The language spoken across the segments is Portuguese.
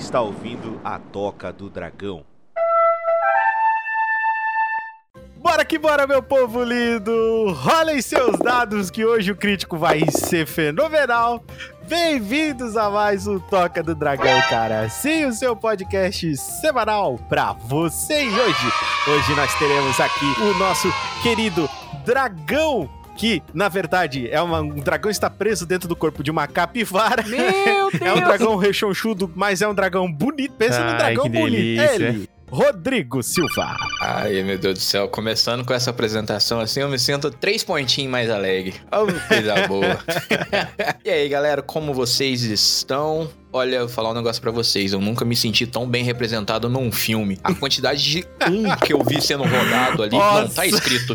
está ouvindo a Toca do Dragão. Bora que bora, meu povo lindo! Rolem seus dados que hoje o crítico vai ser fenomenal. Bem-vindos a mais um Toca do Dragão, cara. Sim, o seu podcast semanal pra você. E hoje nós teremos aqui o nosso querido dragão, que, na verdade, um dragão está preso dentro do corpo de uma capivara. Meu Deus! É um dragão rechonchudo, mas é um dragão bonito. Pensa num dragão bonito. Ele, Rodrigo Silva. Ai, meu Deus do céu. Começando com essa apresentação assim, eu me sinto 3 pontinhos mais alegre. Oh, coisa boa. E aí, galera, como vocês estão? Olha, eu vou falar um negócio pra vocês. Eu nunca me senti tão bem representado num filme. A quantidade de que eu vi sendo rodado ali, Nossa. não tá escrito.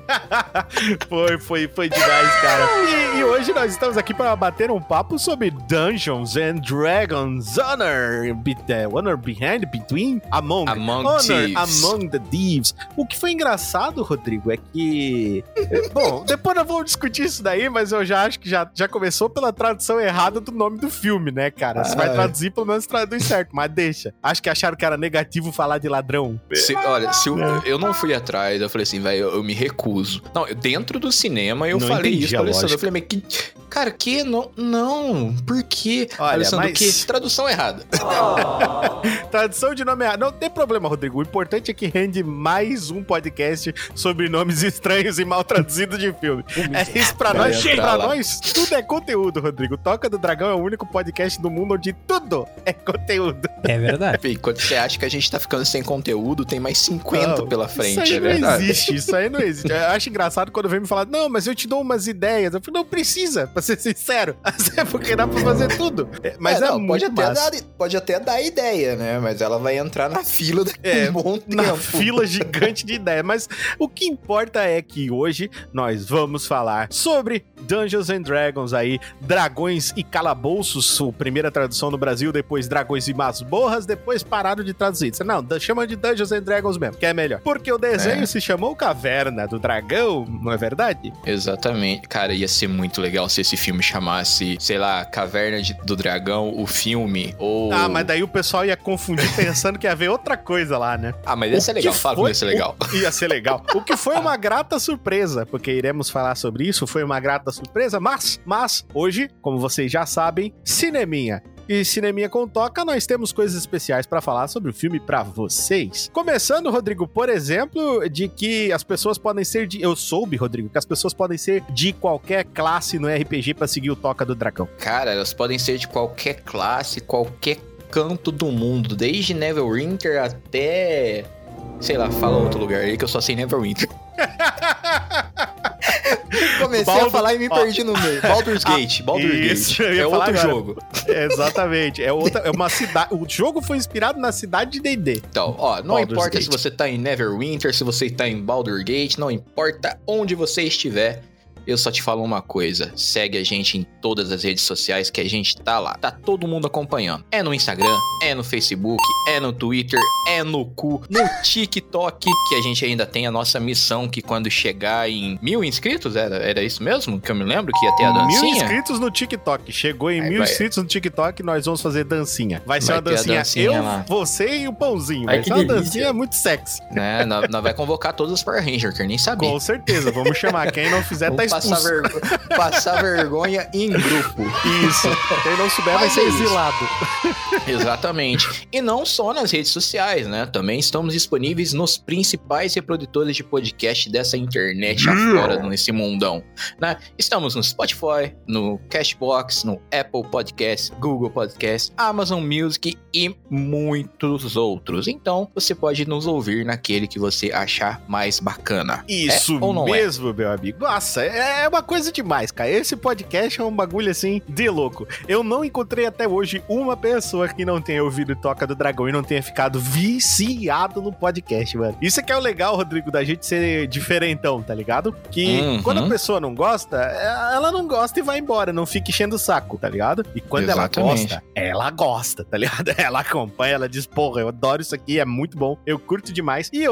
Foi demais, cara. E hoje nós estamos aqui para bater um papo sobre Dungeons and Dragons, Honor Behind, Between, Among Thieves. Among the Thieves. O que foi engraçado, Rodrigo, é que... Bom, depois nós vamos discutir isso daí, mas eu já acho que já começou pela tradução errada do nome do filme, né, cara? Você vai traduzir, pelo menos traduz certo, mas deixa. Acho que acharam que era negativo falar de ladrão. Eu não fui atrás, eu falei assim, velho, eu me recuso. Não, dentro do cinema eu falei isso pra Alessandro. Eu falei, mas que... Cara, que? Não, por quê? Olha, Alessandro, mas... que? Tradução errada. Tradução de nome errado. Não tem problema, Rodrigo. O importante é que rende mais um podcast sobre nomes estranhos e mal traduzidos de filme. É isso pra nós. Pra nós, tudo é conteúdo, Rodrigo. Toca do Dragão é o único podcast do mundo onde tudo é conteúdo. É verdade. E quando você acha que a gente tá ficando sem conteúdo, tem mais 50 pela frente, isso aí é verdade. Isso aí não existe. Eu acho engraçado quando vem me falar, não, mas eu te dou umas ideias. Eu falo, não precisa, pra ser sincero. Porque dá pra fazer tudo. Mas pode até dar ideia, né? Mas ela vai entrar na fila daqui um bom tempo. Na fila gigante de ideias. Mas o que importa é que hoje nós vamos falar sobre Dungeons and Dragons aí, Dragões e Calabouços, a primeira tradução no Brasil, depois Dragões e Masmorras, depois pararam de traduzir. Não, chama de Dungeons and Dragons mesmo, que é melhor. Porque o desenho se chamou Caverna do Dragão, não é verdade? Exatamente. Cara, ia ser muito legal se esse filme chamasse, sei lá, Caverna do Dragão, o filme, ou... Ah, mas daí o pessoal ia confundir pensando que ia ver outra coisa lá, né? Ah, mas ia ser legal, fala que ia ser legal. Ia ser legal. O que foi uma grata surpresa, porque iremos falar sobre isso, foi uma grata surpresa, mas hoje, como vocês já sabem, cineminha. E Cineminha com Toca, nós temos coisas especiais pra falar sobre o filme pra vocês. Começando, Rodrigo, por exemplo, de que as pessoas podem ser de... Eu soube, Rodrigo, que as pessoas podem ser de qualquer classe no RPG pra seguir o Toca do Dragão. Cara, elas podem ser de qualquer classe, qualquer canto do mundo, desde Neverwinter até... Sei lá, fala outro lugar aí que eu só sei Neverwinter. Comecei a falar e me perdi no meio. Baldur's Gate. É outro jogo. Exatamente. É uma cidade. O jogo foi inspirado na cidade de D&D. Então, não importa se você tá em Neverwinter, se você tá em Baldur's Gate, não importa onde você estiver. Eu só te falo uma coisa, segue a gente em todas as redes sociais que a gente tá lá. Tá todo mundo acompanhando. É no Instagram, é no Facebook, é no Twitter, é no no TikTok, que a gente ainda tem a nossa missão, que quando chegar em 1000 inscritos, era isso mesmo? Que eu me lembro que ia ter a dancinha? 1000 inscritos no TikTok. Chegou em 1000 inscritos no TikTok, nós vamos fazer dancinha. Vai ser uma dancinha eu, lá. Você e o Pãozinho. Vai ser uma dancinha muito sexy. Né? Nós vai convocar todos os Power Rangers, que eu nem sabia. Com certeza, vamos chamar. Quem não fizer tá expulso. Passar vergonha em grupo. Isso. Quem não souber vai ser exilado. Exatamente. E não só nas redes sociais, né? Também estamos disponíveis nos principais reprodutores de podcast dessa internet afora, nesse mundão, né? Estamos no Spotify, no Cashbox, no Apple Podcast, Google Podcast, Amazon Music e muitos outros. Então, você pode nos ouvir naquele que você achar mais bacana. Isso mesmo, meu amigo. Nossa, é uma coisa demais, cara. Esse podcast é um bagulho, assim, de louco. Eu não encontrei até hoje uma pessoa que não tenha ouvido Toca do Dragão e não tenha ficado viciado no podcast, mano. Isso é que é o legal, Rodrigo, da gente ser diferentão, tá ligado? Que quando a pessoa não gosta, ela não gosta e vai embora, não fica enchendo o saco, tá ligado? E quando ela gosta, tá ligado? Ela acompanha, ela diz, porra, eu adoro isso aqui, é muito bom, eu curto demais. E hoje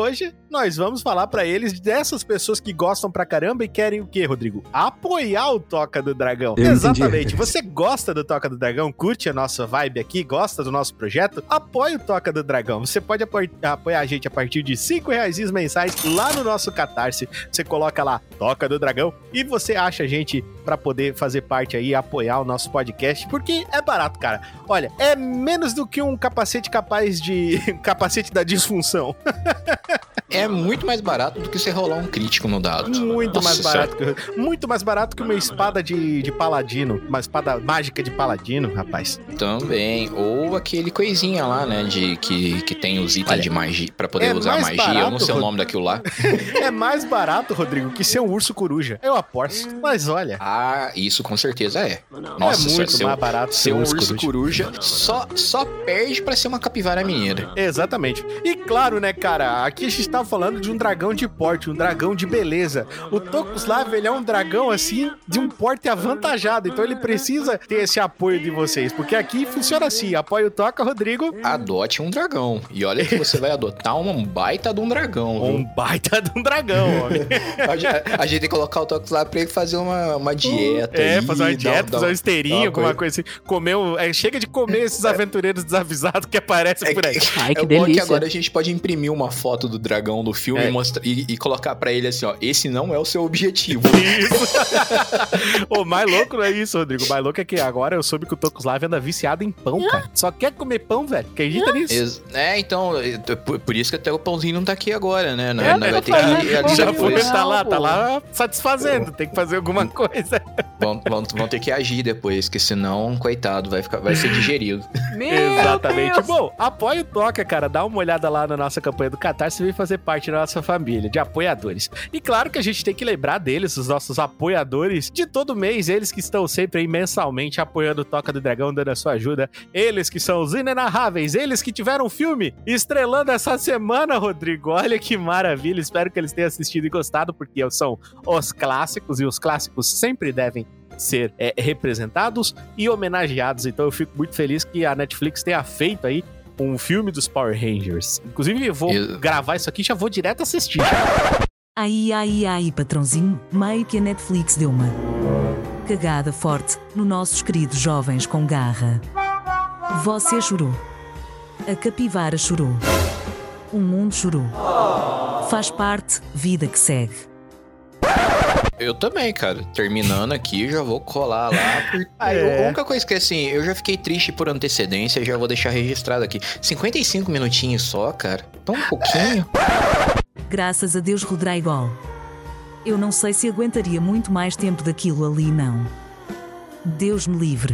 nós vamos falar pra eles dessas pessoas que gostam pra caramba e querem o quê, Rodrigo? Apoiar o Toca do Dragão. Exatamente. Você gosta do Toca do Dragão? Curte a nossa vibe aqui? Gosta do nosso projeto? Apoie o Toca do Dragão. Você pode apoiar a gente a partir de R$5 mensais lá no nosso Catarse. Você coloca lá Toca do Dragão e você acha a gente pra poder fazer parte aí, apoiar o nosso podcast, porque é barato, cara. Olha, é menos do que um capacete capaz de... capacete da disfunção. É muito mais barato do que você rolar um crítico no dado. Muito mais barato que uma espada de paladino. Uma espada mágica de paladino, rapaz. Também. Ou aquele coisinha lá, né? Que tem os itens de magia. Pra poder usar magia. Barato, eu não sei o nome daquilo lá. É mais barato, Rodrigo, que ser um urso coruja. Eu aposto. Mas olha. Ah, isso com certeza é. Nossa, é muito mais barato ser um urso coruja. Só perde pra ser uma capivara mineira. Exatamente. E claro, né, cara? Aqui a gente tá falando de um dragão de porte, um dragão de beleza. O Tokuslav, ele é um dragão, assim, de um porte avantajado. Então ele precisa ter esse apoio de vocês. Porque aqui funciona assim. Apoia o Toca, Rodrigo. Adote um dragão. E olha que você vai adotar um baita de um dragão. Viu? Um baita de um dragão, homem. A gente tem que colocar o Tokuslav pra ele fazer uma dieta. Fazer uma dieta, fazer uma esteirinha, alguma coisa assim. Comer chega de comer esses aventureiros desavisados que aparecem por aí. Ai, que delícia. Que agora a gente pode imprimir uma foto do dragão do filme e colocar pra ele assim, ó, esse não é o seu objetivo. Isso. O mais louco não é isso, Rodrigo. O mais louco é que agora eu soube que o Tokuslav anda viciado em pão, cara. Só quer comer pão, velho. Acredita nisso? Então, por isso que até o pãozinho não tá aqui agora, né? Vai ter que... Já foi, tá lá satisfazendo. Tem que fazer alguma coisa. Vão ter que agir depois, que senão, coitado, vai ser digerido. Exatamente. Bom, apoia o Toca, cara. Dá uma olhada lá na nossa campanha do Catarse e vem fazer parte da nossa família de apoiadores. E claro que a gente tem que lembrar deles, os nossos apoiadores de todo mês, eles que estão sempre aí mensalmente apoiando o Toca do Dragão, dando a sua ajuda. Eles que são os inenarráveis, eles que tiveram um filme estrelando essa semana, Rodrigo. Olha que maravilha. Espero que eles tenham assistido e gostado, porque são os clássicos e os clássicos sempre devem ser representados e homenageados. Então eu fico muito feliz que a Netflix tenha feito aí um filme dos Power Rangers. Inclusive eu vou gravar isso aqui e já vou direto assistir. Aí, patrãozinho, meio que a Netflix deu uma cagada forte nos nossos queridos jovens com garra. Você chorou. A capivara chorou. O mundo chorou. Faz parte, vida que segue. Eu também, cara. Terminando aqui, já vou colar lá. A única coisa que, assim, eu já fiquei triste por antecedência, já vou deixar registrado aqui. 55 minutinhos só, cara. Tão um pouquinho. Graças a Deus, Rodrigo. Eu não sei se aguentaria muito mais tempo daquilo ali, não. Deus me livre.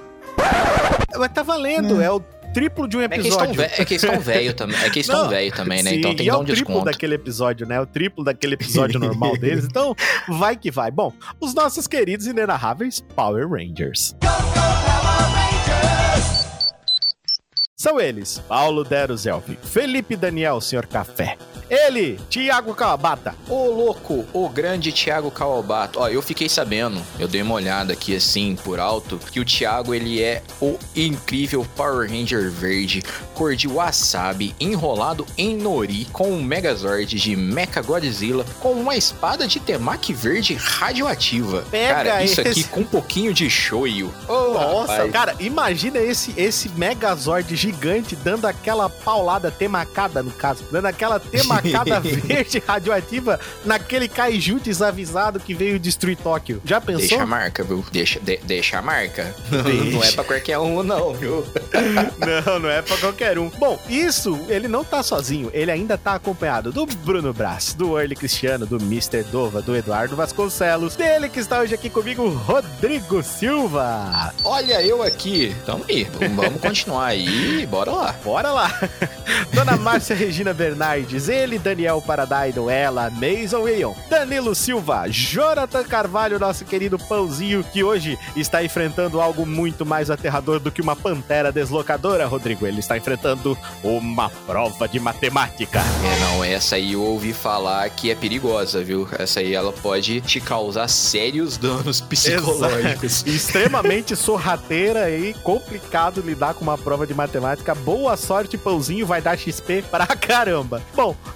Mas tá valendo, é o triplo de um episódio. É que eles estão velho também. É que eles estão velho também, né? Sim, então tem que dar um desconto. É o triplo daquele episódio, né? O triplo daquele episódio normal deles. Então, vai que vai. Bom, os nossos queridos inenarráveis Power Rangers. Go, go, Power Rangers! São eles, Paulo Deros Elfi, Felipe Daniel, Sr. Café. Ele, Thiago Kawabata. Ô louco, o grande Thiago Kawabata. Ó, eu fiquei sabendo, eu dei uma olhada aqui assim, por alto, que o Thiago, ele é o incrível Power Ranger verde, cor de wasabi, enrolado em nori, com um Megazord de Mecha Godzilla, com uma espada de temaki verde radioativa. Cara, isso aqui com um pouquinho de shoyu. Oh, nossa, rapaz. Cara, imagina esse Megazord gigante dando aquela paulada temacada, no caso, dando aquela temacada verde radioativa naquele kaiju desavisado que veio destruir Tóquio. Já pensou? Deixa a marca, viu? Deixa a marca. Não é pra qualquer um, não, viu? Não é pra qualquer um. Bom, isso, ele não tá sozinho. Ele ainda tá acompanhado do Bruno Brás, do Early Cristiano, do Mr. Dova, do Eduardo Vasconcelos, dele que está hoje aqui comigo, Rodrigo Silva. Olha eu aqui. Tamo aí. Vamos continuar aí. Bora lá. Bora lá. Dona Márcia Regina Bernardes, ele, Daniel Paradaido, ela, Mason Ion, Danilo Silva, Jonathan Carvalho, nosso querido pãozinho, que hoje está enfrentando algo muito mais aterrador do que uma pantera deslocadora, Rodrigo. Ele está enfrentando uma prova de matemática. Não, essa aí eu ouvi falar que é perigosa, viu? Essa aí ela pode te causar sérios danos psicológicos. Extremamente sorrateira e complicado lidar com uma prova de matemática. Boa sorte, pãozinho, vai dar XP pra caramba. Bom,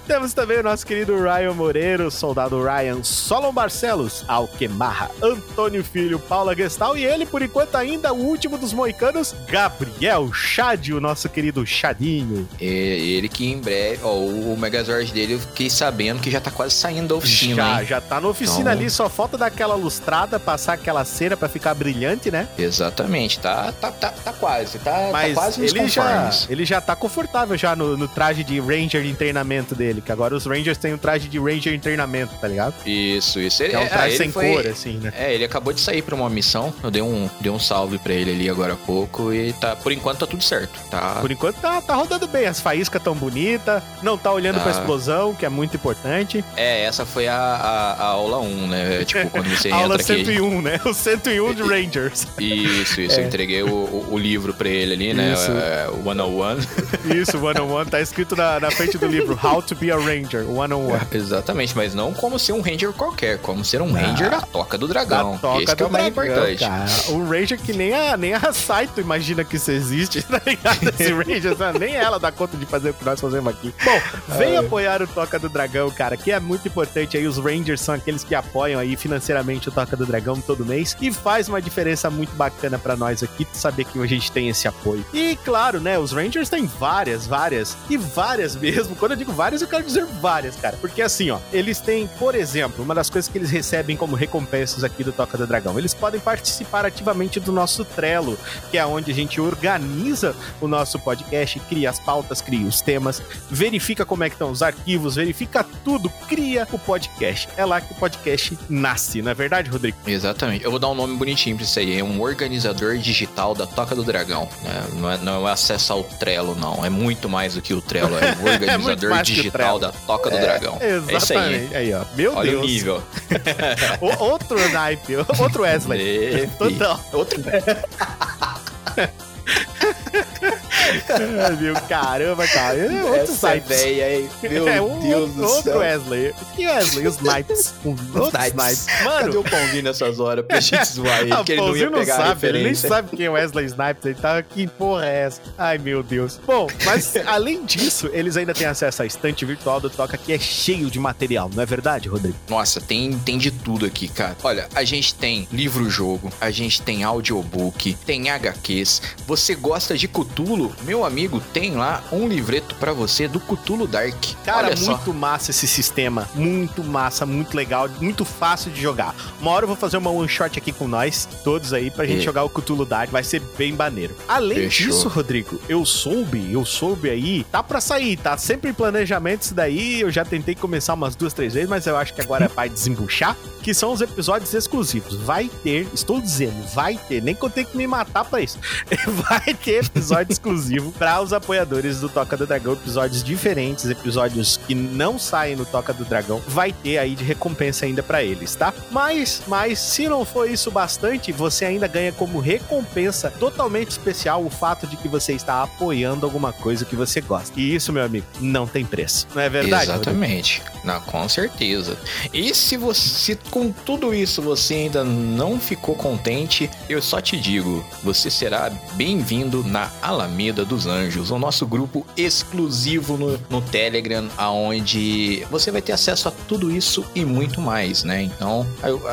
Temos também o nosso querido Ryan Moreira, soldado Ryan, Solon Barcelos, Alquemarra, Antônio Filho, Paula Gestal e ele, por enquanto, ainda o último dos moicanos, Gabriel Chad, o nosso querido Chadinho. Ele que em breve, o Megazord dele, eu fiquei sabendo que já tá quase saindo da oficina, Já tá na oficina ali, só falta dar aquela lustrada, passar aquela cera pra ficar brilhante, né? Exatamente, tá quase, Mas tá quase nos conformes. ele já tá confortável já no traje de Ranger em treinamento dele, que agora os Rangers têm um traje de Ranger em treinamento, tá ligado? Isso. Que é um traje sem cor, assim, né? Ele acabou de sair pra uma missão, eu dei um salve pra ele ali agora há pouco e por enquanto tá tudo certo, tá? Por enquanto tá rodando bem, as faíscas tão bonitas, não tá olhando pra explosão, que é muito importante. Essa foi a aula 1, né? Tipo, quando você aula entra aqui... 101, né? O 101 de Rangers. Isso. Eu entreguei o livro pra ele ali, né? O 101. Isso, o 101 tá escrito na frente do livro, How to be a Ranger, 101. Exatamente, mas não como ser um Ranger qualquer, como ser um Ranger da Toca do Dragão. Esse que é o mais importante. Cara. Um Ranger que nem a Saito imagina que isso existe, tá ligado? Esse Ranger, nem ela dá conta de fazer o que nós fazemos aqui. Bom, vem apoiar o Toca do Dragão, cara, que é muito importante aí. Os Rangers são aqueles que apoiam aí financeiramente o Toca do Dragão todo mês e faz uma diferença muito bacana pra nós aqui, saber que a gente tem esse apoio. E claro, né, os Rangers têm várias mesmo. Quando eu digo várias, eu quero dizer várias, cara. Porque assim, ó, eles têm, por exemplo, uma das coisas que eles recebem como recompensas aqui do Toca do Dragão, eles podem participar ativamente do nosso Trello, que é onde a gente organiza o nosso podcast, cria as pautas, cria os temas, verifica como é que estão os arquivos, verifica tudo, cria o podcast. É lá que o podcast nasce, não é verdade, Rodrigo? Exatamente. Eu vou dar um nome bonitinho pra isso aí. É um organizador digital da Toca do Dragão. Não é acesso ao Trello, não. É muito mais do que o Trello. É um organizador digital da Toca do Dragão. Exatamente. É isso aí. Aí, ó. Meu Olha Deus. o nível. Outro naipe. Outro Wesley. Total. Outro... Meu caramba, cara. Outro site. Meu Deus do céu. Outro Wesley. Que Wesley? Os Snipes. Os Snipes. Mano, cadê o Pãozinho nessas horas pra gente zoar ele? Que ele não ia pegar a referência. Ele nem sabe quem é Wesley Snipes. Ele tá... Que porra é essa? Ai, meu Deus. Bom, mas além disso, eles ainda têm acesso à estante virtual do Toca, que é cheio de material. Não é verdade, Rodrigo? Nossa, tem de tudo aqui, cara. Olha, a gente tem livro-jogo, a gente tem audiobook, tem HQs. Você gosta de Cthulhu? Meu amigo, tem lá um livreto pra você do Cthulhu Dark. Cara, olha muito massa esse sistema. Muito massa, muito legal, muito fácil de jogar. Uma hora eu vou fazer uma one shot aqui com nós, todos aí, pra gente jogar o Cthulhu Dark. Vai ser bem maneiro. Além disso, Rodrigo, eu soube aí, tá pra sair, tá sempre em planejamento isso daí. Eu já tentei começar umas 2, 3 vezes, mas eu acho que agora vai desembuchar. Que são os episódios exclusivos. Vai ter, estou dizendo, vai ter, nem que eu tenho que me matar pra isso. Vai ter episódio exclusivo para os apoiadores do Toca do Dragão, episódios diferentes, episódios que não saem no Toca do Dragão, vai ter aí de recompensa ainda para eles, tá? Mas se não for isso bastante, você ainda ganha como recompensa totalmente especial o fato de que você está apoiando alguma coisa que você gosta. E isso, meu amigo, não tem preço. Não é verdade? Exatamente. Não, com certeza. E se com tudo isso você ainda não ficou contente, eu só te digo, você será bem-vindo na Alameda dos Anjos, o nosso grupo exclusivo no Telegram, aonde você vai ter acesso a tudo isso e muito mais, né? Então,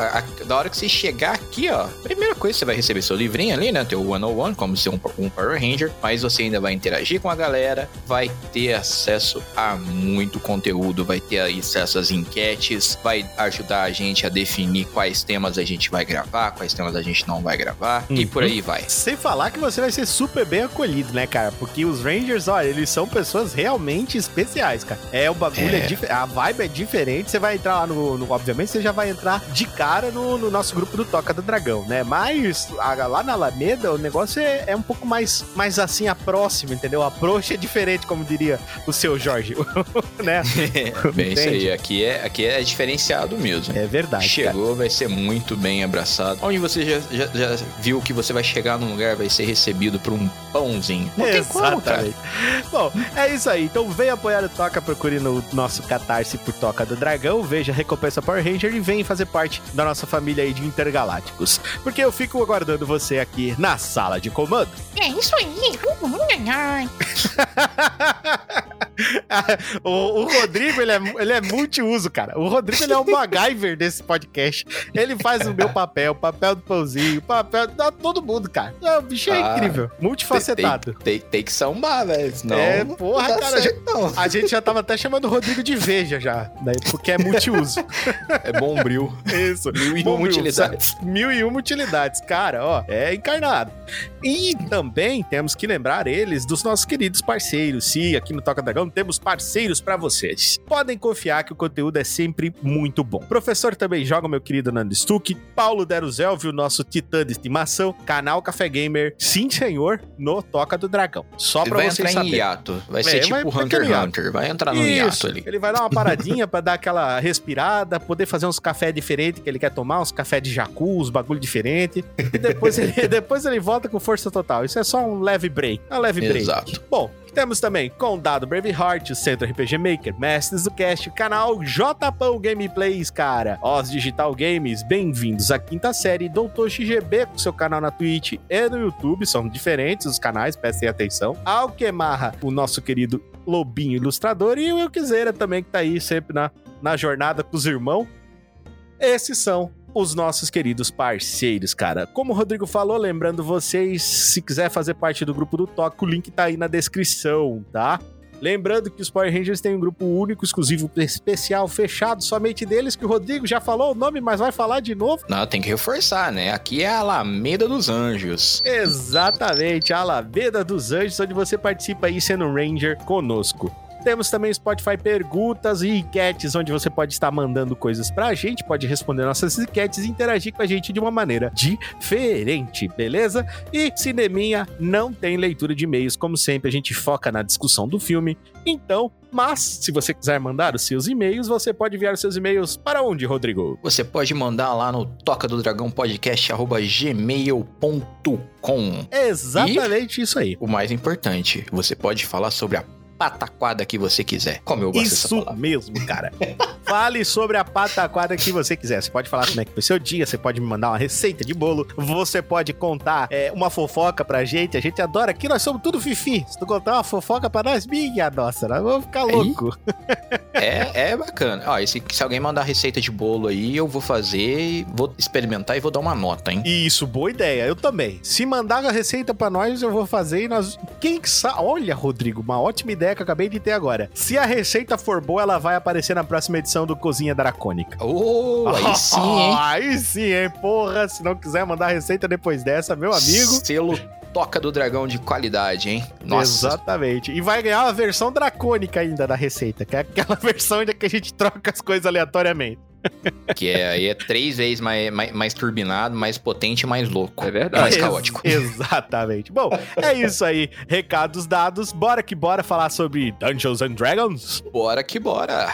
da hora que você chegar aqui, ó, primeira coisa, você vai receber seu livrinho ali, né? Teu 101, como ser um Power Ranger, mas você ainda vai interagir com a galera, vai ter acesso a muito conteúdo, vai ter acesso às enquetes, vai ajudar a gente a definir quais temas a gente vai gravar, quais temas a gente não vai gravar, e por aí vai. Sem falar que você vai ser super bem acolhido, né, cara? Porque os Rangers, olha, eles são pessoas realmente especiais, cara. O bagulho a vibe é diferente. Você vai entrar lá obviamente, você já vai entrar de cara no nosso grupo do Toca do Dragão, né? Mas lá na Alameda, o negócio é um pouco mais assim, próximo, entendeu? A approach é diferente, como diria o seu Jorge, né? Bem, isso aí. Aqui é diferenciado mesmo. É verdade. Chegou, cara. Vai ser muito bem abraçado. Onde você já viu que você vai chegar num lugar, vai ser recebido por um pãozinho. Não tem como, cara. Bom, é isso aí. Então vem apoiar o Toca, procure no nosso Catarse por Toca do Dragão, veja a recompensa Power Ranger e vem fazer parte da nossa família aí de intergalácticos. Porque eu fico aguardando você aqui na sala de comando. É isso aí. O Rodrigo, ele é multiuso, cara. O Rodrigo, ele é o MacGyver desse podcast. Ele faz o meu papel, o papel do Pãozinho, o papel de todo mundo, cara. O bicho é incrível, multifacetado. Tem que sambar, velho. Porra, cara. A gente já tava até chamando o Rodrigo de Veja já, né? Porque é multiuso. É bombril. Isso. 1001 utilidades. 1001 utilidades, cara, ó, é encarnado. E também temos que lembrar eles dos nossos queridos parceiros. Sim, aqui no Toca Dragão temos parceiros pra vocês. Podem confiar que o conteúdo é sempre muito bom. Professor também joga, meu querido Nando Stuck, Paulo Deruzelvio, nosso titã de estimação, canal Café Gamer, sim senhor, no Toca do Dragão. Só pra vocês saberem. Vai entrar em hiato. Vai ser tipo Hunter x Hunter. Vai entrar no hiato ali. Ele vai dar uma paradinha pra dar aquela respirada, poder fazer uns cafés diferentes que ele quer tomar, uns cafés de jacu, uns bagulho diferente. E depois ele volta com força total. Isso é só um leve break. Um leve break. Exato. Bom, temos também Condado Braveheart, o Centro RPG Maker, Mestres do Cast, o canal Jpão Gameplays, cara. Oz Digital Games, bem-vindos à quinta série. Doutor XGB com seu canal na Twitch e no YouTube, são diferentes os canais, prestem atenção. Alquemarra, o nosso querido Lobinho Ilustrador, e o Euquizeira também, que tá aí sempre na jornada com os irmãos. Esses são os nossos queridos parceiros, cara. Como o Rodrigo falou, lembrando vocês, se quiser fazer parte do grupo do Toca, o link tá aí na descrição, tá? Lembrando que os Power Rangers têm um grupo único, exclusivo, especial, fechado, somente deles, que o Rodrigo já falou o nome, mas vai falar de novo. Não, tem que reforçar, né? Aqui é a Alameda dos Anjos. Exatamente, a Alameda dos Anjos, onde você participa aí sendo um Ranger conosco. Temos também Spotify Perguntas e enquetes, onde você pode estar mandando coisas pra gente, pode responder nossas enquetes e interagir com a gente de uma maneira diferente, beleza? E Cineminha não tem leitura de e-mails, como sempre, a gente foca na discussão do filme. Então, mas, se você quiser mandar os seus e-mails, você pode enviar os seus e-mails para onde, Rodrigo? Você pode mandar lá no tocadodragãopodcast@gmail.com. Exatamente isso aí. O mais importante, você pode falar sobre a pataquada que você quiser. Como eu gosto dessa palavra. Isso mesmo, cara. Fale sobre a pataquada que você quiser. Você pode falar como é que foi seu dia, você pode me mandar uma receita de bolo, você pode contar uma fofoca pra gente. A gente adora aqui, nós somos tudo fifi. Se tu contar uma fofoca pra nós, minha nossa, nós vamos ficar louco. É bacana. Ó, se alguém mandar receita de bolo aí, eu vou fazer, vou experimentar e vou dar uma nota, hein? Isso, boa ideia. Eu também. Se mandar a receita pra nós, eu vou fazer e nós... Quem sabe... Olha, Rodrigo, uma ótima ideia que eu acabei de ter agora. Se a receita for boa, ela vai aparecer na próxima edição do Cozinha Dracônica. Aí sim, hein? Aí sim, hein? Porra, se não quiser mandar receita depois dessa, meu amigo... Selo Toca do Dragão de qualidade, hein? Nossa. Exatamente. E vai ganhar uma versão dracônica ainda da receita, que é aquela versão ainda que a gente troca as coisas aleatoriamente. Que aí é 3 vezes mais turbinado, mais potente e mais louco. É verdade. Mais caótico. Exatamente. Bom, é isso aí. Recados dados. Bora que bora falar sobre Dungeons and Dragons? Bora que bora.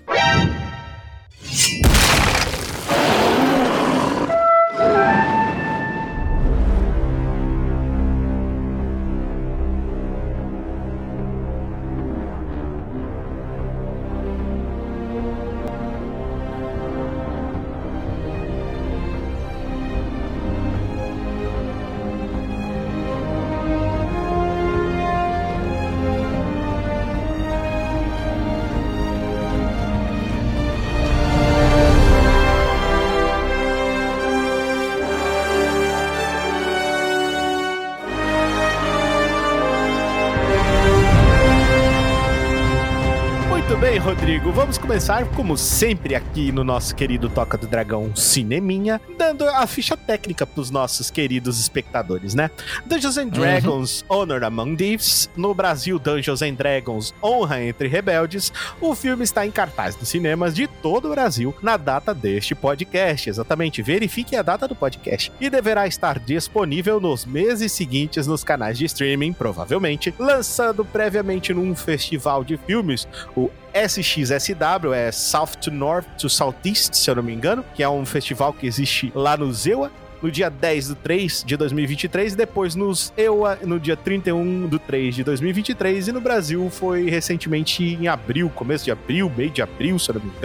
Rodrigo, vamos começar, como sempre, aqui no nosso querido Toca do Dragão Cineminha, dando a ficha técnica pros nossos queridos espectadores, né? Dungeons and Dragons Honor Among Thieves, no Brasil Dungeons and Dragons Honra Entre Rebeldes. O filme está em cartaz nos cinemas de todo o Brasil na data deste podcast, exatamente, verifique a data do podcast, e deverá estar disponível nos meses seguintes nos canais de streaming, provavelmente, lançando previamente num festival de filmes, o SXSW, é South to North to Southeast, se eu não me engano, que é um festival que existe lá no ZEUA, no dia 10/3 de 2023, e depois nos EUA no dia 31/3 de 2023, e no Brasil foi recentemente em abril, começo de abril, meio de abril, se eu não me engano.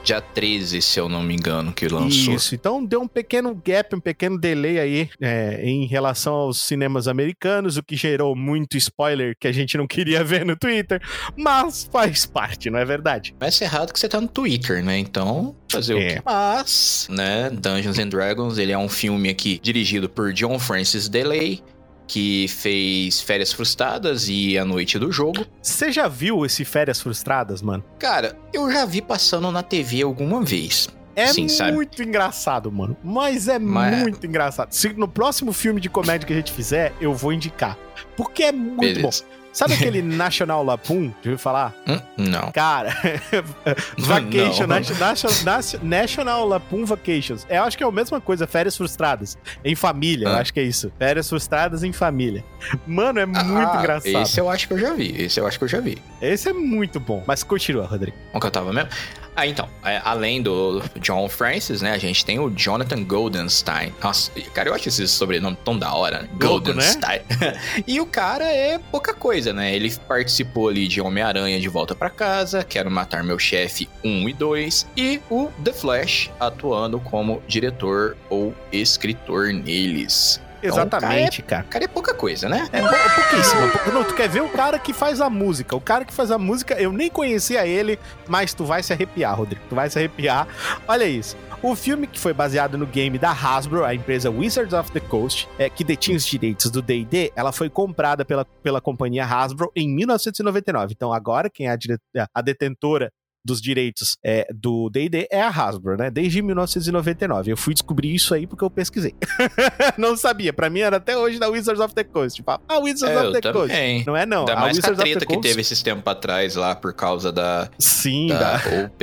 Dia 13, se eu não me engano, que lançou. Isso, então deu um pequeno gap, um pequeno delay aí em relação aos cinemas americanos, o que gerou muito spoiler que a gente não queria ver no Twitter, mas faz parte, não é verdade? Mas é errado que você tá no Twitter, né? Então, fazer o quê? Mas, né, Dungeons and Dragons, ele é um filme aqui dirigido por John Francis Daley, que fez Férias Frustradas e A Noite do Jogo. Você já viu esse Férias Frustradas, mano? Cara, eu já vi passando na TV alguma vez. É Sim, muito engraçado, mano. Mas muito engraçado. Se no próximo filme de comédia que a gente fizer, eu vou indicar. Porque é muito bom. Sabe aquele National Lampoon? Já ouviu falar? Não. Cara, Vacation, National Lampoon Vacations. Eu acho que é a mesma coisa, Férias Frustradas. Em família, eu acho que é isso. Férias Frustradas em família. Mano, é muito engraçado. Esse eu acho que eu já vi. Esse é muito bom. Mas continua, Rodrigo. O que eu tava mesmo? Então, além do John Francis, né, a gente tem o Jonathan Goldenstein. Nossa, cara, eu acho esse sobrenome tão da hora, né? Goldenstein. Né? E o cara é pouca coisa, né? Ele participou ali de Homem-Aranha de Volta pra Casa, Quero Matar Meu Chefe 1 e 2, e o The Flash atuando como diretor ou escritor neles. Exatamente, então, cara. É pouca coisa, né? É pouquíssimo. Não, tu quer ver o cara que faz a música. O cara que faz a música, eu nem conhecia ele, mas tu vai se arrepiar, Rodrigo. Tu vai se arrepiar. Olha isso. O filme, que foi baseado no game da Hasbro, a empresa Wizards of the Coast, que detinha os direitos do D&D, ela foi comprada pela companhia Hasbro em 1999. Então agora quem é a detentora dos direitos do D&D é a Hasbro, né? Desde 1999. Eu fui descobrir isso aí porque eu pesquisei. Não sabia. Pra mim era até hoje da Wizards of the Coast. Tipo, Wizards of the Coast. Não é não. Ainda mais com a treta que teve esses tempos atrás lá por causa da... Sim, da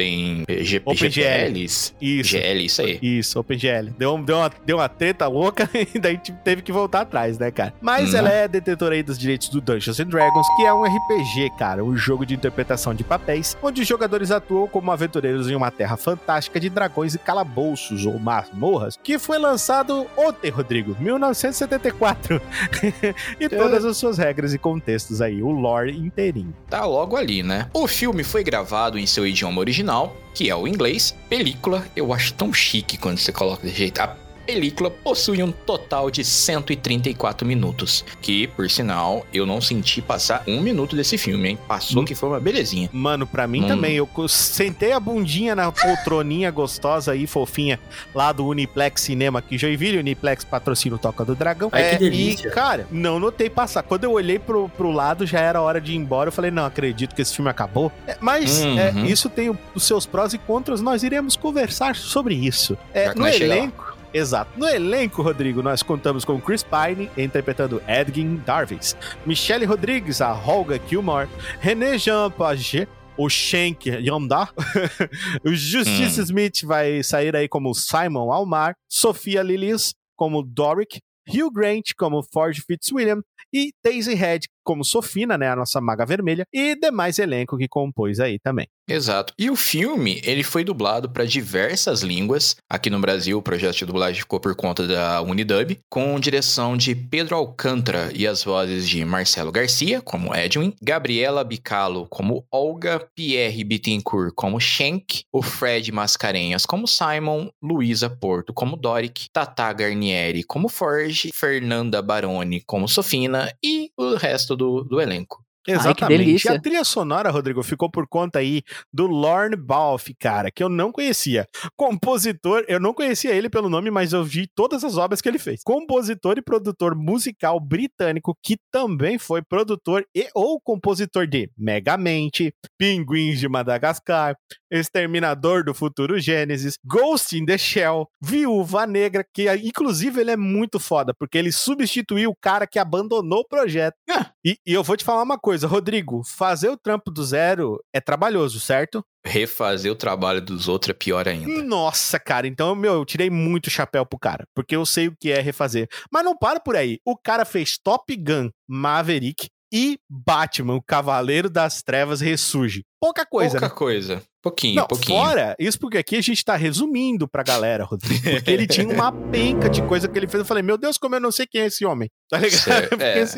OpenGL. Isso. GL, isso aí. Isso, OpenGL. Deu uma treta louca e daí teve que voltar atrás, né, cara? Mas ela é detentora aí dos direitos do Dungeons and Dragons, que é um RPG, cara. Um jogo de interpretação de papéis, onde os jogadores atuam como aventureiros em uma terra fantástica de dragões e calabouços, ou masmorras, que foi lançado ontem, Rodrigo, 1974. E todas as suas regras e contextos aí, o lore inteirinho. Tá logo ali, né? O filme foi gravado em seu idioma original, que é o inglês. Película, eu acho tão chique quando você coloca desse jeito. A película possui um total de 134 minutos, que, por sinal, eu não senti passar um minuto desse filme, hein? Passou que foi uma belezinha. Mano, pra mim também, eu sentei a bundinha na poltroninha gostosa aí, fofinha, lá do Uniplex Cinema, aqui em Joinville, Uniplex patrocina o Toca do Dragão. Ai, que delícia. E, cara, não notei passar. Quando eu olhei pro lado, já era hora de ir embora, eu falei, não acredito que esse filme acabou. Mas isso tem os seus prós e contras, nós iremos conversar sobre isso. No elenco... Exato. No elenco, Rodrigo, nós contamos com Chris Pine, interpretando Edgin Darvis, Michelle Rodrigues, a Olga Kilmore, René Jean Paget, o Shank Yamda, o Justice Smith vai sair aí como Simon Almar, Sofia Lillis como Doric, Hugh Grant como Forge Fitzwilliam e Daisy Head como Sofina, né, a nossa maga vermelha, e demais elenco que compôs aí também. Exato. E o filme, ele foi dublado para diversas línguas. Aqui no Brasil, o projeto de dublagem ficou por conta da Unidub, com direção de Pedro Alcântara e as vozes de Marcelo Garcia, como Edwin, Gabriela Bicalo como Olga, Pierre Bittencourt como Shank, o Fred Mascarenhas como Simon, Luísa Porto como Doric, Tata Garnieri como Forge, Fernanda Baroni como Sofina e o resto do elenco. Exatamente. Ai, que delícia. E a trilha sonora, Rodrigo, ficou por conta aí do Lorne Balfe, cara, que eu não conhecia. Compositor, eu não conhecia ele pelo nome, mas eu vi todas as obras que ele fez. Compositor e produtor musical britânico, que também foi produtor ou compositor de Megamente, Pinguins de Madagascar, Exterminador do Futuro Gênesis, Ghost in the Shell, Viúva Negra, que inclusive ele é muito foda, porque ele substituiu o cara que abandonou o projeto. E eu vou te falar uma coisa, Rodrigo, fazer o trampo do zero é trabalhoso, certo? Refazer o trabalho dos outros é pior ainda. Nossa, cara, então, eu tirei muito chapéu pro cara, porque eu sei o que é refazer. Mas não para por aí, o cara fez Top Gun Maverick e Batman, o Cavaleiro das Trevas ressurge. Pouca coisa, Pouca coisa. Pouquinho. Fora, isso porque aqui a gente tá resumindo pra galera, Rodrigo, porque ele tinha uma penca de coisa que ele fez. Eu falei, meu Deus, como eu não sei quem é esse homem, tá ligado? Porque assim,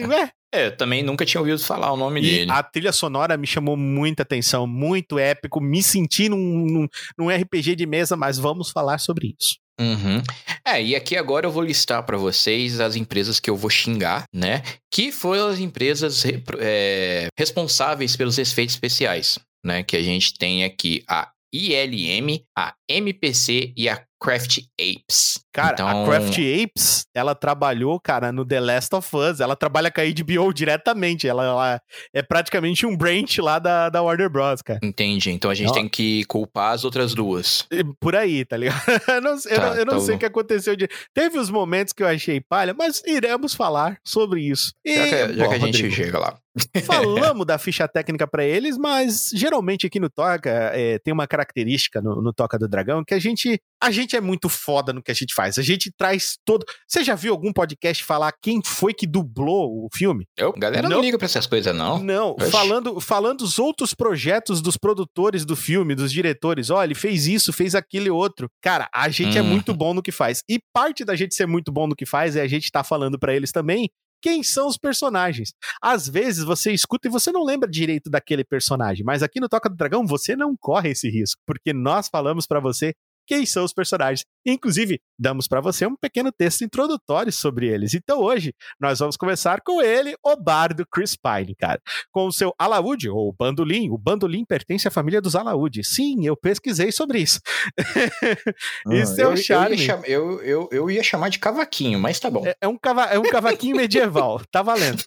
Eu também nunca tinha ouvido falar o nome E dele. a trilha sonora me chamou muita atenção, muito épico, me senti num RPG de mesa, mas vamos falar sobre isso. Uhum. E aqui agora eu vou listar pra vocês as empresas que eu vou xingar, né? Que foram as empresas responsáveis pelos efeitos especiais, né? Que a gente tem aqui a ILM, a MPC e a Craft Apes. Cara, então... a Craft Apes, ela trabalhou, cara, no The Last of Us. Ela trabalha com a HBO diretamente. Ela é praticamente um branch lá da Warner Bros, cara. Entendi. Então a gente tem que culpar as outras duas. Por aí, tá ligado? Eu não sei o que aconteceu. Teve os momentos que eu achei palha, mas iremos falar sobre isso. Já que a gente chega lá. Falamos da ficha técnica pra eles, mas geralmente aqui no Toca tem uma característica no Toca do Dragão que a gente é muito foda no que a gente faz. A gente traz todo... Você já viu algum podcast falar quem foi que dublou o filme? Galera não liga pra essas coisas, não. Não, falando os outros projetos dos produtores do filme, dos diretores. Ó, ele fez isso, fez aquilo e outro. Cara, a gente é muito bom no que faz. E parte da gente ser muito bom no que faz é a gente tá falando pra eles também quem são os personagens. Às vezes você escuta e você não lembra direito daquele personagem, mas aqui no Toca do Dragão você não corre esse risco, porque nós falamos pra você quem são os personagens. Inclusive, damos pra você um pequeno texto introdutório sobre eles. Então hoje, nós vamos começar com ele, o bardo Chris Pine, cara. Com o seu alaúde, ou bandolim. O bandolim pertence à família dos alaúde. Sim, eu pesquisei sobre isso. Isso é o charme. Eu ia chamar de cavaquinho, mas tá bom. É um cavaquinho medieval, tá valendo.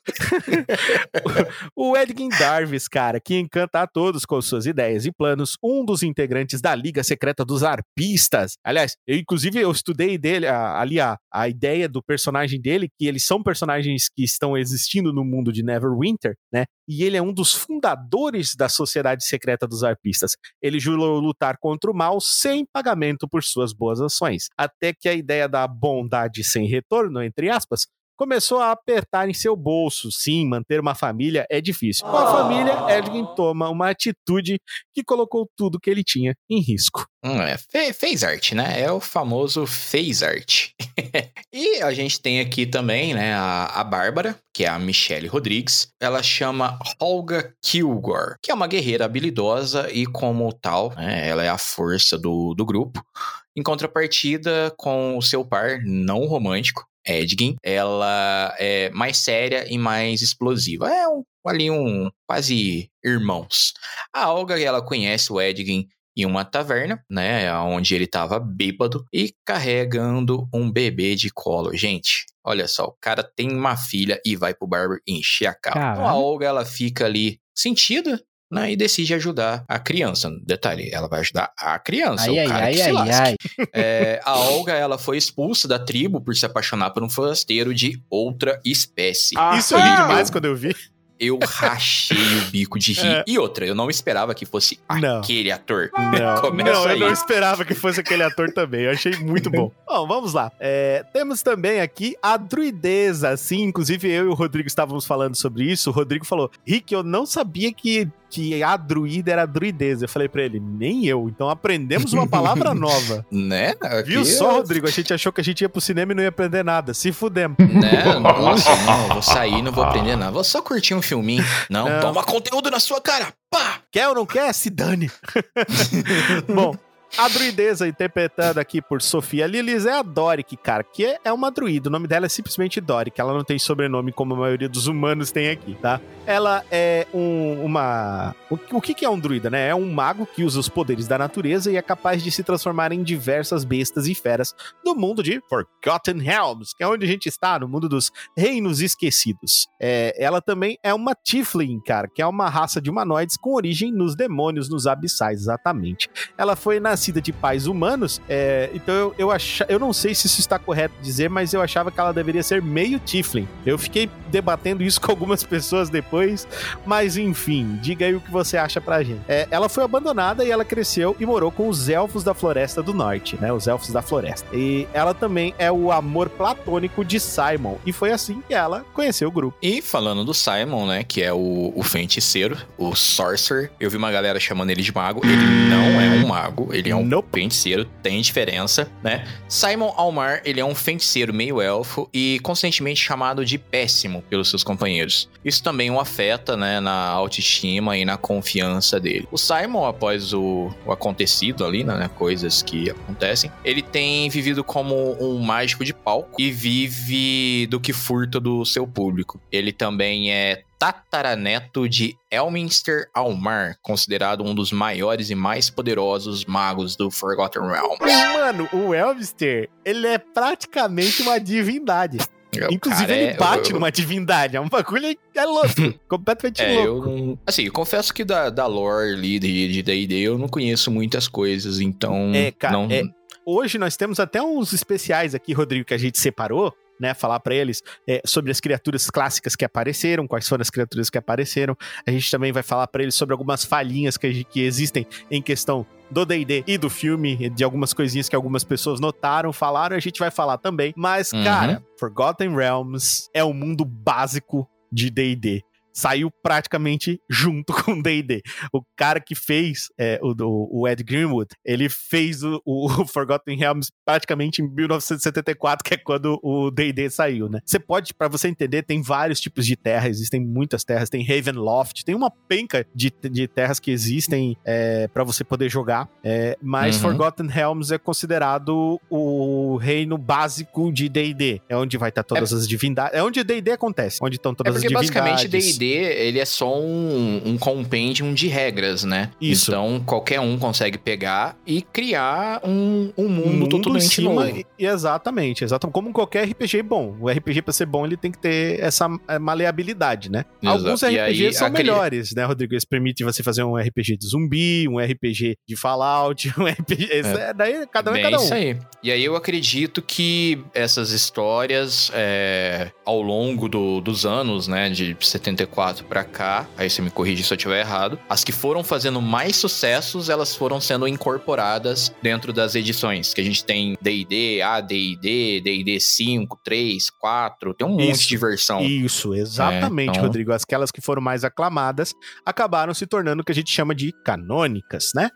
O Edgin Darvis, cara, que encanta a todos com suas ideias e planos, um dos integrantes da Liga Secreta dos Arpistas. Aliás, inclusive eu estudei dele a ideia do personagem dele, que eles são personagens que estão existindo no mundo de Neverwinter, né? E ele é um dos fundadores da Sociedade Secreta dos Arpistas. Ele jurou lutar contra o mal sem pagamento por suas boas ações. Até que a ideia da bondade sem retorno, entre aspas, começou a apertar em seu bolso. Sim, manter uma família é difícil. Com a família, Edgin toma uma atitude que colocou tudo que ele tinha em risco. Fez arte, né? É o famoso fez arte. E a gente tem aqui também, né, a Bárbara, que é a Michelle Rodrigues. Ela chama Olga Kilgore, que é uma guerreira habilidosa e, como tal, né, ela é a força do grupo. Em contrapartida com o seu par não romântico, Edgin, ela é mais séria e mais explosiva. Um quase irmãos. A Olga, ela conhece o Edgin em uma taverna, né, onde ele tava bêbado e carregando um bebê de colo. Gente, olha só, o cara tem uma filha e vai pro barber encher a cara. Então a Olga, ela fica ali sentida, né, e decide ajudar a criança. Detalhe, ela vai ajudar a criança, A Olga, ela foi expulsa da tribo por se apaixonar por um forasteiro de outra espécie. Isso eu li demais quando eu vi. Eu rachei o bico de rir. E outra, eu não esperava que fosse aquele ator. Eu não esperava que fosse aquele ator também. Eu achei muito bom. Bom, vamos lá. Temos também aqui a druideza. Sim, inclusive eu e o Rodrigo estávamos falando sobre isso. O Rodrigo falou, Rick, eu não sabia que a druida era druideza. Eu falei pra ele, nem eu. Então aprendemos uma palavra nova. Né? Viu só, Rodrigo? A gente achou que a gente ia pro cinema e não ia aprender nada. Se fudemos. Né? Nossa, não. Vou sair, não vou aprender nada. Vou só curtir um filminho. Não, toma conteúdo na sua cara. Pá! Quer ou não quer? Se dane. Bom, a druideza interpretada aqui por Sofia Lillis é a Doric, cara, que é uma druida. O nome dela é simplesmente Doric. Ela não tem sobrenome como a maioria dos humanos tem aqui, tá? Ela é O que é um druida, né? É um mago que usa os poderes da natureza e é capaz de se transformar em diversas bestas e feras do mundo de Forgotten Realms, que é onde a gente está, no mundo dos reinos esquecidos. Ela também é uma Tiefling, cara, que é uma raça de humanoides com origem nos demônios, nos abissais, exatamente. Ela foi nascida de pais humanos, então eu não sei se isso está correto dizer, mas eu achava que ela deveria ser meio Tiefling. Eu fiquei debatendo isso com algumas pessoas depois, mas enfim, diga aí o que você acha pra gente. Ela foi abandonada e ela cresceu e morou com os elfos da Floresta do Norte, né? Os elfos da floresta. E ela também é o amor platônico de Simon, e foi assim que ela conheceu o grupo. E falando do Simon, né, que é o feiticeiro, o sorcerer, eu vi uma galera chamando ele de mago. Ele não é um mago, ele Ele é um feiticeiro, tem diferença, né? Simon Almar, ele é um feiticeiro meio-elfo e constantemente chamado de péssimo pelos seus companheiros. Isso também o afeta, né, na autoestima e na confiança dele. O Simon, após o acontecido ali, né, coisas que acontecem, ele tem vivido como um mágico de palco e vive do que furta do seu público. Ele também é tataraneto de Elminster Almar, considerado um dos maiores e mais poderosos magos do Forgotten Realms. Mano, o Elminster, ele é praticamente uma divindade. Inclusive, ele bate numa divindade. É um bagulho louco. Completamente louco. Eu confesso que da lore ali de D&D eu não conheço muitas coisas, então... Hoje nós temos até uns especiais aqui, Rodrigo, que a gente separou, né, falar pra eles sobre as criaturas clássicas que apareceram, quais foram as criaturas que apareceram. A gente também vai falar pra eles sobre algumas falhinhas que existem em questão do D&D e do filme, de algumas coisinhas que algumas pessoas notaram, falaram, a gente vai falar também. Mas, cara, Forgotten Realms é o mundo básico de D&D. Saiu praticamente junto com o D&D. O cara que fez o Ed Greenwood, ele fez o Forgotten Realms praticamente em 1974, que é quando o D&D saiu, né? Você pode, pra você entender, tem vários tipos de terra, existem muitas terras, tem Ravenloft, tem uma penca de terras que existem pra você poder jogar, mas Forgotten Realms é considerado o reino básico de D&D. É onde vai estar todas as divindades, é onde D&D acontece, onde estão todas as divindades. Porque basicamente D&D, ele é só um compêndio de regras, né? Isso. Então, qualquer um consegue pegar e criar um mundo totalmente novo. Exatamente. Como qualquer RPG bom. O RPG, pra ser bom, ele tem que ter essa maleabilidade, né? Exato. Alguns RPGs são melhores, né, Rodrigo? Eles permitem você fazer um RPG de zumbi, um RPG de Fallout, um RPG... Daí, cada um é cada um. Isso aí. E aí eu acredito que essas histórias, ao longo dos anos, né, de 74 pra cá, aí você me corrige se eu estiver errado, as que foram fazendo mais sucessos, elas foram sendo incorporadas dentro das edições, que a gente tem D&D, AD&D, D&D 5, 3, 4, tem um monte de versão. Isso, exatamente, então... Rodrigo. Aquelas que foram mais aclamadas acabaram se tornando o que a gente chama de canônicas, né?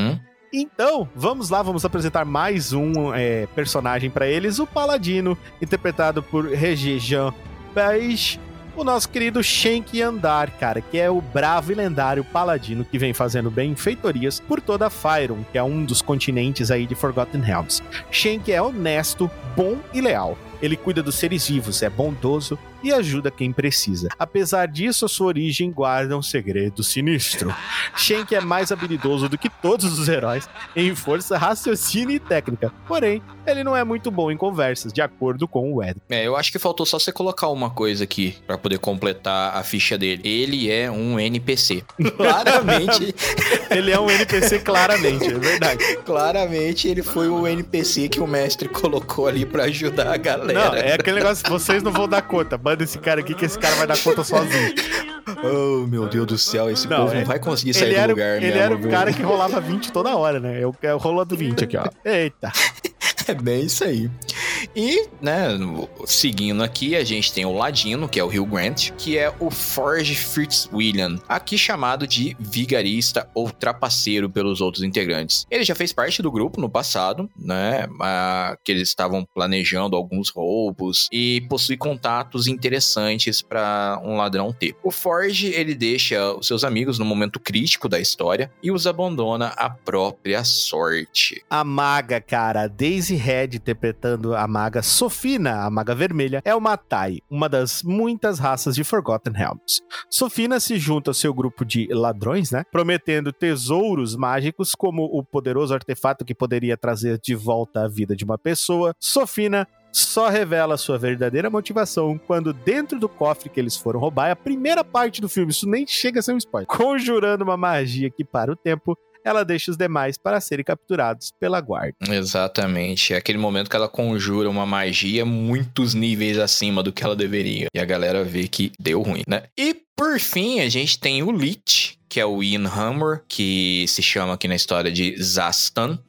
Então, vamos lá, vamos apresentar mais um personagem pra eles, o Paladino, interpretado por Regé Jean Page, o nosso querido Shenk Andar, cara, que é o bravo e lendário paladino que vem fazendo benfeitorias por toda Faerun, que é um dos continentes aí de Forgotten Realms. Shenk é honesto, bom e leal. Ele cuida dos seres vivos, é bondoso e ajuda quem precisa. Apesar disso, a sua origem guarda um segredo sinistro. Shenk é mais habilidoso do que todos os heróis em força, raciocínio e técnica. Porém, ele não é muito bom em conversas, de acordo com o Ed. Eu acho que faltou só você colocar uma coisa aqui pra poder completar a ficha dele. Ele é um NPC. Claramente. Ele é um NPC, claramente, é verdade. Claramente, ele foi o NPC que o mestre colocou ali pra ajudar a galera. Não, é aquele negócio, vocês não vão dar conta. Manda esse cara aqui que esse cara vai dar conta sozinho. Oh, meu Deus do céu, esse povo não vai conseguir sair do lugar, né? Ele era o cara que rolava 20 toda hora, né? É o rolando 20 aqui, ó. Eita. É bem isso aí. E, né, seguindo aqui, a gente tem o Ladino, que é o Hugh Grant, que é o Forge Fitzwilliam, aqui chamado de vigarista ou trapaceiro pelos outros integrantes. Ele já fez parte do grupo no passado, né, que eles estavam planejando alguns roubos e possui contatos interessantes para um ladrão ter. O Forge, ele deixa os seus amigos no momento crítico da história e os abandona à própria sorte. A maga, cara, Daisy Head interpretando a maga Sofina, a maga vermelha, é uma Tai, uma das muitas raças de Forgotten Realms. Sofina se junta ao seu grupo de ladrões, né, prometendo tesouros mágicos como o poderoso artefato que poderia trazer de volta a vida de uma pessoa. Sofina só revela sua verdadeira motivação quando dentro do cofre que eles foram roubar, é a primeira parte do filme, isso nem chega a ser um spoiler, conjurando uma magia que para o tempo, ela deixa os demais para serem capturados pela guarda. Exatamente. É aquele momento que ela conjura uma magia muitos níveis acima do que ela deveria. E a galera vê que deu ruim, né? E, por fim, a gente tem o Lich, que é o Ian Hammer, que se chama aqui na história de Zastan.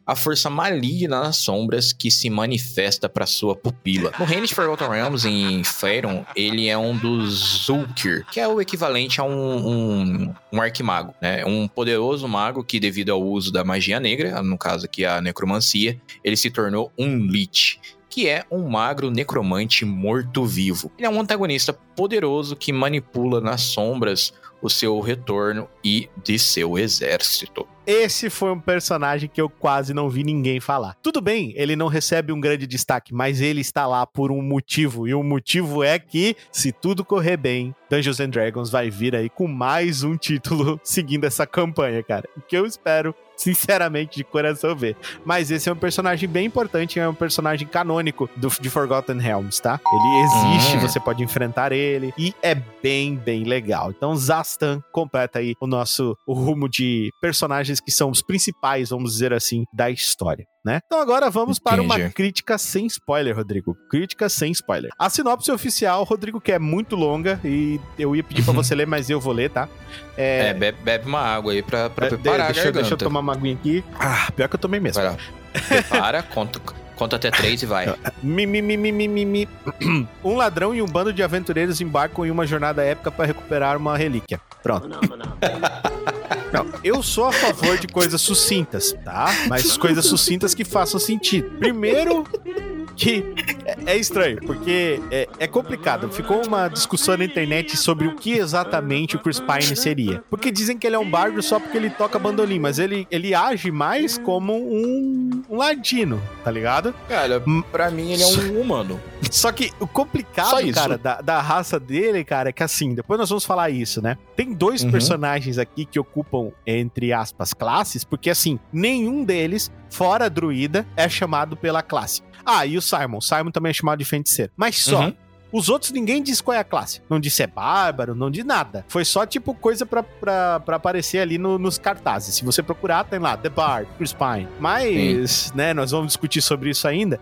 a força maligna nas sombras que se manifesta para sua pupila. No reino de Forgotten Realms, em Faerûn, ele é um dos Zulkir, que é o equivalente a um arquimago, né? Um poderoso mago que, devido ao uso da magia negra, no caso aqui a necromancia, ele se tornou um Lich, que é um magro necromante morto-vivo. Ele é um antagonista poderoso que manipula nas sombras o seu retorno e de seu exército. Esse foi um personagem que eu quase não vi ninguém falar. Tudo bem, ele não recebe um grande destaque, mas ele está lá por um motivo. E o motivo é que, se tudo correr bem, Dungeons & Dragons vai vir aí com mais um título seguindo essa campanha, cara. O que eu espero, sinceramente, de coração ver. Mas esse é um personagem bem importante, é um personagem canônico de Forgotten Realms, tá? Ele existe, você pode enfrentar ele, e é bem, bem legal. Então, Zastan completa aí o rumo de personagens que são os principais, vamos dizer assim, da história, né? Então agora vamos para uma crítica sem spoiler, Rodrigo. Crítica sem spoiler. A sinopse oficial, Rodrigo, que é muito longa, e eu ia pedir pra você ler, mas eu vou ler, tá? Bebe uma água aí pra preparar a garganta. Deixa eu tomar uma aguinha aqui. Pior que eu tomei mesmo. Vai lá. Prepara, conta até 3 e vai. Um ladrão e um bando de aventureiros embarcam em uma jornada épica para recuperar uma relíquia. Pronto. Não, eu sou a favor de coisas sucintas, tá? Mas coisas sucintas que façam sentido. Primeiro, que é estranho, porque é complicado. Ficou uma discussão na internet sobre o que exatamente o Chris Pine seria. Porque dizem que ele é um bardo só porque ele toca bandolim, mas ele age mais como um ladino, tá ligado? Cara, pra mim ele é um humano. Só que o complicado, cara, da raça dele, cara, é que assim, depois nós vamos falar isso, né? Tem dois personagens aqui que ocupam, entre aspas, classes, porque assim, nenhum deles, fora a druida, é chamado pela classe. E o Simon. Simon também é chamado de feiticeiro. Mas só. Os outros, ninguém diz qual é a classe. Não disse é bárbaro, não diz nada. Foi só, tipo, coisa pra aparecer ali nos cartazes. Se você procurar, tem lá, The Bard, Chris Pine. Mas, né, nós vamos discutir sobre isso ainda.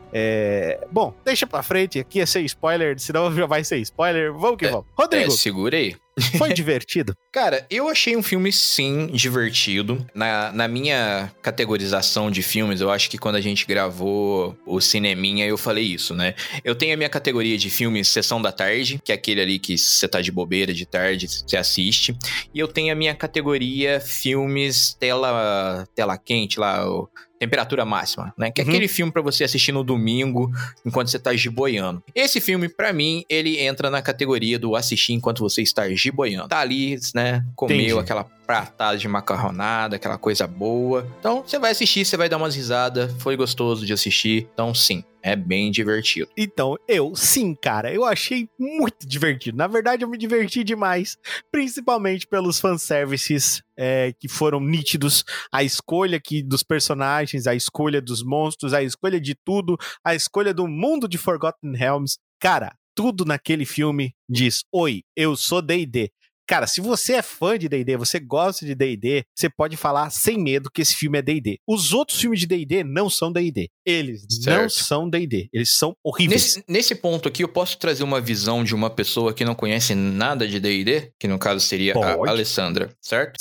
Bom, deixa pra frente. Aqui é ser spoiler, senão já vai ser spoiler. Vamos que vamos. Rodrigo. Segura aí. Foi divertido? Cara, eu achei um filme, sim, divertido. Na minha categorização de filmes, eu acho que quando a gente gravou o Cineminha, eu falei isso, né? Eu tenho a minha categoria de filmes Sessão da Tarde, que é aquele ali que você tá de bobeira de tarde, você assiste. E eu tenho a minha categoria filmes tela quente lá, temperatura máxima, né? Que é aquele filme pra você assistir no domingo, enquanto você tá giboiando. Esse filme, pra mim, ele entra na categoria do assistir enquanto você está giboiando. Tá ali, né? Comeu aquela pratada de macarronada, aquela coisa boa. Então, você vai assistir, você vai dar umas risadas. Foi gostoso de assistir. Então, sim, é bem divertido. Então, sim, cara, eu achei muito divertido. Na verdade, eu me diverti demais. Principalmente pelos fanservices que foram nítidos. A escolha dos personagens, a escolha dos monstros, a escolha de tudo, a escolha do mundo de Forgotten Realms. Cara, tudo naquele filme diz: oi, eu sou D&D. Cara, se você é fã de D&D, você gosta de D&D, você pode falar sem medo que esse filme é D&D. Os outros filmes de D&D não são D&D. Eles não são D&D. Eles são horríveis. Nesse ponto aqui, eu posso trazer uma visão de uma pessoa que não conhece nada de D&D, que no caso seria a Alessandra, certo?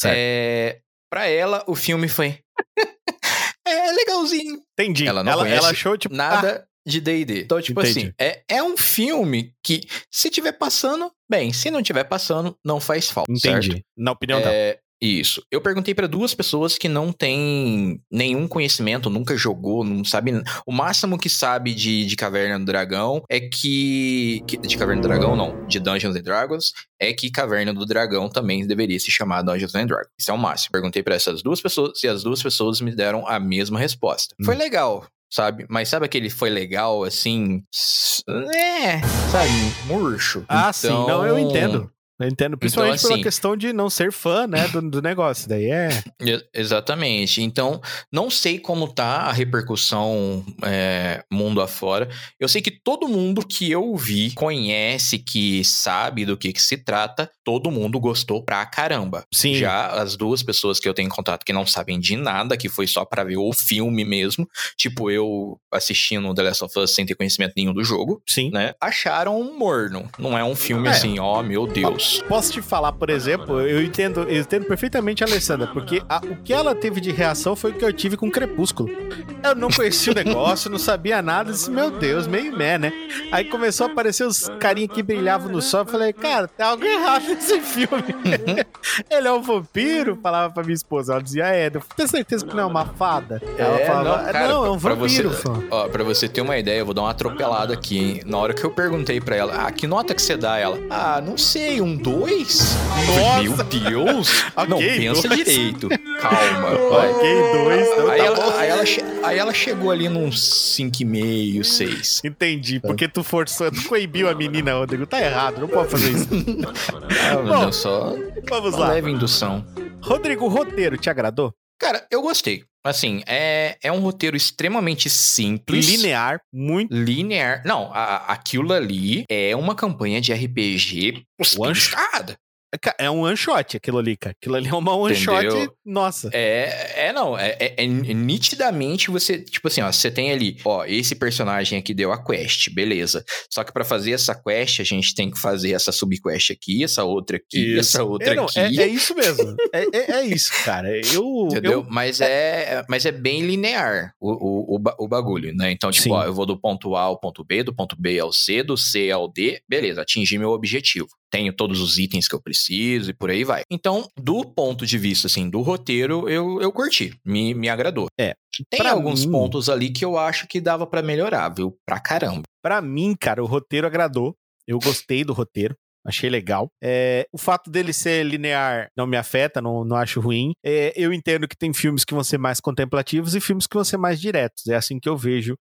Pra ela, o filme foi... legalzinho. Entendi. Ela não conhece achou, tipo, nada de D&D. Então, tipo assim, é um filme que, se tiver passando, bem, se não tiver passando, não faz falta. Entendi. Certo? Na opinião dela. Isso. Eu perguntei pra 2 pessoas que não têm nenhum conhecimento, nunca jogou, não sabe. O máximo que sabe de Caverna do Dragão é que de Caverna do Dragão, não. De Dungeons & Dragons, é que Caverna do Dragão também deveria se chamar Dungeons & Dragons. Isso é o máximo. Perguntei pra essas 2 pessoas e as 2 pessoas me deram a mesma resposta. Foi legal, sabe? Mas sabe aquele foi legal, assim... sabe? Murcho. Sim. Não, eu entendo. Eu entendo, principalmente então, assim, pela questão de não ser fã, né, do negócio, daí Exatamente, então não sei como tá a repercussão mundo afora. Eu sei que todo mundo que eu vi, conhece, que sabe do que se trata, todo mundo gostou pra caramba. Sim. Já as 2 pessoas que eu tenho em contato que não sabem de nada, que foi só pra ver o filme mesmo, tipo eu assistindo The Last of Us sem ter conhecimento nenhum do jogo, sim, né, acharam morno. Não é um filme assim, meu Deus. Deus. Posso te falar, por exemplo, eu entendo perfeitamente a Alessandra, porque o que ela teve de reação foi o que eu tive com Crepúsculo. Eu não conhecia o negócio, não sabia nada, disse, meu Deus, meio né? Aí começou a aparecer os carinha que brilhavam no sol, eu falei, cara, tem algo errado nesse filme. Ele é um vampiro? Falava pra minha esposa, ela dizia, eu tenho certeza que não é uma fada? Ela falava, não, é um vampiro. Pra você ter uma ideia, eu vou dar uma atropelada aqui, hein? Na hora que eu perguntei pra ela, que nota que você dá? Ela, não sei, um 2? Nossa! Meu Deus! Okay, não, pensa 2. direito. Calma, vai. Ok, 2. Então aí ela chegou ali num 5,5, 6. Entendi, porque tu forçou, tu coibiu a menina, Rodrigo. Tá errado, não pode fazer isso. Bom, só vamos lá. Leve indução. Rodrigo, o roteiro te agradou? Cara, eu gostei. Assim, é um roteiro extremamente simples. Linear, muito. Linear. Não, aquilo ali é uma campanha de RPG piscada. É um one shot aquilo ali, cara. Aquilo ali é uma one shot, nossa. Nitidamente você, tipo assim, ó, você tem ali, esse personagem aqui deu a quest, beleza. Só que pra fazer essa quest, a gente tem que fazer essa subquest aqui, essa outra aqui, essa outra aqui. É isso mesmo. É isso, cara. Entendeu? Mas é bem linear o bagulho, né? Então, tipo, eu vou do ponto A ao ponto B, do ponto B ao C, do C ao D, beleza, atingi meu objetivo. Tenho todos os itens que eu preciso e por aí vai. Então, do ponto de vista, assim, do roteiro, eu curti. Me agradou. Tem alguns pontos ali que eu acho que dava pra melhorar, viu? Pra caramba. Pra mim, cara, o roteiro agradou. Eu gostei do roteiro. Achei legal. O fato dele ser linear não me afeta, não acho ruim. Eu entendo que tem filmes que vão ser mais contemplativos e filmes que vão ser mais diretos. É assim que eu vejo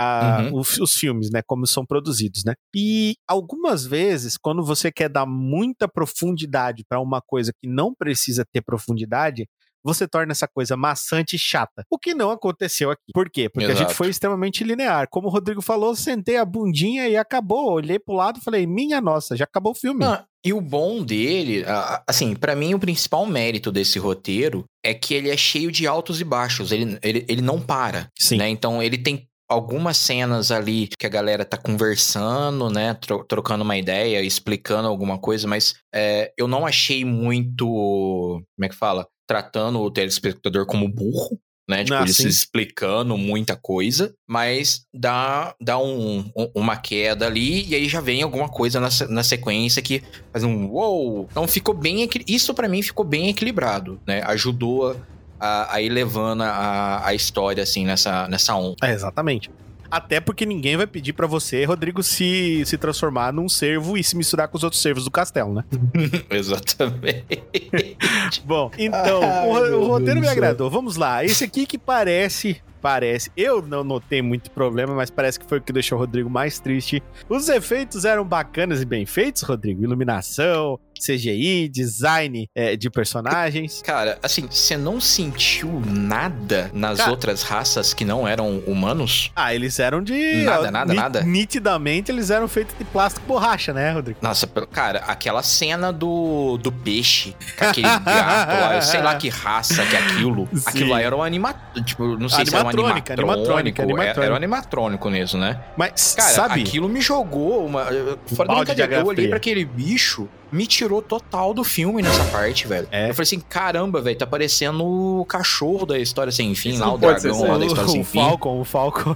os filmes, né? Como são produzidos, né? E algumas vezes, quando você quer dar muita profundidade pra uma coisa que não precisa ter profundidade, você torna essa coisa maçante e chata. O que não aconteceu aqui. Por quê? Porque Exato. a gente foi extremamente linear. Como o Rodrigo falou, sentei a bundinha e acabou. Olhei pro lado e falei, minha nossa, já acabou o filme. E o bom dele, assim, pra mim o principal mérito desse roteiro é que ele é cheio de altos e baixos. Ele não para. Sim. Né? Então ele tem algumas cenas ali que a galera tá conversando, né, trocando uma ideia, explicando alguma coisa, mas eu não achei muito, como é que fala? Tratando o telespectador como burro, né, tipo, ele se explicando muita coisa, mas dá uma queda ali e aí já vem alguma coisa na sequência que faz um uou. Então ficou bem, isso pra mim ficou bem equilibrado, né, ajudou a ir levando a história, assim, nessa onda. Exatamente. Até porque ninguém vai pedir pra você, Rodrigo, se transformar num cervo e se misturar com os outros cervos do castelo, né? Exatamente. Bom, então, o roteiro me agradou. Vamos lá. Esse aqui que parece... Eu não notei muito problema, mas parece que foi o que deixou o Rodrigo mais triste. Os efeitos eram bacanas e bem feitos, Rodrigo. Iluminação, CGI, design de personagens. Cara, assim, você não sentiu nada nas outras raças que não eram humanos? Eles eram de... Nada. Nitidamente, eles eram feitos de plástico e borracha, né, Rodrigo? Nossa, cara, aquela cena do peixe, com aquele gato lá, eu sei lá que raça que é aquilo. Sim. Aquilo lá era um tipo, não sei se era um animatrônico. Era um animatrônico mesmo, né? Mas, cara, sabe... aquilo me jogou fora da brincadeira. Eu olhei pra aquele bicho, me tirou total do filme nessa parte, velho. Eu falei assim, caramba, velho, tá parecendo o cachorro da História Sem Fim, lá, o dragão lá da História Sem Fim. O Falcon,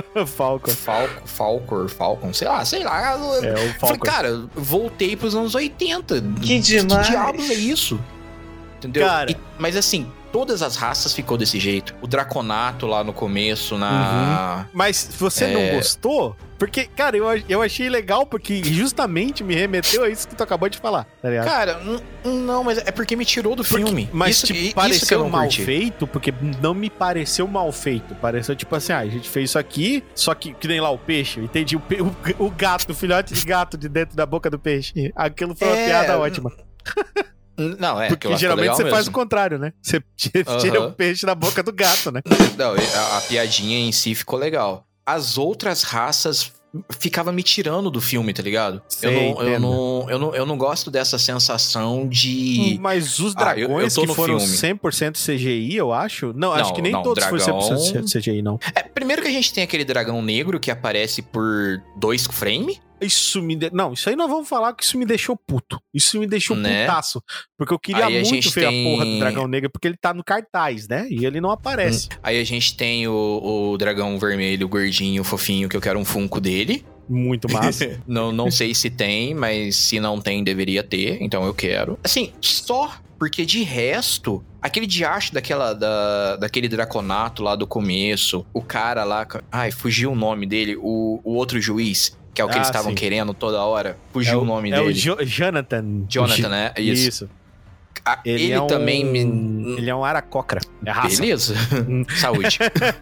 sei lá. O Falei, cara, voltei pros anos 80. Que demais. Que diabos é isso? Entendeu? Cara... Mas assim... Todas as raças ficou desse jeito. O Draconato lá no começo, Mas você não gostou? Porque, cara, eu achei legal porque justamente me remeteu a isso que tu acabou de falar, tá ligado? Cara, não, mas é porque me tirou do filme. Mas isso pareceu mal feito, porque não me pareceu mal feito. Pareceu tipo assim, a gente fez isso aqui, só que nem lá o peixe. Eu entendi o gato, o filhote de gato de dentro da boca do peixe. Aquilo foi uma piada ótima. Não, porque geralmente você faz o contrário, né? Você tira o peixe da boca do gato, né? Não, a piadinha em si ficou legal. As outras raças ficava me tirando do filme, tá ligado? Eu não gosto dessa sensação de... Mas os dragões que foram filme. 100% CGI, eu acho? Não, acho que nem todos foram 100% CGI, não. Primeiro que a gente tem aquele dragão negro que aparece por 2 frames. Não, isso aí nós vamos falar que isso me deixou puto. Isso me deixou putaço. Porque eu queria aí muito ver a porra do Dragão Negro, porque ele tá no cartaz, né? E ele não aparece. Aí a gente tem o dragão vermelho, gordinho, fofinho, que eu quero um Funko dele. Muito massa. não sei se tem, mas se não tem, deveria ter. Então eu quero. Assim, só porque de resto, aquele diacho daquele Draconato lá do começo, o cara lá... Ai, fugiu o nome dele. O outro juiz, que é o que eles estavam querendo toda hora. Fugiu o nome dele. É o Jonathan. Jonathan, né? Isso. Ele também... Ele é um aracocra. É raça. Beleza. Saúde.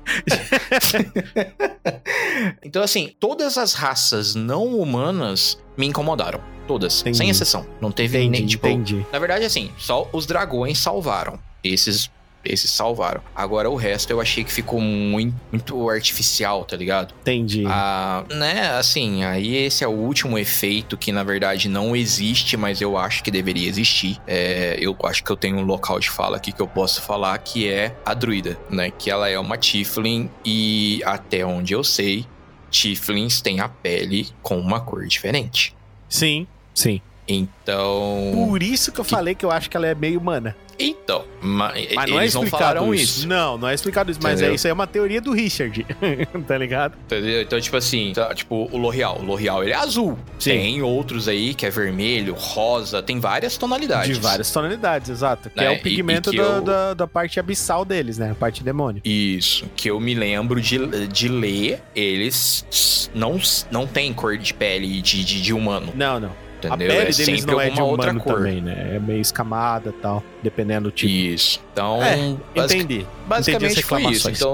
Então, assim, todas as raças não humanas me incomodaram. Todas. Sem exceção. Não teve nem, tipo... Na verdade, assim, só os dragões salvaram. Esses salvaram. Agora, o resto eu achei que ficou muito artificial, tá ligado? Entendi. Né, assim, aí esse é o último efeito que, na verdade, não existe, mas eu acho que deveria existir. Eu acho que eu tenho um local de fala aqui que eu posso falar, que é a druida, né? Que ela é uma Tiefling e, até onde eu sei, Tieflings têm a pele com uma cor diferente. Sim. Então... Por isso que eu falei que eu acho que ela é meio humana. Então, mas não eles não falaram isso. Não é explicado isso, mas isso aí é uma teoria do Richard, tá ligado? Entendeu? Então, tipo assim, o L'Oreal, ele é azul. Sim. Tem outros aí que é vermelho, rosa, tem várias tonalidades. De várias tonalidades, exato. Que é o pigmento da parte abissal deles, né? A parte demônio. Isso, que eu me lembro de ler, eles não tem cor de pele de humano. Não. Entendeu? A pele deles não é de humano outra cor também, né? É meio escamada e tal, dependendo do tipo. Isso. Então, entendi. Basicamente foi isso. Então,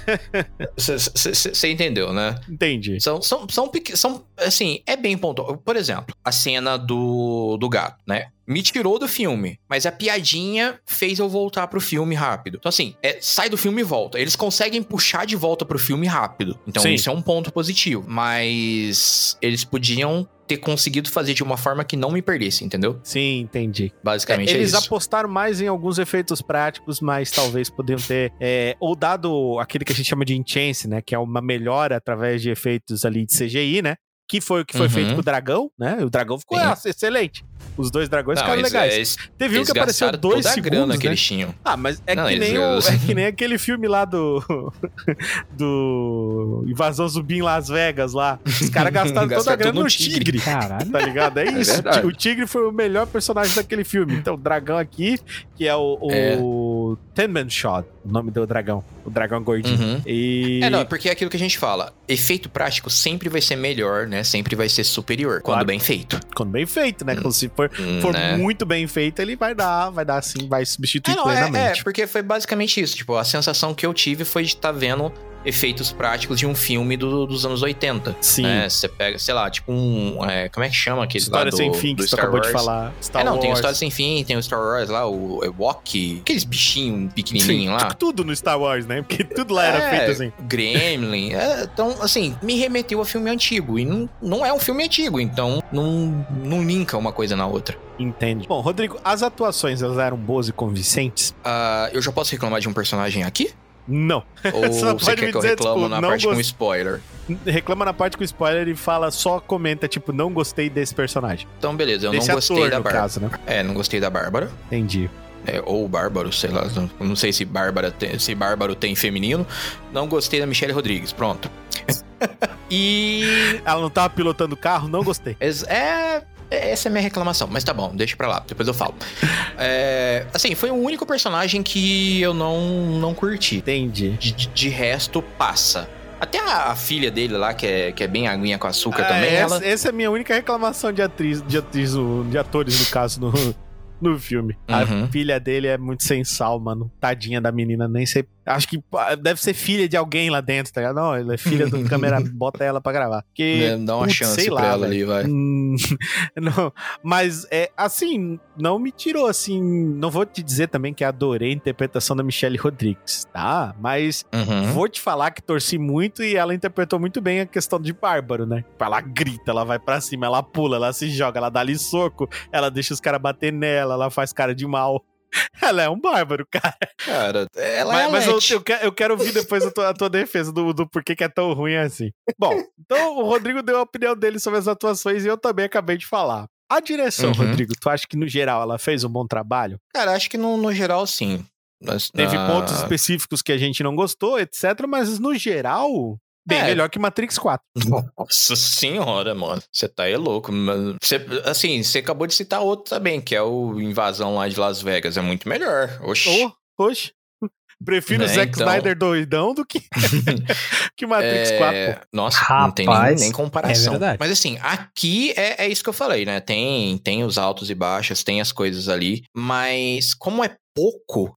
você entendeu, né? Entendi. São assim, é bem pontual. Por exemplo, a cena do gato, né? Me tirou do filme, mas a piadinha fez eu voltar pro filme rápido. Então, assim, sai do filme e volta. Eles conseguem puxar de volta pro filme rápido. Então, isso é um ponto positivo. Mas eles podiam ter conseguido fazer de uma forma que não me perdesse, entendeu? Sim, entendi. Basicamente eles isso. apostaram mais em alguns efeitos práticos, mas talvez podiam ter ou dado aquele que a gente chama de enchance, né? Que é uma melhora através de efeitos ali de CGI, né? Que foi o que foi feito com o dragão, né? O dragão ficou excelente. Os dois dragões ficaram legais. Teve um que apareceu 2 segundos, a grana né? que eles tinham. Mas é que nem aquele filme lá do Invasão Zumbi em Las Vegas lá. Os caras gastaram toda a grana no tigre. Caralho. Tá ligado? É isso. O tigre foi o melhor personagem daquele filme. Então, o dragão aqui, que é o Ten-Man Shot, o nome do dragão. O dragão gordinho. Não, porque é aquilo que a gente fala. Efeito prático sempre vai ser melhor, né? Sempre vai ser superior. Quando bem feito. Quando bem feito, né? Quando se for muito bem feito, ele vai dar assim, vai substituir plenamente. Porque foi basicamente isso. Tipo, a sensação que eu tive foi de estar vendo efeitos práticos de um filme dos anos 80. Sim. Né? Você pega, sei lá, tipo como é que chama aquele História lá Sem Fim, que você acabou de falar. Star Wars. Tem o História Sem Fim, tem o Star Wars lá, o Ewok, aqueles bichinhos pequenininhos lá. Tudo no Star Wars, né? Porque tudo lá era feito assim. Gremlin. Então, assim, me remeteu a filme antigo. E não é um filme antigo, então não linka uma coisa na outra. Entende. Bom, Rodrigo, as atuações, elas eram boas e convincentes? Eu já posso reclamar de um personagem aqui? Não. Ou você quer que eu reclamo na parte com spoiler? Reclama na parte com spoiler e comenta, não gostei desse personagem. Então, beleza, eu não gostei da Bárbara. Caso, né? Não gostei da Bárbara. Entendi. Ou Bárbaro, sei lá. Não sei se Bárbaro tem feminino. Não gostei da Michelle Rodrigues, pronto. E... Ela não tava pilotando o carro, não gostei. Essa é a minha reclamação, mas tá bom, deixa pra lá, depois eu falo. Assim, foi o único personagem que eu não curti. Entendi. De resto, passa. Até a filha dele lá, que é bem aguinha com açúcar também. Essa é a minha única reclamação de atores, no caso, no filme. A filha dele é muito sem sal, mano. Tadinha da menina, nem sei. Acho que deve ser filha de alguém lá dentro, tá ligado? Não, ela é filha do câmera, bota ela pra gravar. Porque, dá uma chance pra ela ali, vai. Não, mas, assim, não me tirou, assim... Não vou te dizer também que adorei a interpretação da Michelle Rodrigues, tá? Mas vou te falar que torci muito e ela interpretou muito bem a questão de Bárbaro, né? Ela grita, ela vai pra cima, ela pula, ela se joga, ela dá ali soco, ela deixa os caras bater nela, ela faz cara de mal. Ela é um bárbaro, cara. Cara, ela é Mas Letty. eu quero ouvir depois a tua defesa do porquê que é tão ruim assim. Bom, então o Rodrigo deu a opinião dele sobre as atuações e eu também acabei de falar. A direção, Rodrigo, tu acha que no geral ela fez um bom trabalho? Cara, acho que no geral, sim. Mas, Teve pontos específicos que a gente não gostou, etc. Mas no geral, bem melhor que Matrix 4. Nossa senhora, mano. Você tá aí louco. Você acabou de citar outro também, que é o Invasão lá de Las Vegas. É muito melhor. Oxi. Oxi. Prefiro o Zack Snyder doidão do que, que Matrix 4. Pô. Nossa, Rapaz, não tem nem comparação. É verdade. Mas assim, aqui é isso que eu falei, né? Tem os altos e baixos, tem as coisas ali. Mas como é pouco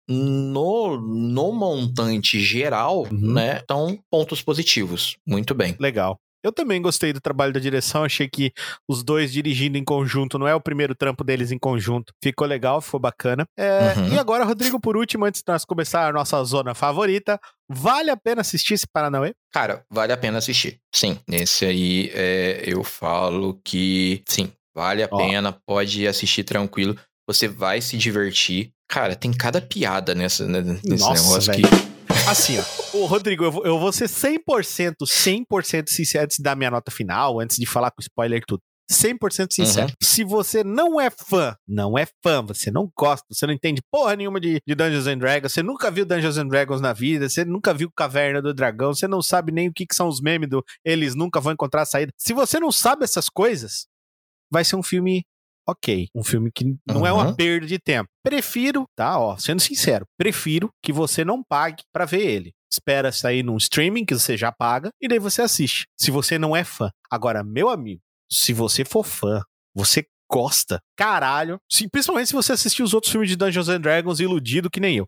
no montante geral, né? Então, pontos positivos. Muito bem. Legal. Eu também gostei do trabalho da direção, achei que os dois dirigindo em conjunto, não é o primeiro trampo deles em conjunto, ficou legal, ficou bacana. E agora, Rodrigo, por último, antes de nós começar a nossa zona favorita, vale a pena assistir esse Paranauê? Cara, vale a pena assistir, sim. Esse aí, eu falo que, sim, vale a pena, pode assistir tranquilo, você vai se divertir. Cara, tem cada piada nesse negócio aqui. Assim, ó, ô, Rodrigo, eu vou ser 100% sincero antes da minha nota final, antes de falar com spoiler e tudo. 100% sincero. Se você não é fã, você não gosta, você não entende porra nenhuma de Dungeons and Dragons, você nunca viu Dungeons and Dragons na vida, você nunca viu Caverna do Dragão, você não sabe nem o que são os memes do eles nunca vão encontrar a saída. Se você não sabe essas coisas, vai ser um filme ok. Um filme que não é uma perda de tempo. Prefiro, tá, ó, sendo sincero, prefiro que você não pague pra ver ele. Espera sair num streaming que você já paga e daí você assiste, se você não é fã. Agora, meu amigo, se você for fã, você gosta, caralho, principalmente se você assistir os outros filmes de Dungeons and Dragons iludido que nem eu.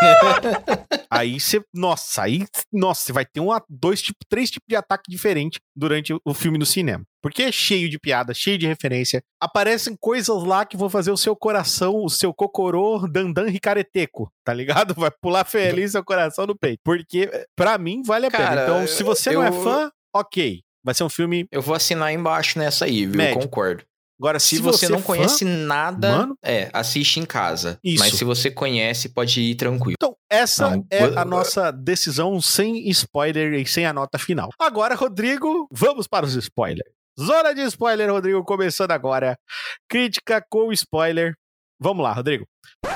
Aí você, você vai ter três tipos de ataque diferente durante o filme no cinema. Porque é cheio de piada, cheio de referência. Aparecem coisas lá que vão fazer o seu coração, o seu cocorô dandan ricareteco, tá ligado? Vai pular feliz seu coração no peito. Porque, pra mim, vale a pena. Então, se você não é fã, ok. Vai ser um filme... Eu vou assinar embaixo nessa aí, viu? Médio. Eu concordo. Agora, se você não conhece nada, assiste em casa. Isso. Mas se você conhece, pode ir tranquilo. Então, essa é a nossa decisão sem spoiler e sem a nota final. Agora, Rodrigo, vamos para os spoilers. Zona de spoiler, Rodrigo, começando agora. Crítica com spoiler. Vamos lá, Rodrigo.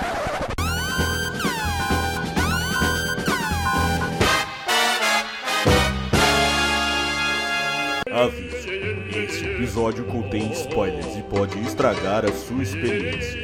Aviso: esse episódio contém spoilers e pode estragar a sua experiência.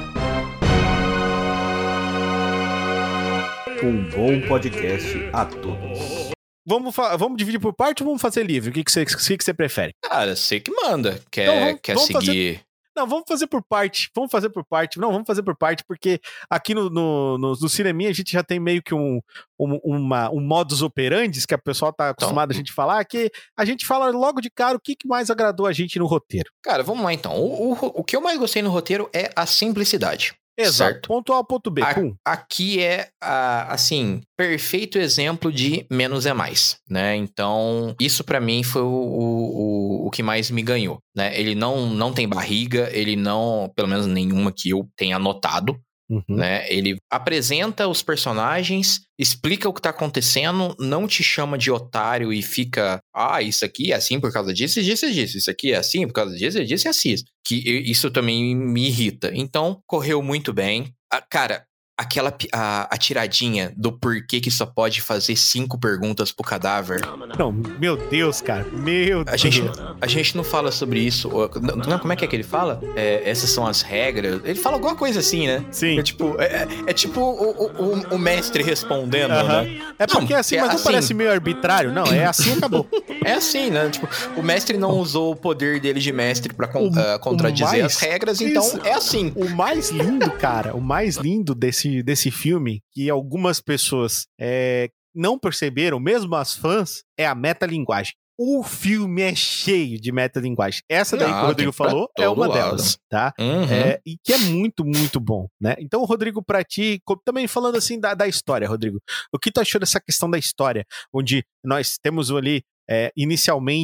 Um bom podcast a todos. Vamos dividir por parte ou vamos fazer livre? O que você prefere? Cara, você que manda. Quer seguir... Não, vamos fazer por parte. Não, vamos fazer por parte, porque aqui no cineminha a gente já tem meio que um modus operandi que a pessoa tá acostumada a gente falar, que a gente fala logo de cara o que mais agradou a gente no roteiro. Cara, vamos lá então. O que eu mais gostei no roteiro é a simplicidade. Exato. Certo? Ponto A, ponto B. Aqui é, assim, perfeito exemplo de menos é mais, né? Então, isso pra mim foi o que mais me ganhou, né? Ele não tem barriga, ele não, pelo menos nenhuma que eu tenha notado, né? Ele apresenta os personagens, explica o que tá acontecendo, não te chama de otário e fica, isso aqui é assim por causa disso, isso aqui é assim por causa disso e assim. Que isso também me irrita. Então, correu muito bem. Cara, a tiradinha do porquê que só pode fazer 5 perguntas pro cadáver. Não, meu Deus, cara. Meu Deus. A gente não fala sobre isso. Não, como é que ele fala? Essas são as regras. Ele fala alguma coisa assim, né? Sim. É tipo o mestre respondendo, né? É porque não, assim, mas não parece meio arbitrário? Não, é assim e acabou. É assim, né? Tipo, o mestre não usou o poder dele de mestre pra contradizer as regras, então é assim. O mais lindo, cara, desse filme, que algumas pessoas não perceberam, mesmo as fãs, é a metalinguagem. O filme é cheio de metalinguagem. Essa daí que o Rodrigo falou é uma delas, tá? E que é muito, muito bom, né? Então, Rodrigo, pra ti, também falando assim da história, Rodrigo, o que tu achou dessa questão da história, onde nós temos ali, inicialmente,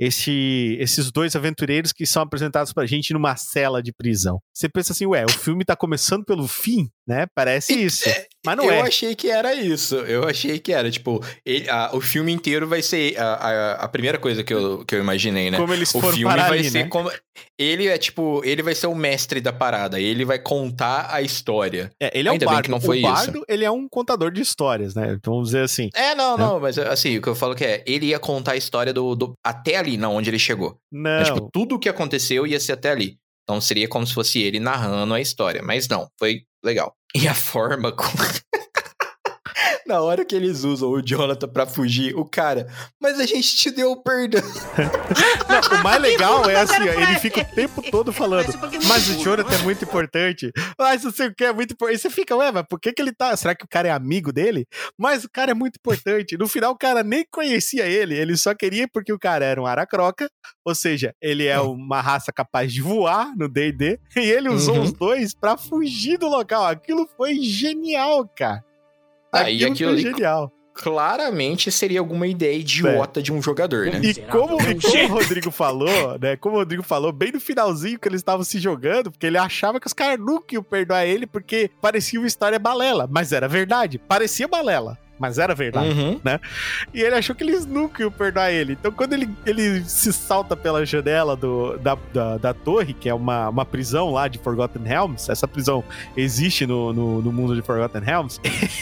esses dois aventureiros que são apresentados pra gente numa cela de prisão. Você pensa assim, o filme tá começando pelo fim, né? Parece isso. Mas não é. Eu achei que era isso. Eu achei que era, tipo, o filme inteiro vai ser a primeira coisa que eu imaginei, né? Como eles foram o filme parar vai ali, ser né? como... Ele é, tipo, ele vai ser o mestre da parada. Ele vai contar a história. Ele é Ainda um bardo. bem que não foi o bardo, isso. Ele é um contador de histórias, né? Então, vamos dizer assim. Não, mas assim, o que eu falo que ele ia contar a história do até ali, não, onde ele chegou. Não. Então, tipo, tudo o que aconteceu ia ser até ali. Então seria como se fosse ele narrando a história. Mas não, foi legal. E a forma como... Na hora que eles usam o Jonathan pra fugir, o cara... Mas a gente te deu o perdão. Não, o mais legal é assim, ó, ele fica o tempo todo falando, mas o Jonathan é muito importante, mas não sei o que é muito importante. E você fica, mas por que ele tá... Será que o cara é amigo dele? Mas o cara é muito importante. No final, o cara nem conhecia ele só queria porque o cara era um aracroca, ou seja, ele é uma raça capaz de voar no D&D, e ele usou os dois pra fugir do local. Aquilo foi genial, cara. Aquilo foi genial. Claramente seria alguma ideia idiota de um jogador, né? E como o Rodrigo falou, né? Como o Rodrigo falou, bem no finalzinho que eles estavam se jogando, porque ele achava que os caras nunca iam perdoar ele, porque parecia uma história balela. Mas era verdade. Parecia balela. Mas era verdade, né? E ele achou que eles nunca iam perdoar ele. Então, quando ele se salta pela janela da torre, que é uma prisão lá de Forgotten Realms, essa prisão existe no mundo de Forgotten Realms,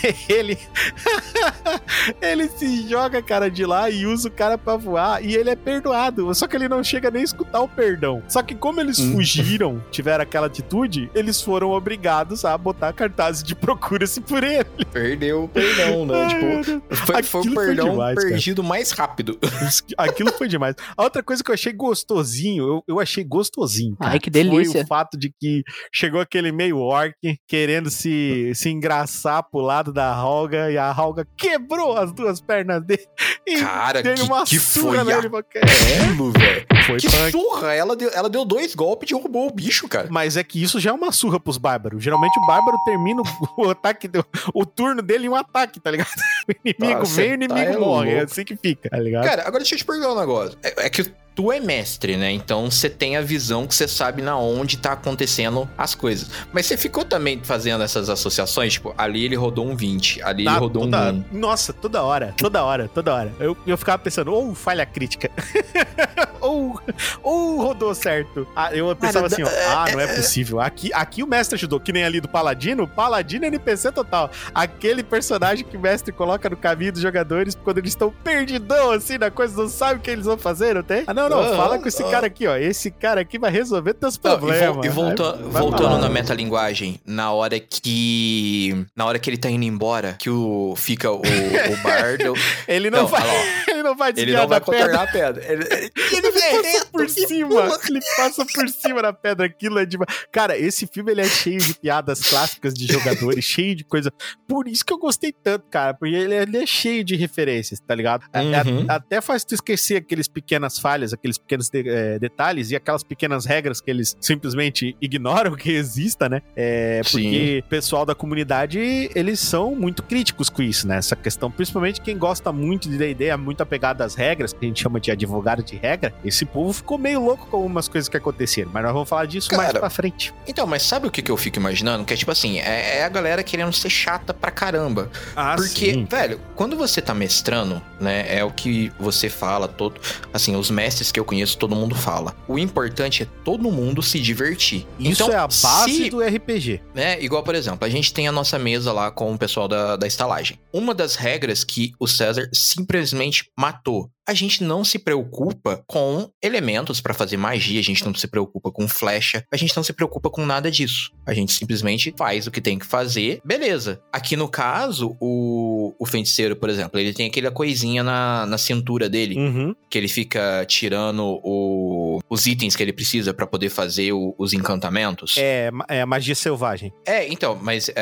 ele se joga, cara, de lá e usa o cara pra voar, e ele é perdoado. Só que ele não chega nem a escutar o perdão. Só que como eles fugiram, tiveram aquela atitude, eles foram obrigados a botar cartazes de procura-se por ele. Perdeu o perdão, né? Tipo, foi o perdão perdido mais rápido. Aquilo foi demais. A outra coisa que eu achei gostosinho, eu achei gostosinho, cara. Ai, que delícia. Foi o fato de que chegou aquele meio orc querendo se engraçar pro lado da Helga, e a Helga quebrou as duas pernas dele. E cara, deu uma que foi aquilo, velho? Que surra! Ela deu 2 golpes e derrubou o bicho, cara. Mas é que isso já é uma surra pros bárbaros. Geralmente o bárbaro termina o turno dele em um ataque, tá ligado? O inimigo vem e o inimigo morre. É assim que fica, tá ligado? Cara, agora deixa eu te perguntar um negócio. É que tu é mestre, né? Então você tem a visão que você sabe na onde tá acontecendo as coisas. Mas você ficou também fazendo essas associações? Tipo, ali ele rodou um 20, ali ele rodou um 1. Nossa, toda hora. Eu ficava pensando, ou falha crítica, ou rodou certo. Eu pensava assim, não é possível. Aqui o mestre ajudou, que nem ali do Paladino. O Paladino é NPC total. Aquele personagem que o mestre coloca no caminho dos jogadores quando eles estão perdidão, assim, na coisa, não sabe o que eles vão fazer, não tem? Não, fala com esse cara aqui, ó. Esse cara aqui vai resolver teus problemas. E voltando na metalinguagem, na hora que ele tá indo embora, que fica o bardo... Ele não vai desviar da pedra. Contornar a pedra. Ele passa por cima. Ele passa por cima da pedra. Aquilo é demais. Cara, esse filme ele é cheio de piadas clássicas de jogadores, cheio de coisa. Por isso que eu gostei tanto, cara. Porque ele é cheio de referências, tá ligado? Até faz tu esquecer aqueles pequenas falhas, aqueles pequenos detalhes e aquelas pequenas regras que eles simplesmente ignoram que exista, né? Porque o pessoal da comunidade, eles são muito críticos com isso, né? Essa questão, principalmente quem gosta muito de D&D, é muito apegado às regras, que a gente chama de advogado de regra. Esse povo ficou meio louco com algumas coisas que aconteceram, mas nós vamos falar disso mais pra frente. Então, mas sabe o que eu fico imaginando? Que é tipo assim, é a galera querendo ser chata pra caramba. Porque, sim, velho, quando você tá mestrando, né, é o que você fala, assim, os mestres que eu conheço, todo mundo fala. O importante é todo mundo se divertir. Isso então, é a base do RPG. Né, igual, por exemplo, a gente tem a nossa mesa lá com o pessoal da estalagem. Uma das regras que o César simplesmente matou. A gente não se preocupa com elementos pra fazer magia, a gente não se preocupa com flecha, a gente não se preocupa com nada disso. A gente simplesmente faz o que tem que fazer, beleza. Aqui no caso, o feiticeiro, por exemplo, ele tem aquela coisinha na cintura dele, que ele fica tirando os itens que ele precisa pra poder fazer os encantamentos. É a magia selvagem. Então, mas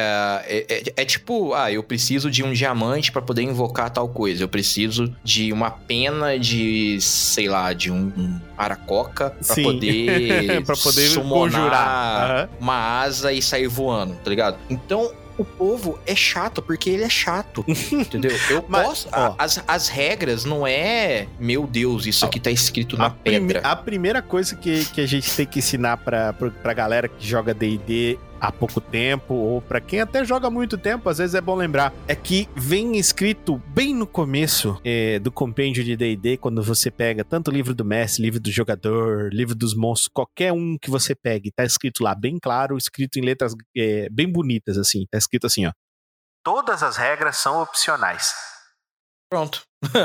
é tipo, eu preciso de um diamante pra poder invocar tal coisa, eu preciso de uma pena de, sei lá, de um aracoca pra poder pra poder summonar uma asa e sair voando, tá ligado? Então, o povo é chato, porque ele é chato, entendeu? Eu posso... As regras não é... Meu Deus, isso aqui tá escrito na pedra. A primeira coisa que a gente tem que ensinar pra galera que joga D&D há pouco tempo, ou pra quem até joga há muito tempo, às vezes é bom lembrar, é que vem escrito bem no começo do compêndio de D&D, quando você pega tanto o livro do mestre, livro do jogador, livro dos monstros, qualquer um que você pegue, tá escrito lá bem claro, escrito em letras bem bonitas, assim, tá escrito assim, ó. Todas as regras são opcionais. Pronto.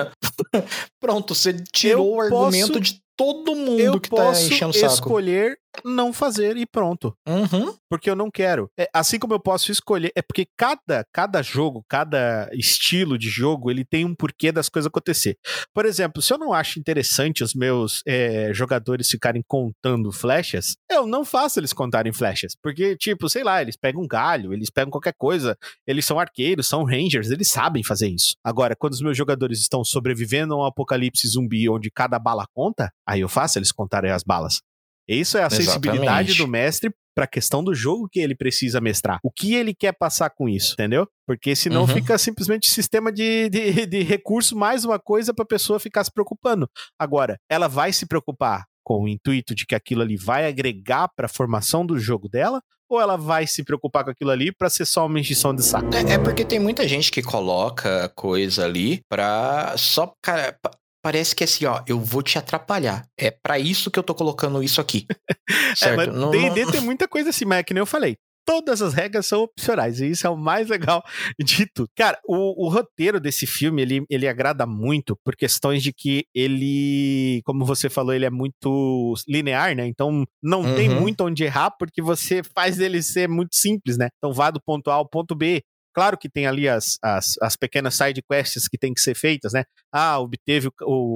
Pronto, você tirou o argumento de todo mundo que tá enchendo o saco. Eu posso escolher não fazer e pronto. Uhum. Porque eu não quero. Assim como eu posso escolher... É porque cada jogo, cada estilo de jogo, ele tem um porquê das coisas acontecer. Por exemplo, se eu não acho interessante os meus jogadores ficarem contando flechas, eu não faço eles contarem flechas. Porque, tipo, sei lá, eles pegam um galho, eles pegam qualquer coisa, eles são arqueiros, são rangers, eles sabem fazer isso. Agora, quando os meus jogadores estão sobrevivendo a um apocalipse zumbi onde cada bala conta, aí eu faço eles contarem as balas. Isso é a sensibilidade do mestre pra questão do jogo que ele precisa mestrar. O que ele quer passar com isso, entendeu? Porque senão fica simplesmente sistema de recurso, mais uma coisa pra pessoa ficar se preocupando. Agora, ela vai se preocupar com o intuito de que aquilo ali vai agregar pra formação do jogo dela, ou ela vai se preocupar com aquilo ali pra ser só uma encheção de saco? É porque tem muita gente que coloca coisa ali pra só... Cara... Parece que assim, ó, eu vou te atrapalhar. É pra isso que eu tô colocando isso aqui. Certo? Mas D&D tem muita coisa assim, mas é que nem eu falei. Todas as regras são opcionais, e isso é o mais legal de tudo. Cara, o roteiro desse filme, ele agrada muito por questões de que ele, como você falou, ele é muito linear, né? Então não tem muito onde errar, porque você faz ele ser muito simples, né? Então vá do ponto A ao ponto B. Claro que tem ali as pequenas side quests que tem que ser feitas, né? Obteve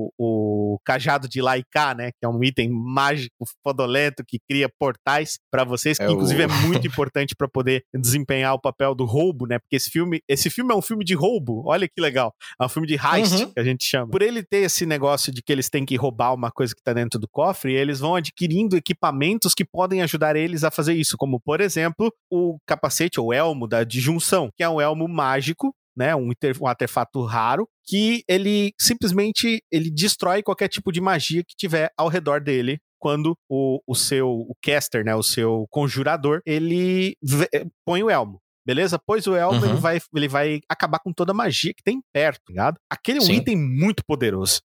o cajado de lá e cá, né? Que é um item mágico, fodolento, que cria portais pra vocês, que inclusive é muito importante pra poder desempenhar o papel do roubo, né? Porque esse filme é um filme de roubo, olha que legal. É um filme de heist, que a gente chama. Por ele ter esse negócio de que eles têm que roubar uma coisa que tá dentro do cofre, eles vão adquirindo equipamentos que podem ajudar eles a fazer isso, como, por exemplo, o capacete ou elmo da disjunção, que é um elmo mágico, né, um artefato raro, que ele simplesmente destrói qualquer tipo de magia que tiver ao redor dele quando o caster, né, o seu conjurador, ele põe o elmo. Beleza? Pois o elmo, ele vai acabar com toda a magia que tem perto, ligado? Aquele é um item muito poderoso.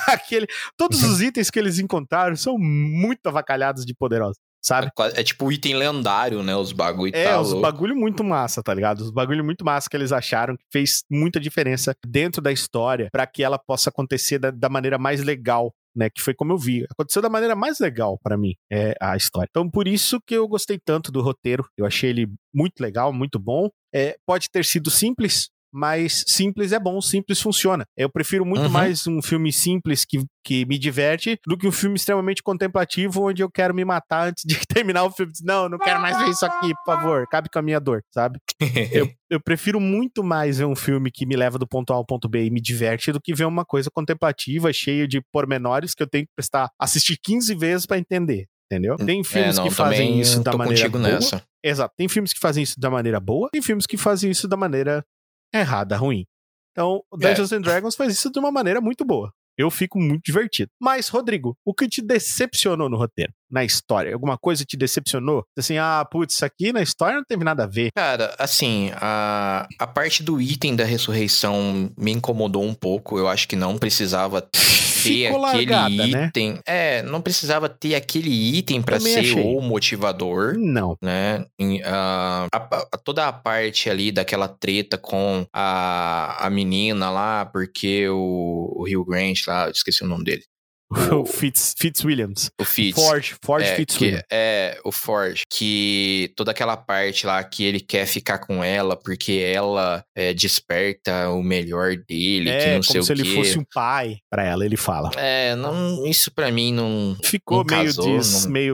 Todos os itens que eles encontraram são muito avacalhados de poderosos. Sabe? É tipo um item lendário, né? Os bagulho e tal. Os bagulho muito massa, tá ligado? Os bagulho muito massa que eles acharam que fez muita diferença dentro da história pra que ela possa acontecer da maneira mais legal, né? Que foi como eu vi. Aconteceu da maneira mais legal pra mim, a história. Então, por isso que eu gostei tanto do roteiro. Eu achei ele muito legal, muito bom. Pode ter sido simples, mas simples é bom, simples funciona. Eu prefiro muito mais um filme simples que me diverte do que um filme extremamente contemplativo onde eu quero me matar antes de terminar o filme. Não quero mais ver isso aqui, por favor, cabe com a minha dor, sabe? Eu prefiro muito mais ver um filme que me leva do ponto A ao ponto B e me diverte do que ver uma coisa contemplativa, cheia de pormenores que eu tenho que assistir 15 vezes pra entender. Entendeu? Tem filmes que fazem isso da maneira boa. Nessa. Exato. Tem filmes que fazem isso da maneira boa, tem filmes que fazem isso da maneira errada, ruim. Então, Dungeons and Dragons faz isso de uma maneira muito boa. Eu fico muito divertido. Mas, Rodrigo, o que te decepcionou no roteiro? Na história? Alguma coisa te decepcionou? Assim, putz, isso aqui na história não teve nada a ver. Cara, assim, a parte do item da ressurreição me incomodou um pouco. Eu acho que não precisava ter aquele item. Né? Não precisava ter aquele item pra ser o motivador. Não. Né? Toda a parte ali daquela treta com a menina lá, porque o Hugh Grant lá, eu esqueci o nome dele. O Fitzwilliams. O Fitz. Forge Fitzwilliams. O Forge. Que toda aquela parte lá que ele quer ficar com ela porque ela desperta o melhor dele, que não sei o quê. Como se ele fosse um pai pra ela, ele fala. Isso pra mim não ficou não casou, meio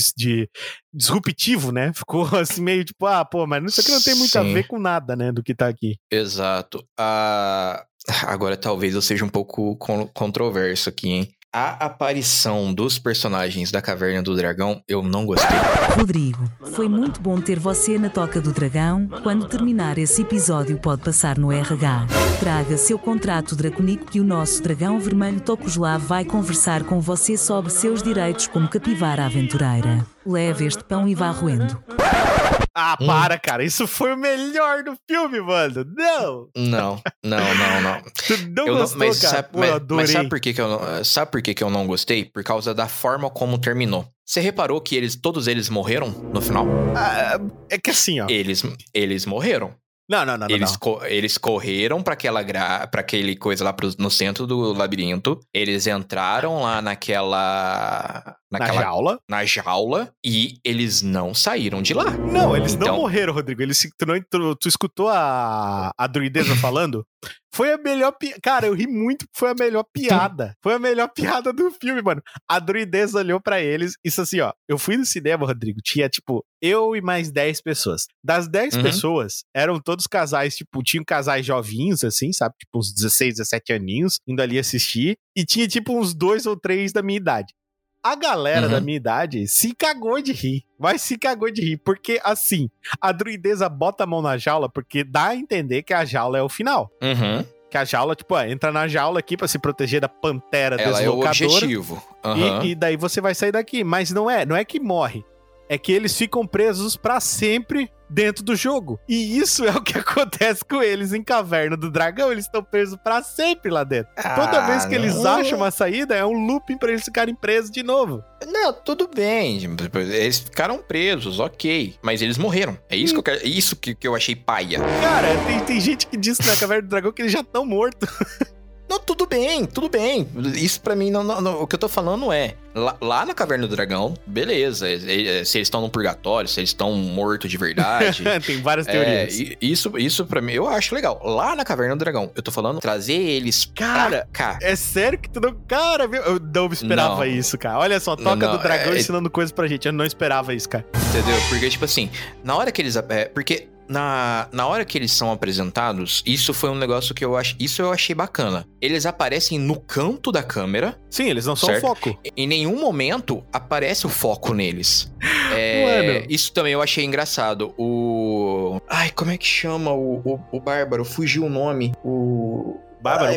disruptivo, né? Ficou assim meio tipo, mas isso aqui não tem muito a ver com nada, né, do que tá aqui. Exato. Agora talvez eu seja um pouco controverso aqui, hein? A aparição dos personagens da Caverna do Dragão, eu não gostei. Rodrigo, foi muito bom ter você na Toca do Dragão. Quando terminar esse episódio pode passar no RH. Traga seu contrato draconico que o nosso dragão vermelho Tokuslá vai conversar com você sobre seus direitos como capivara aventureira. Leve este pão e vá roendo. Ah, para, cara. Isso foi o melhor do filme, mano. Não. Não. Tu não gostou, mas cara? Mas sabe por que eu não gostei? Por causa da forma como terminou. Você reparou que todos eles morreram no final? É que assim, ó. Eles morreram. Não. Eles correram pra aquele coisa lá no centro do labirinto. Eles entraram lá naquela jaula. Na jaula. E eles não saíram de lá. Não, eles não morreram, Rodrigo. Tu escutou a druideza falando? Foi a melhor Cara, eu ri muito. Foi a melhor piada. Foi a melhor piada do filme, mano. A druideza olhou pra eles. Isso assim, ó. Eu fui no cinema, Rodrigo. Tinha, tipo, eu e mais 10 pessoas. Das 10 pessoas, eram todos casais, tipo, tinham casais jovinhos, assim, sabe? Tipo, uns 16, 17 aninhos, indo ali assistir. E tinha, tipo, uns 2 ou 3 da minha idade. A galera da minha idade se cagou de rir. Mas se cagou de rir. Porque, assim, a druideza bota a mão na jaula porque dá a entender que a jaula é o final. Que a jaula, tipo, entra na jaula aqui pra se proteger da pantera deslocadora. Ela é o objetivo. E daí você vai sair daqui. Mas não é que morre. É que eles ficam presos pra sempre dentro do jogo. E isso é o que acontece com eles em Caverna do Dragão. Eles estão presos pra sempre lá dentro. Toda vez que eles acham uma saída, é um looping pra eles ficarem presos de novo. Não, tudo bem. Eles ficaram presos, ok. Mas eles morreram. É isso que eu quero. Isso que eu achei paia. Cara, tem gente que diz na Caverna do Dragão que eles já estão mortos. Não, tudo bem. Isso pra mim, não, o que eu tô falando é... Lá na Caverna do Dragão, beleza. Se eles estão no purgatório, se eles estão mortos de verdade... Tem várias teorias. Isso pra mim, eu acho legal. Lá na Caverna do Dragão, eu tô falando trazer eles pra cá. É sério que tu não... Cara, eu não esperava isso, cara. Olha só, Toca do Dragão ensinando coisas pra gente. Eu não esperava isso, cara. Entendeu? Porque, tipo assim, na hora que eles... Porque... Na hora que eles são apresentados, isso foi um negócio que eu achei bacana. Eles aparecem no canto da câmera. Sim, eles não são o foco. Em nenhum momento aparece o foco neles. Mano. Isso também eu achei engraçado. Ai, como é que chama o Bárbaro? Fugiu o nome. Bárbaro,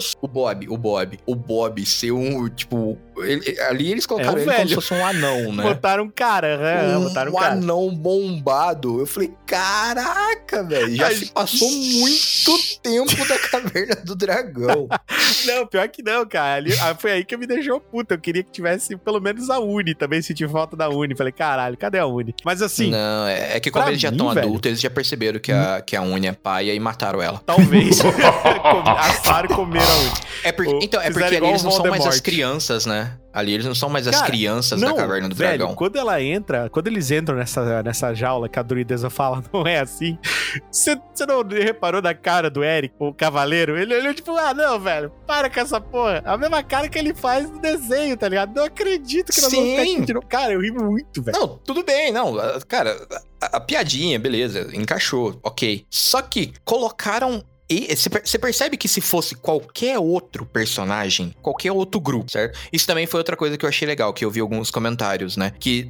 O Bob ser um, tipo... ali eles colocaram ele como se fosse um anão, né? Botaram um cara, né? Um anão bombado. Eu falei, caraca, velho. Já se passou muito tempo da Caverna do Dragão. Não, pior que não, cara. Foi aí que me deixou puta. Eu queria que tivesse pelo menos a Uni. Também senti falta da Uni. Falei, caralho, cadê a Uni? Mas assim... Não, é que como eles já estão adultos, eles já perceberam que a Uni é paia e mataram ela. Talvez. Assaram e comeram a Uni. Porque ali eles não são mais as crianças, né? Ali eles não são mais as crianças da Caverna do Dragão. Quando eles entram nessa jaula que a druideza fala, não é assim. Você não reparou na cara do Eric, o cavaleiro? Ele olhou tipo, não, velho, para com essa porra. A mesma cara que ele faz no desenho, tá ligado? Não acredito que nós vamos ficar aqui de novo. Cara, eu ri muito, velho. Não, tudo bem, não. Cara, a piadinha, beleza, encaixou, ok. Só que colocaram... E você percebe que se fosse qualquer outro personagem, qualquer outro grupo, certo? Isso também foi outra coisa que eu achei legal, que eu vi alguns comentários, né? Que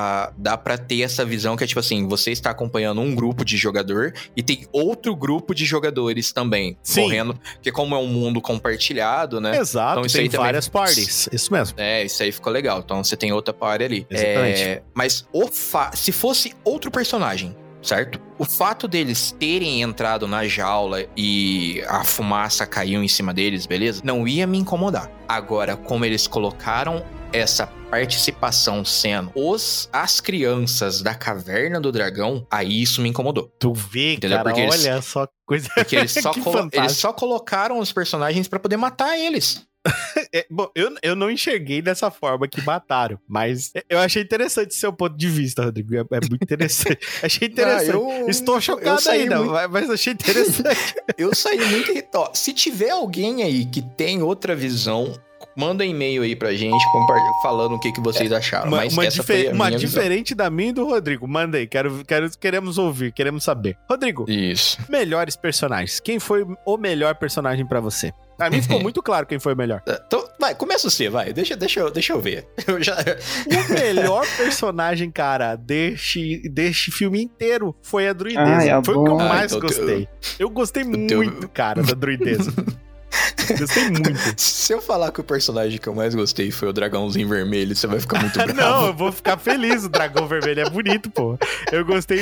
dá pra ter essa visão que é tipo assim, você está acompanhando um grupo de jogador e tem outro grupo de jogadores também. Sim. Correndo, porque como é um mundo compartilhado, né? Exato, então, isso tem várias parties, isso mesmo. Isso aí ficou legal, então você tem outra party ali. Exatamente. Mas se fosse outro personagem, certo? O fato deles terem entrado na jaula e a fumaça caiu em cima deles, beleza? Não ia me incomodar. Agora, como eles colocaram essa participação sendo as crianças da Caverna do Dragão, aí isso me incomodou. Tu vê, entendeu? Cara, porque olha só coisa... Porque eles só colocaram os personagens pra poder matar eles. Bom, eu não enxerguei dessa forma que mataram, mas eu achei interessante seu ponto de vista, Rodrigo. É muito interessante. Achei interessante. Estou chocado ainda, mas achei interessante. Eu saí muito irritado. Se tiver alguém aí que tem outra visão, manda um e-mail aí pra gente, falando o que vocês acharam. Uma diferente da minha e do Rodrigo. Manda aí, queremos ouvir, queremos saber. Rodrigo, isso. Melhores personagens. Quem foi o melhor personagem pra você? Pra mim ficou muito claro quem foi o melhor. Então, vai, começa você, vai. Deixa eu ver. O melhor personagem, cara, deste filme inteiro foi a druideza. Ai, foi o que eu bom. mais então gostei. Eu gostei muito, cara, da druideza. Gostei muito. Se eu falar que o personagem que eu mais gostei foi o dragãozinho vermelho, você vai ficar muito bravo. Não, eu vou ficar feliz. O dragão vermelho é bonito, pô. Eu gostei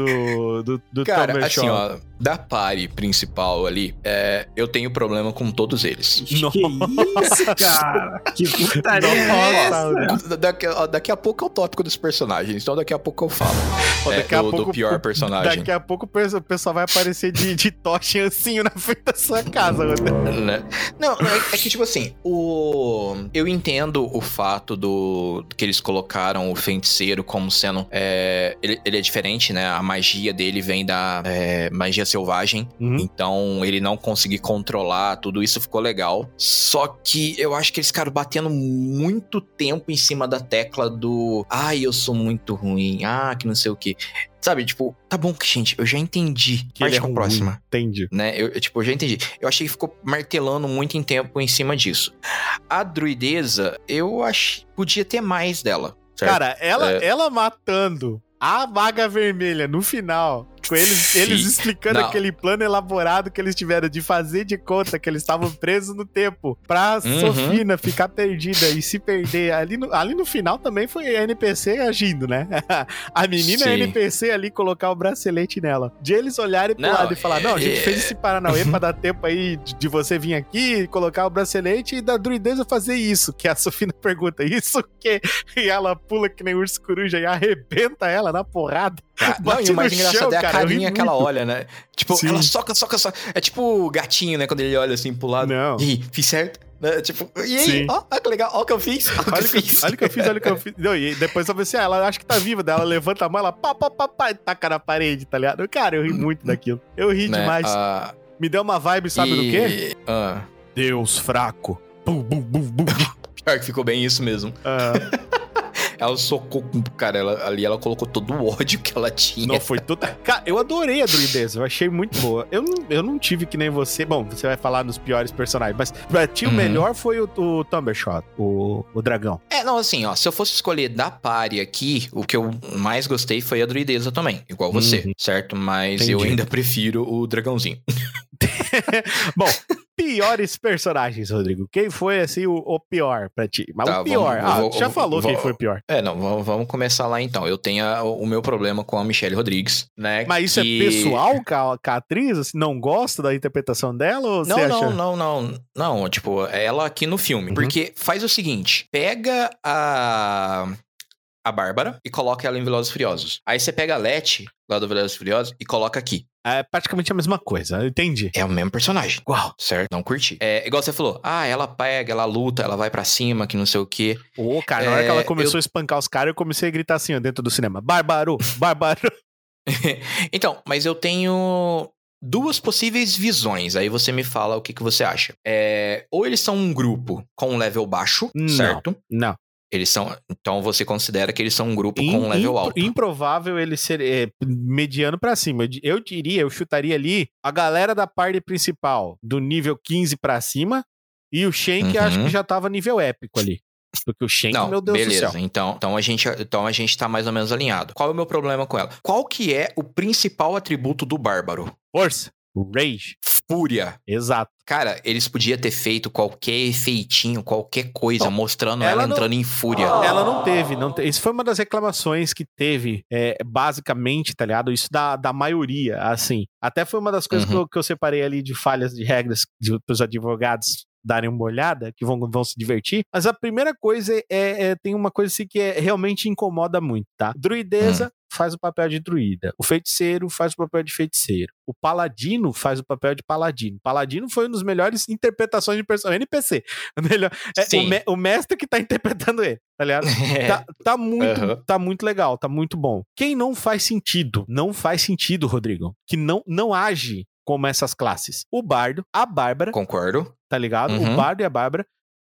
do Cara, Thomas assim, Shaw. ó, da party principal ali, eu tenho problema com todos eles. Que isso, cara? Que putaria é essa? Daqui a pouco é o tópico dos personagens, então daqui a pouco eu falo. Pô, daqui a do pouco, pior personagem. Daqui a pouco o pessoal vai aparecer de tocha e ancinho na frente da sua casa. Né? Não, é que tipo assim, eu entendo o fato que eles colocaram o feiticeiro como sendo, ele é diferente, né? A magia dele vem da magia selvagem, então ele não conseguir controlar, tudo isso ficou legal. Só que eu acho que eles ficaram batendo muito tempo em cima da tecla do eu sou muito ruim, que não sei o que. Sabe, tipo, tá bom, gente, eu já entendi. Que ele é com a ruim. próxima. Entendi. Né? Eu já entendi. Eu achei que ficou martelando muito em tempo em cima disso. A druideza, eu acho podia ter mais dela. Certo? Cara, ela matando a maga vermelha no final, com eles explicando aquele plano elaborado que eles tiveram de fazer de conta que eles estavam presos no tempo pra Sofina ficar perdida e se perder. Ali no final também foi a NPC agindo, né? A menina NPC ali colocar o bracelete nela. De eles olharem pro lado e falar, não, a gente fez esse Paranauê pra dar tempo aí de você vir aqui e colocar o bracelete e da druideza fazer isso. Que a Sofina pergunta, isso o quê? E ela pula que nem urso coruja e arrebenta ela na porrada. Não, e o mais engraçado é a carinha que ela muito. olha, né? Tipo, ela soca. É tipo o gatinho, né? Quando ele olha assim pro lado. Não. E aí, fiz certo? Né? Tipo, e aí? Ó, que legal. Ó o que eu fiz. Olha o que eu fiz. Não, e depois eu pensei, ela acha que tá viva. Daí ela levanta a mão, ela pá, e taca na parede, tá ligado? Cara, eu ri muito daquilo. Eu ri demais. Me deu uma vibe, sabe do quê? Deus fraco. Bum, bum, bum, bum. Pior que ficou bem isso mesmo. Ela socou, cara, ela colocou todo o ódio que ela tinha. Não, foi tudo. Cara, eu adorei a druideza, eu achei muito boa. Eu não tive que nem você. Bom, você vai falar nos piores personagens, mas pra ti o melhor foi o Thundershot, o dragão. Não, assim, ó, se eu fosse escolher da party aqui, o que eu mais gostei foi a druideza também, igual você, certo? Mas eu ainda prefiro o dragãozinho. Bom, piores personagens, Rodrigo. Quem foi, assim, o pior pra ti? Mas tá, o pior. Já falou quem foi o pior. Vamos começar lá então. Eu tenho o meu problema com a Michelle Rodrigues, né? Mas isso é pessoal com a atriz? Assim, não gosta da interpretação dela? Ou não, você acha... não. Tipo, ela aqui no filme. Porque faz o seguinte, pega a Bárbara e coloca ela em Velozes e Furiosos. Aí você pega a Letty, lá do Velozes e Furiosos, e coloca aqui. É praticamente a mesma coisa, eu entendi. É o mesmo personagem. Uau. Certo? Não curti. Igual você falou, ela pega, ela luta, ela vai pra cima, que não sei o quê. Cara, na hora que ela começou a espancar os caras, eu comecei a gritar assim, ó, dentro do cinema. Bárbaro. Então, mas eu tenho duas possíveis visões. Aí você me fala o que você acha. Ou eles são um grupo com um level baixo, certo? Não. Eles são. Então você considera que eles são um grupo com um level alto. Improvável ele ser mediano pra cima. Eu chutaria ali a galera da party principal do nível 15 pra cima e o Shen que acho que já tava nível épico ali. Porque o Shen, meu Deus do céu. Então a gente tá mais ou menos alinhado. Qual é o meu problema com ela? Qual que é o principal atributo do Bárbaro? Força. Rage. Fúria. Exato. Cara, eles podiam ter feito qualquer efeitinho, qualquer coisa, mostrando ela entrando em fúria. Ela não teve. Isso foi uma das reclamações que teve, basicamente, tá ligado? Isso da maioria, assim. Até foi uma das coisas que eu separei ali de falhas de regras pros advogados darem uma olhada, que vão se divertir. Mas a primeira coisa tem uma coisa assim que realmente incomoda muito, tá? Druideza faz o papel de druida. O feiticeiro faz o papel de feiticeiro. O paladino faz o papel de paladino. Paladino foi uma das melhores interpretações de personagem. NPC. O mestre que tá interpretando ele, tá ligado? Tá muito legal, tá muito bom. Quem não faz sentido, Rodrigo, que não age como essas classes. O bardo, a Bárbara. Concordo. Tá ligado? O bardo e a Bárbara.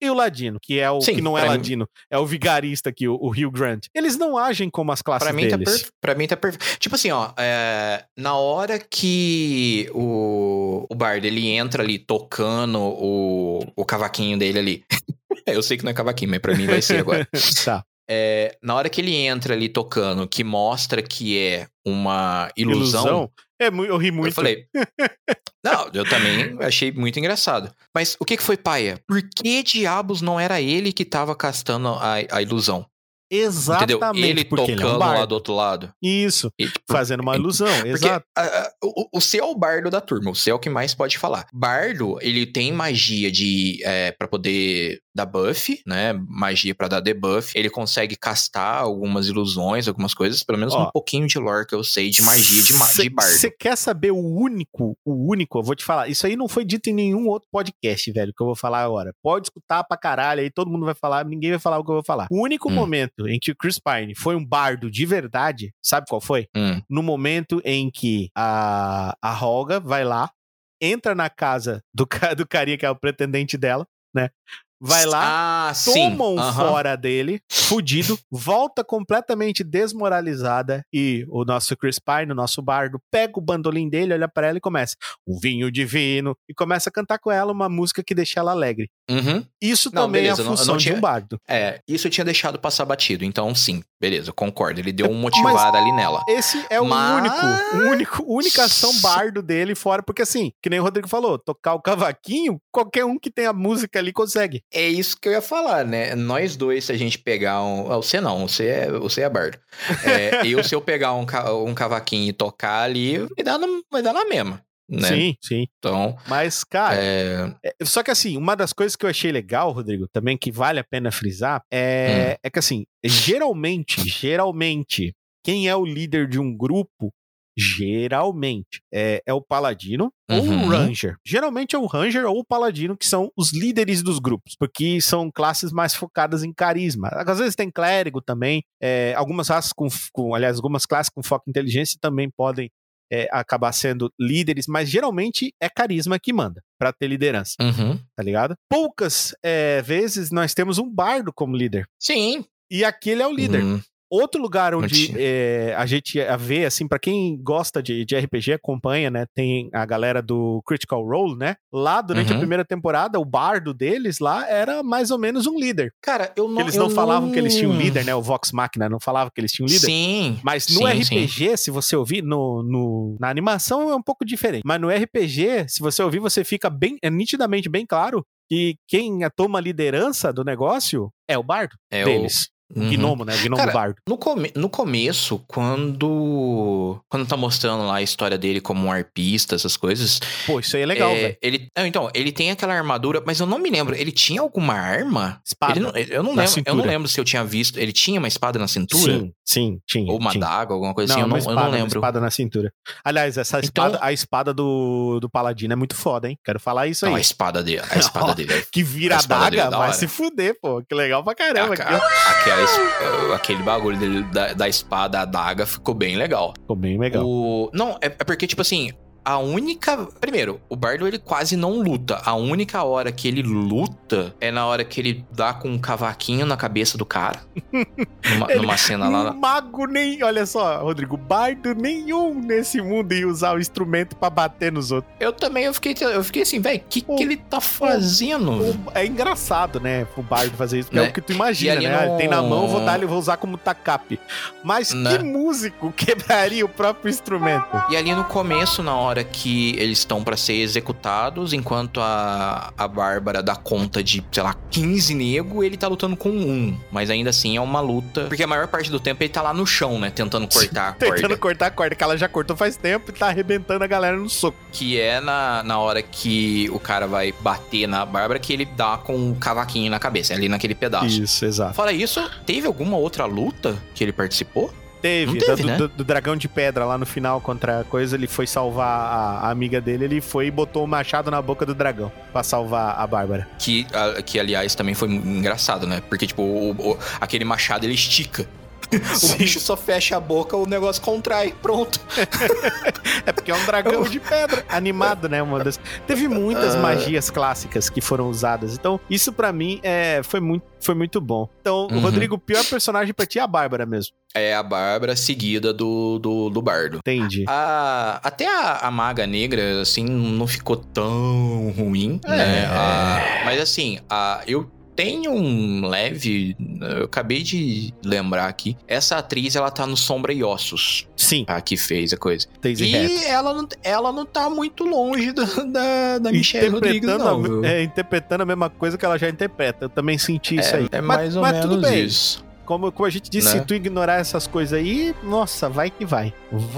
e o ladino, que é o Sim, que não é pra mim- ladino, é o vigarista aqui, o Hugh Grant. Eles não agem como as classes Pra mim, deles. pra mim tá perfeito. Tipo assim, ó, na hora que o Bard, ele entra ali tocando o cavaquinho dele ali. Eu sei que não é cavaquinho, mas pra mim vai ser agora. Tá. Na hora que ele entra ali tocando, que mostra que é uma ilusão. Eu ri muito. Eu falei. Não, eu também achei muito engraçado. Mas o que foi paia? Por que diabos não era ele que tava castando a ilusão? Exatamente, Entendeu? Ele porque ele é um tocando lá bardo. do outro lado. Isso, E, tipo, fazendo uma ilusão, porque exato. o C é o bardo da turma, o C é o que mais pode falar. Bardo, ele tem magia pra poder dar buff, né? Magia pra dar debuff. Ele consegue castar algumas ilusões, algumas coisas, pelo menos um pouquinho de lore que eu sei de magia de bardo. Você quer saber o único, eu vou te falar, isso aí não foi dito em nenhum outro podcast, velho, que eu vou falar agora. Pode escutar pra caralho, aí todo mundo vai falar, ninguém vai falar o que eu vou falar. O único momento em que o Chris Pine foi um bardo de verdade, sabe qual foi? No momento em que a Holga vai lá, entra na casa do carinha que é o pretendente dela, né? Vai lá, toma um fora dele, fudido, volta completamente desmoralizada e o nosso Chris Pine, o nosso bardo, pega o bandolim dele, olha pra ela e começa um vinho divino e começa a cantar com ela uma música que deixa ela alegre. Isso também é a função de um bardo. Isso eu tinha deixado passar batido, então sim, beleza, eu concordo, ele deu uma motivada ali nela. Esse é única ação bardo dele fora, porque assim, que nem o Rodrigo falou, tocar o cavaquinho, qualquer um que tem a música ali consegue. É isso que eu ia falar, né? Nós dois, se a gente pegar você não, você é bardo. Se eu pegar um cavaquinho e tocar ali, vai dar na mesma. Né? Sim, sim. Então, mas, cara, só que assim, uma das coisas que eu achei legal, Rodrigo, também que vale a pena frisar, é que assim, geralmente, quem é o líder de um grupo, geralmente, é o paladino ou o ranger. Geralmente é o ranger ou o paladino que são os líderes dos grupos, porque são classes mais focadas em carisma. Às vezes tem clérigo também, algumas raças algumas classes com foco em inteligência também podem acabar sendo líderes, mas geralmente é carisma que manda pra ter liderança, tá ligado? Poucas vezes nós temos um bardo como líder. Sim. E aquele é o líder. Outro lugar onde a gente vê, assim, pra quem gosta de RPG, acompanha, né, tem a galera do Critical Role, né, lá durante a primeira temporada, o bardo deles lá era mais ou menos um líder. Cara, eles não falavam que eles tinham um líder, né, o Vox Machina não falava que eles tinham um líder. Sim. Mas no RPG, se você ouvir, na animação é um pouco diferente, mas no RPG, se você ouvir, você fica nitidamente bem claro que quem toma a liderança do negócio é o bardo deles. O gnomo, né? O gnomo bardo. No começo, quando tá mostrando lá a história dele como um arpista, essas coisas... Pô, isso aí é legal, velho. Ele tem aquela armadura, mas eu não me lembro. Ele tinha alguma arma? Espada. Eu não lembro se eu tinha visto. Ele tinha uma espada na cintura? Sim, tinha. Ou uma adaga, alguma coisa assim. Eu não lembro. Uma espada na cintura. Aliás, essa espada, a espada do Paladino é muito foda, hein? Quero falar isso aí. A espada dele. Que vira adaga, vai se fuder, pô. Que legal pra caramba. Aquele bagulho dele, da espada, a adaga, ficou bem legal. Ficou bem legal. Não, é porque, tipo assim, primeiro, o bardo ele quase não luta. A única hora que ele luta é na hora que ele dá com um cavaquinho na cabeça do cara. Numa cena lá. Mago nem. Olha só, Rodrigo, bardo nenhum nesse mundo ia usar o instrumento pra bater nos outros. Eu também, eu fiquei assim, velho, que ele tá fazendo? É engraçado, né? O bardo fazer isso, porque é o que tu imagina, né? Ele tem na mão, vou usar como tacape. Mas que músico quebraria o próprio instrumento? E ali no começo, na hora que eles estão pra ser executados, enquanto a Bárbara dá conta de, sei lá, 15 nego, ele tá lutando com um. Mas ainda assim é uma luta, porque a maior parte do tempo ele tá lá no chão, né, tentando cortar a corda. Tentando cortar a corda, que ela já cortou faz tempo e tá arrebentando a galera no soco. Que é na hora que o cara vai bater na Bárbara, que ele dá com um cavaquinho na cabeça, ali naquele pedaço. Isso, exato. Fora isso, teve alguma outra luta que ele participou? Teve, né? do dragão de pedra lá no final contra a coisa, ele foi salvar a amiga dele, ele foi e botou o machado na boca do dragão pra salvar a Bárbara. Que aliás, também foi engraçado, né? Porque, tipo, aquele machado, ele estica. O bicho só fecha a boca, o negócio contrai, pronto. É porque é um dragão de pedra animado, né? Teve muitas magias clássicas que foram usadas. Então, isso pra mim foi muito bom. Então, Rodrigo, o pior personagem pra ti é a Bárbara mesmo. É a Bárbara seguida do Bardo. Entendi. Até a Maga Negra, assim, não ficou tão ruim, né? Mas assim, eu tenho um leve... Eu acabei de lembrar aqui. Essa atriz, ela tá no Sombra e Ossos. Sim. A que fez a coisa. Daisy E ela não tá muito longe da Michelle Rodrigues, não, viu? Interpretando a mesma coisa que ela já interpreta. Eu também senti isso aí. É mais ou menos tudo bem. isso. Como a gente disse, né? Se tu ignorar essas coisas aí, nossa, vai que vai.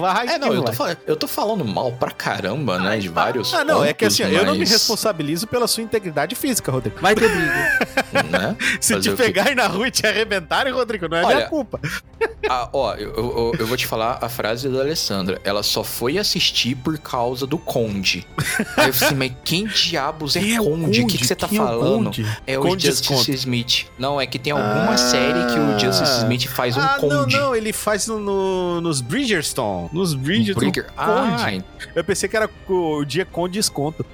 Eu tô falando mal pra caramba, né? De vários pontos, é que assim, eu não me responsabilizo pela sua integridade física, Rodrigo. Vai ter briga. Né? Se te pegarem na rua e te arrebentarem, Rodrigo, não é minha culpa. Eu vou te falar a frase da Alessandra. Ela só foi assistir por causa do Conde. Aí eu falei assim, mas quem diabos é Conde? O que você tá falando? É o Justice Smith. Não, é que tem alguma série que o Justice Smith faz um Conde. Não, ele faz nos Bridgerton. Nos Bridgerton. Conde. Eu pensei que era o dia com desconto.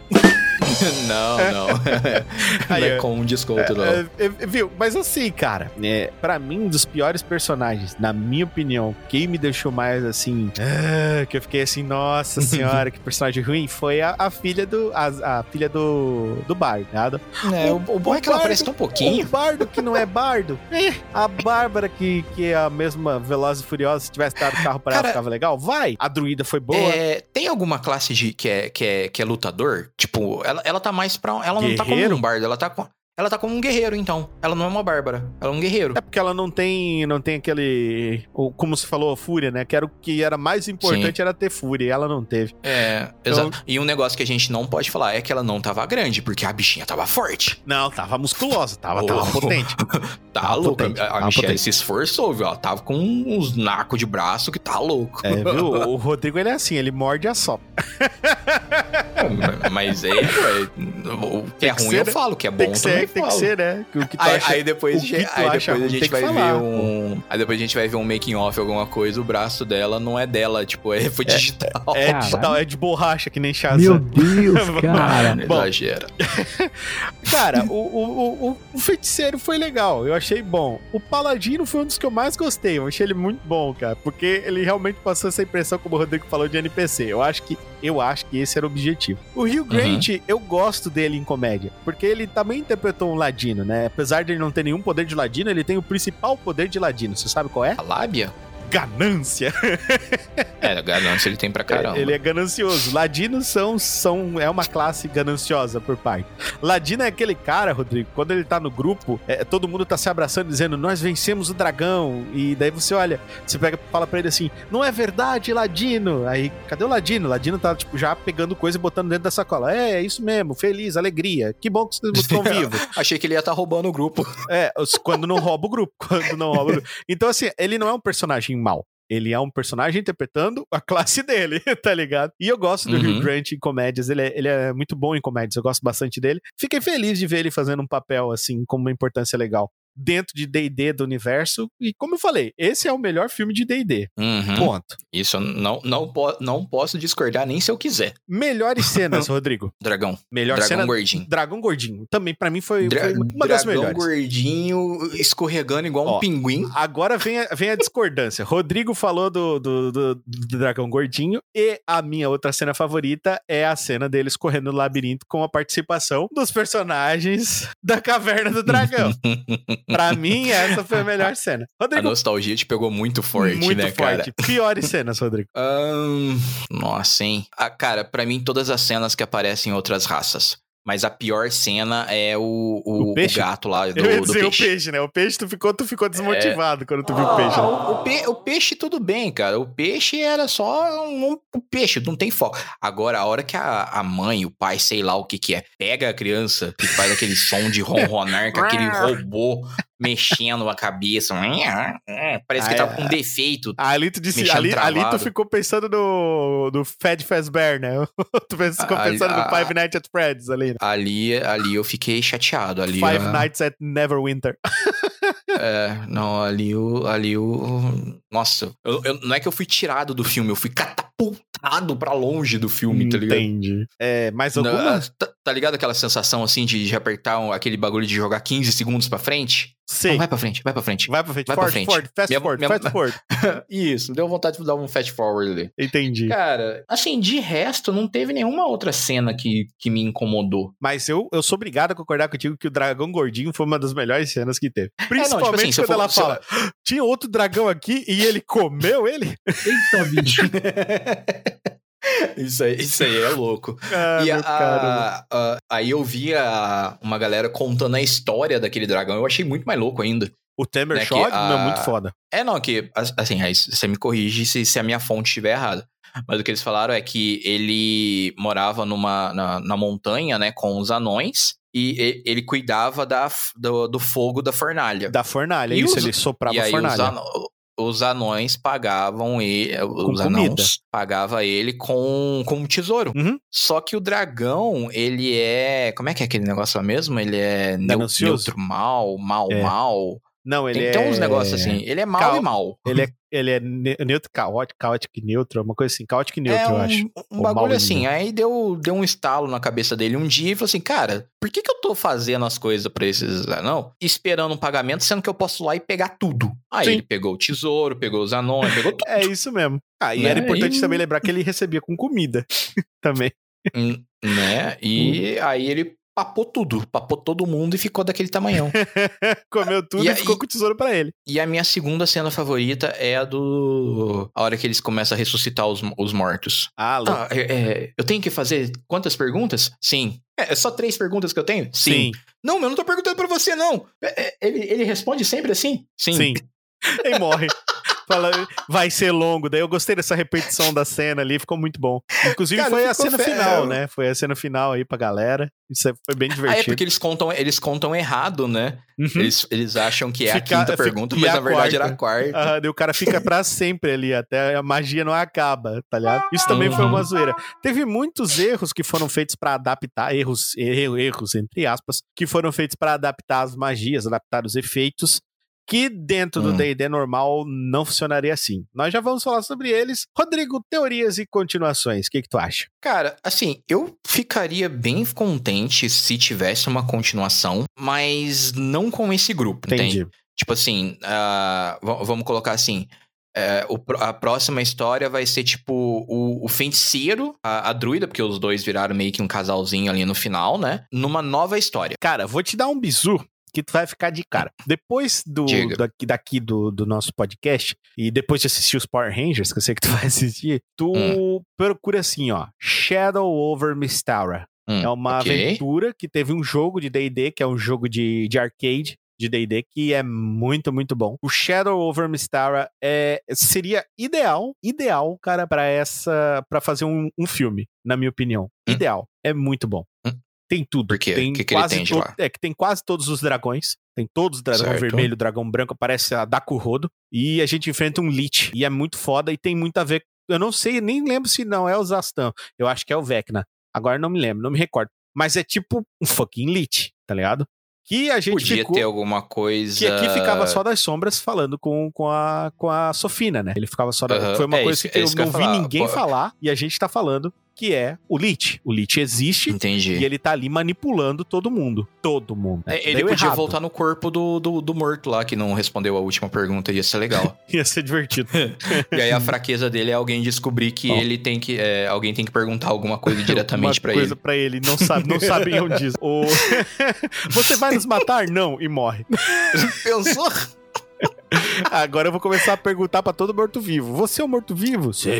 Não. Não é com desconto, não. Viu? Mas assim, cara, pra mim, um dos piores personagens, na minha opinião, quem me deixou mais assim, que eu fiquei assim, nossa senhora, que personagem ruim, foi a filha do Bardo, né? O bom é que ela aparece tão pouquinho. O Bardo que não é Bardo. A Bárbara, que é a mesma Veloz e Furiosa, se tivesse dado o carro pra ela, ficava legal. Vai! A druida foi boa. Tem alguma classe que é lutador? Tipo, ela tá mais pra... Ela não tá como um bardo, ela tá como um guerreiro, então. Ela não é uma bárbara, ela é um guerreiro. É porque ela não tem aquele... Como você falou, a fúria, né? O que era mais importante era ter fúria, e ela não teve. Exato. E um negócio que a gente não pode falar é que ela não tava grande, porque a bichinha tava forte. Não, tava musculosa, tava potente. Tá louca. A Michelle se esforçou, viu? Ela tava com uns nacos de braço que tá louco. Viu? O Rodrigo, ele é assim, ele morde a sopa. Mas o que é ruim eu falo, o que é bom também tem que ser, né? Aí depois a gente vai ver um making off, alguma coisa, o braço dela não é dela, tipo, foi digital. É digital, é de borracha, que nem Shazam. Meu Deus, cara. Não exagera. Cara, o feiticeiro foi legal, eu achei bom. O paladino foi um dos que eu mais gostei, eu achei ele muito bom, cara, porque ele realmente passou essa impressão, como o Rodrigo falou, de NPC. Eu acho que esse era o objetivo. O Hugh Grant, eu gosto dele em comédia, porque ele também interpretou um ladino, né? Apesar de ele não ter nenhum poder de ladino, ele tem o principal poder de ladino. Você sabe qual é? A lábia? Ganância. Ganância ele tem pra caramba. Ele é ganancioso. Ladinos é uma classe gananciosa por parte. Ladino é aquele cara, Rodrigo, quando ele tá no grupo, todo mundo tá se abraçando dizendo, nós vencemos o dragão. E daí você olha, fala pra ele assim, não é verdade, Ladino? Aí, cadê o Ladino? O Ladino tá, tipo, já pegando coisa e botando dentro da sacola. É isso mesmo, feliz, alegria. Que bom que vocês estão vivos. Achei que ele ia estar roubando o grupo. Quando não rouba o grupo. Então, assim, ele não é um personagem mal. Ele é um personagem interpretando a classe dele, tá ligado? E eu gosto do Hugh Grant em comédias, ele é muito bom em comédias, eu gosto bastante dele. Fiquei feliz de ver ele fazendo um papel, assim, com uma importância legal dentro de D&D do universo. E como eu falei, esse é o melhor filme de D&D. Ponto. Isso eu não posso discordar nem se eu quiser. Melhores cenas, Rodrigo. Dragão. Dragão gordinho. Dragão gordinho. Também, pra mim, foi uma das melhores. Dragão gordinho, escorregando igual um pinguim. Agora vem a discordância. Rodrigo falou do dragão gordinho, e a minha outra cena favorita é a cena deles correndo no labirinto com a participação dos personagens da Caverna do Dragão. Pra mim, essa foi a melhor cena. Rodrigo, a nostalgia te pegou muito forte, né, cara? Muito forte. Piores cenas, Rodrigo. Nossa, hein? Cara, pra mim, todas as cenas que aparecem em outras raças. Mas a pior cena é o gato lá do peixe. O peixe, né? O peixe, tu ficou desmotivado quando tu viu o peixe. Né? O peixe, tudo bem, cara. O peixe era só um peixe, não tem foco. Agora, a hora que a mãe, o pai, sei lá o que é, pega a criança que faz aquele som de ronronar com aquele robô mexendo a cabeça. Parece que tá com um defeito. Ali tu disse, ali tu ficou pensando no Fred Fazbear, né? Tu ficou pensando no Five Nights at Freddy's ali. Ali eu fiquei chateado. Five Nights at Neverwinter. Não, ali o... Nossa, não é que eu fui tirado do filme, eu fui catapultado pra longe do filme, tá ligado? Entendi. Mas alguma... Tá ligado aquela sensação, assim, de apertar aquele bagulho de jogar 15 segundos pra frente? Sei. Não, vai pra frente. Vai pra frente. Fast forward. Isso, deu vontade de dar um fast forward ali. Entendi. Cara, assim, de resto, não teve nenhuma outra cena que me incomodou. Mas eu sou obrigado a concordar contigo que o dragão gordinho foi uma das melhores cenas que teve. Principalmente quando ela fala, tinha outro dragão aqui e ele comeu ele? Eita, bicho. Isso aí é louco. Aí eu vi uma galera contando a história daquele dragão. Eu achei muito mais louco ainda. O Temer Shog é muito foda. Assim, aí você me corrige se a minha fonte estiver errada. Mas o que eles falaram é que ele morava na montanha, né, com os anões. E ele cuidava do fogo da fornalha. Da fornalha, ele soprava a fornalha. Os anões pagavam ele. Os anãos pagavam ele com um tesouro. Uhum. Só que o dragão, ele é. Como é que é aquele negócio lá mesmo? Ele é neutro, mal. Não, ele tem uns negócios assim. Ele é mal e mal. Ele é neutro, caótico e neutro, uma coisa assim. Caótico e neutro, eu acho. Um bagulho assim. Aí deu um estalo na cabeça dele um dia e falou assim, cara, por que eu tô fazendo as coisas pra esses anão? Esperando um pagamento, sendo que eu posso ir lá e pegar tudo. Aí Sim. Ele pegou o tesouro, pegou os anões, pegou tudo. É isso mesmo. E era importante também lembrar que ele recebia com comida também. Né? E aí ele papou todo mundo e ficou daquele tamanhão. Comeu tudo e ficou com o tesouro pra ele. E a minha segunda cena favorita é a hora que eles começam a ressuscitar os mortos. Louco. Eu tenho que fazer quantas perguntas? Sim. É só 3 perguntas que eu tenho? Sim. Não, eu não tô perguntando pra você, não. Ele responde sempre assim? Sim. Ele morre. Fala, vai ser longo. Daí eu gostei dessa repetição da cena ali, ficou muito bom. Inclusive foi a cena final, né? Foi a cena final aí pra galera. Isso foi bem divertido. Porque eles contam errado, né? Uhum. Eles acham que é a quinta pergunta, mas na verdade era a quarta. Daí o cara fica pra sempre ali, até a magia não acaba, tá ligado? Isso também foi uma zoeira. Teve muitos erros que foram feitos pra adaptar, erros entre aspas, que foram feitos pra adaptar as magias, adaptar os efeitos, que dentro do D&D normal não funcionaria assim. Nós já vamos falar sobre eles. Rodrigo, teorias e continuações, o que tu acha? Cara, assim, eu ficaria bem contente se tivesse uma continuação, mas não com esse grupo, Entendi. Entende? Tipo assim, vamos colocar assim, a próxima história vai ser tipo o feiticeiro, a druida, porque os dois viraram meio que um casalzinho ali no final, né? Numa nova história. Cara, vou te dar um bizu que tu vai ficar de cara. Depois daqui do nosso podcast, e depois de assistir os Power Rangers, que eu sei que tu vai assistir, tu procura assim, ó, Shadow over Mystara. É uma aventura que teve um jogo de D&D, que é um jogo de arcade, de D&D, que é muito, muito bom. O Shadow over Mystara seria ideal, cara, pra fazer um filme, na minha opinião. Ideal. É muito bom. Tem tudo. Por quê? Tem que ele tem de lá? Que tem quase todos os dragões. Tem todos os dragão vermelho, dragão branco, aparece a Dakurodo. E a gente enfrenta um Lich. E é muito foda e tem muito a ver... Eu não sei, nem lembro se não é o Zastan. Eu acho que é o Vecna. Agora não me lembro, não me recordo. Mas é tipo um fucking Lich, tá ligado? Que a gente podia ter alguma coisa... Que aqui ficava só das sombras falando com a Sofina, né? Ele ficava só... Foi uma coisa que eu não vi ninguém falar. E a gente tá falando que é o Lich. O Lich existe. Entendi. E ele tá ali manipulando todo mundo. Todo mundo. Ele podia voltar no corpo do morto lá, que não respondeu a última pergunta. Ia ser legal. Ia ser divertido. E aí a fraqueza dele é alguém descobrir que ele tem que... alguém tem que perguntar alguma coisa diretamente pra ele. Uma coisa pra ele. Não sabem onde diz. Você vai nos matar? Não. E morre. Pensou? Agora eu vou começar a perguntar pra todo morto-vivo. Você é um morto-vivo? Sim.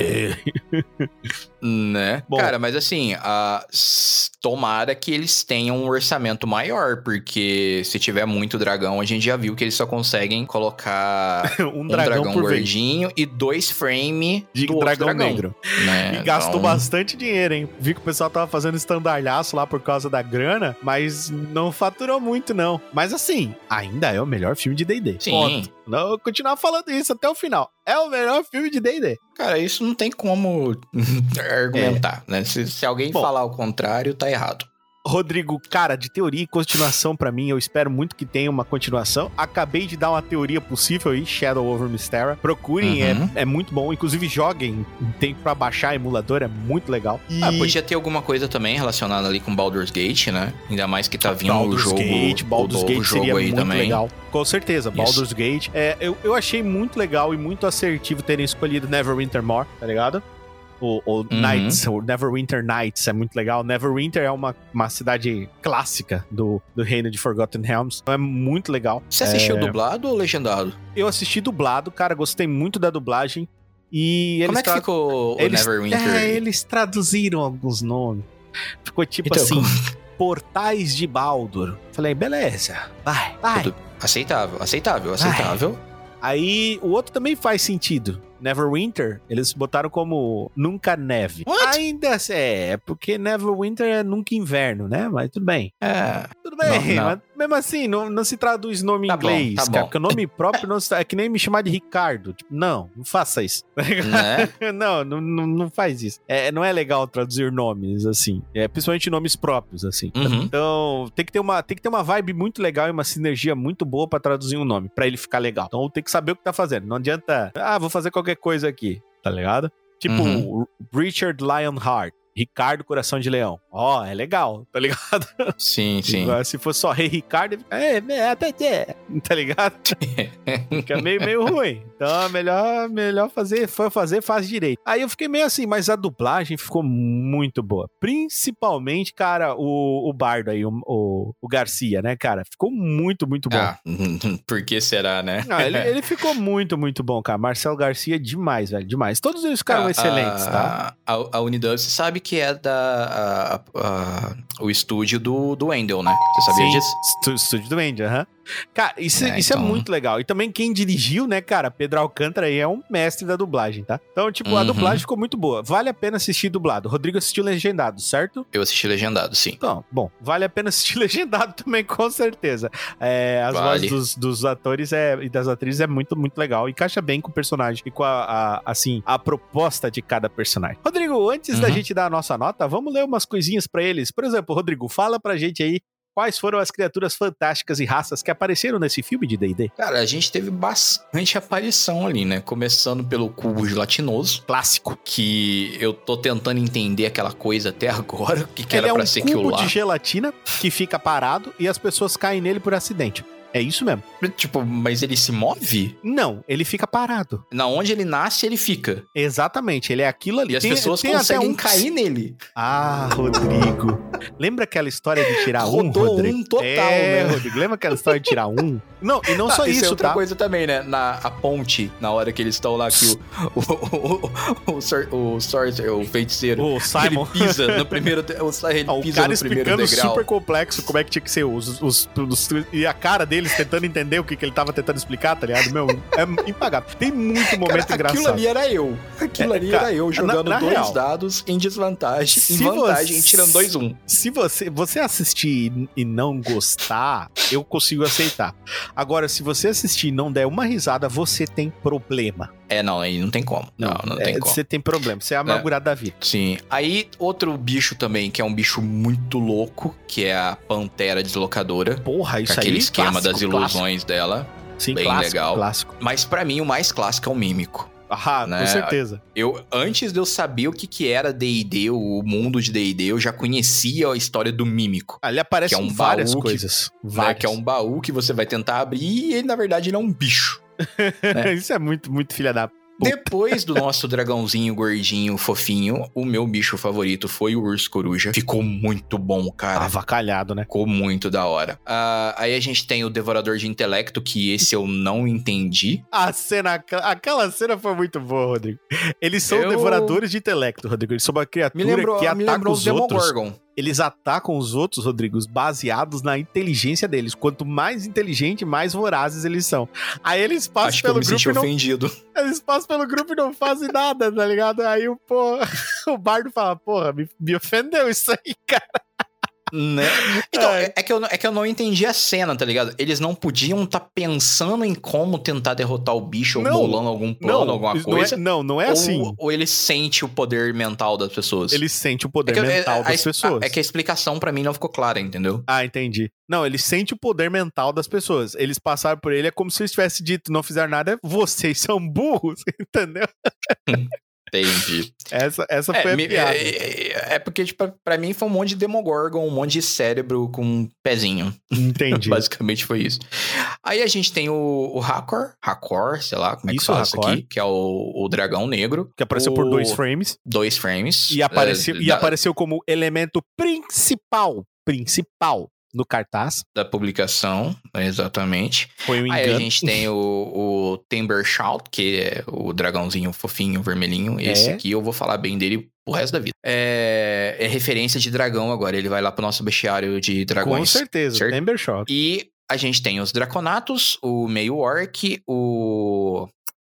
Né? Bom, cara, mas assim, tomara que eles tenham um orçamento maior, porque se tiver muito dragão, a gente já viu que eles só conseguem colocar um dragão gordinho e 2 frames de dragão negro. Né? E gastou bastante dinheiro, hein? Vi que o pessoal tava fazendo estandalhaço lá por causa da grana, mas não faturou muito, não. Mas assim, ainda é o melhor filme de D&D. Sim. Ponto. Não, eu vou continuar falando isso até o final. É o melhor filme de D&D. Cara, isso não tem como argumentar, né? Se alguém falar o contrário, tá errado. Rodrigo, cara, de teoria e continuação pra mim, eu espero muito que tenha uma continuação. Acabei de dar uma teoria possível aí, Shadow over Mystara. Procurem, é muito bom. Inclusive, joguem. Tem pra baixar emulador, é muito legal. Podia ter alguma coisa também relacionada ali com Baldur's Gate, né? Ainda mais que tá vindo Baldur's o jogo. Baldur's Gate seria aí muito também. legal. Com certeza, Baldur's Gate. Eu achei muito legal e muito assertivo terem escolhido Neverwinter More, tá ligado? O Nights, o Neverwinter Nights é muito legal. Neverwinter é uma cidade clássica do reino de Forgotten Realms. Então é muito legal. Você assistiu dublado ou legendado? Eu assisti dublado, cara, gostei muito da dublagem. E como é que ficou o Neverwinter? Eles traduziram alguns nomes. Ficou tipo então, assim, Portais de Baldur. Falei, beleza, vai. Aceitável. Aí o outro também faz sentido. Neverwinter, eles botaram como Nunca Neve. What? Ainda porque Neverwinter é nunca inverno, né? Mas tudo bem. Tudo bem, não. Mas mesmo assim, não se traduz nome em inglês, tá cara. bom. Porque o nome próprio é que nem me chamar de Ricardo. Tipo, não faça isso. Né? Não faz isso. Não é legal traduzir nomes, assim. Principalmente nomes próprios, assim. Então, tem que ter uma vibe muito legal e uma sinergia muito boa pra traduzir um nome, pra ele ficar legal. Então, tem que saber o que tá fazendo. Não adianta, vou fazer qualquer coisa aqui, tá ligado? Tipo, Richard Lionheart, Ricardo Coração de Leão. É legal, tá ligado? Sim. Agora, se fosse só Rei Ricardo, tá ligado? Fica meio ruim. Então, é melhor faz direito. Aí eu fiquei meio assim, mas a dublagem ficou muito boa. Principalmente, cara, o bardo aí, o Garcia, né, cara? Ficou muito, muito bom. Por que será, né? Ele ficou muito, muito bom, cara. Marcelo Garcia, demais, velho, demais. Todos eles ficaram excelentes, tá? A Unidub, você sabe que é o estúdio do Wendell, né? Você sabia disso? Estúdio do Wendell, aham. Cara, isso então... é muito legal. E também quem dirigiu, né, cara? Pedro Alcântara aí é um mestre da dublagem, tá? Então, tipo, a dublagem ficou muito boa. Vale a pena assistir dublado. Rodrigo assistiu legendado, certo? Eu assisti legendado, sim. Então, bom, vale a pena assistir legendado também, com certeza. As vozes dos atores e das atrizes é muito, muito legal. Encaixa bem com o personagem e com a proposta de cada personagem. Rodrigo, antes da gente dar a nossa nota, vamos ler umas coisinhas pra eles. Por exemplo, Rodrigo, fala pra gente aí quais foram as criaturas fantásticas e raças que apareceram nesse filme de D&D? Cara, a gente teve bastante aparição ali, né? Começando pelo cubo gelatinoso. Clássico. Que eu tô tentando entender aquela coisa até agora. O que era pra ser aquilo lá. É um cubo de gelatina que fica parado e as pessoas caem nele por acidente. É isso mesmo. Tipo, mas ele se move? Não, ele fica parado. Na onde ele nasce, ele fica. Exatamente, ele é aquilo ali. E as pessoas conseguem cair nele. Rodrigo. Lembra aquela história de tirar Rodou Rodrigo? Um total, né? Rodrigo. Lembra aquela história de tirar um? Não, e não só isso, é outra tá? coisa também, né? A ponte, na hora que eles estão lá, que o feiticeiro, o Simon, ele pisa no primeiro degrau. O cara explicando super complexo como é que tinha que ser e a cara deles tentando entender o que ele tava tentando explicar, tá ligado? Meu, é impagável. Tem muito momento engraçado. Aquilo ali era eu. Era eu jogando na 2 real, dados em desvantagem, em vantagem, e tirando 2-1. Se você assistir e não gostar, eu consigo aceitar. Agora, se você assistir e não der uma risada, você tem problema. Não, aí não tem como. Não tem como. Você tem problema, você é amargurado da vida. Sim. Aí, outro bicho também, que é um bicho muito louco, que é a Pantera Deslocadora. Porra, isso aí. Aquele esquema das ilusões dela. Sim, bem clássico, legal. Clássico. Mas pra mim, o mais clássico é o Mímico. Com certeza. Antes de eu saber o que era D&D, o mundo de D&D, eu já conhecia a história do Mímico. Ali aparece que é várias coisas. Que é um baú que você vai tentar abrir e ele, na verdade, ele é um bicho. Né? Isso é muito, muito filha da puta. Depois do nosso dragãozinho gordinho, fofinho, o meu bicho favorito foi o urso coruja. Ficou muito bom, cara. Avacalhado, né? Ficou muito da hora. Aí a gente tem o Devorador de Intelecto, que esse eu não entendi. Aquela cena foi muito boa, Rodrigo. Eles são devoradores de intelecto, Rodrigo. Eles são uma criatura que ataca os outros. Eles atacam os outros, Rodrigo, baseados na inteligência deles. Quanto mais inteligente, mais vorazes eles são. Aí eles passam pelo grupo e não... ofendido. Eles passam pelo grupo e não fazem nada, tá ligado? Aí o bardo fala, porra, me ofendeu isso aí, cara. Né? Então, é que eu não entendi a cena, tá ligado? Eles não podiam estar pensando em como tentar derrotar o bicho ou bolando algum plano, alguma coisa. Não é assim. Ou ele sente o poder mental das pessoas. Ele sente o poder mental das pessoas. É que a explicação pra mim não ficou clara, entendeu? Ah, entendi. Não, ele sente o poder mental das pessoas. Eles passaram por ele, é como se eles tivessem dito, não fizeram nada, vocês são burros, entendeu? Entendi. Essa foi a piada. É porque, tipo, pra mim foi um monte de Demogorgon, um monte de cérebro com um pezinho. Entendi. Basicamente foi isso. Aí a gente tem o Hakor, sei lá como é que fala isso aqui, que é o dragão negro. Que apareceu por 2 frames. 2 frames. E apareceu como elemento principal no cartaz. Da publicação, exatamente. Foi um engano. Aí a gente tem o Timbershout, que é o dragãozinho fofinho, vermelhinho. Esse aqui eu vou falar bem dele o resto da vida. É referência de dragão agora. Ele vai lá pro nosso bestiário de dragões. Com certeza, certo? Timbershout. E a gente tem os Draconatos, o Meio-Orc, o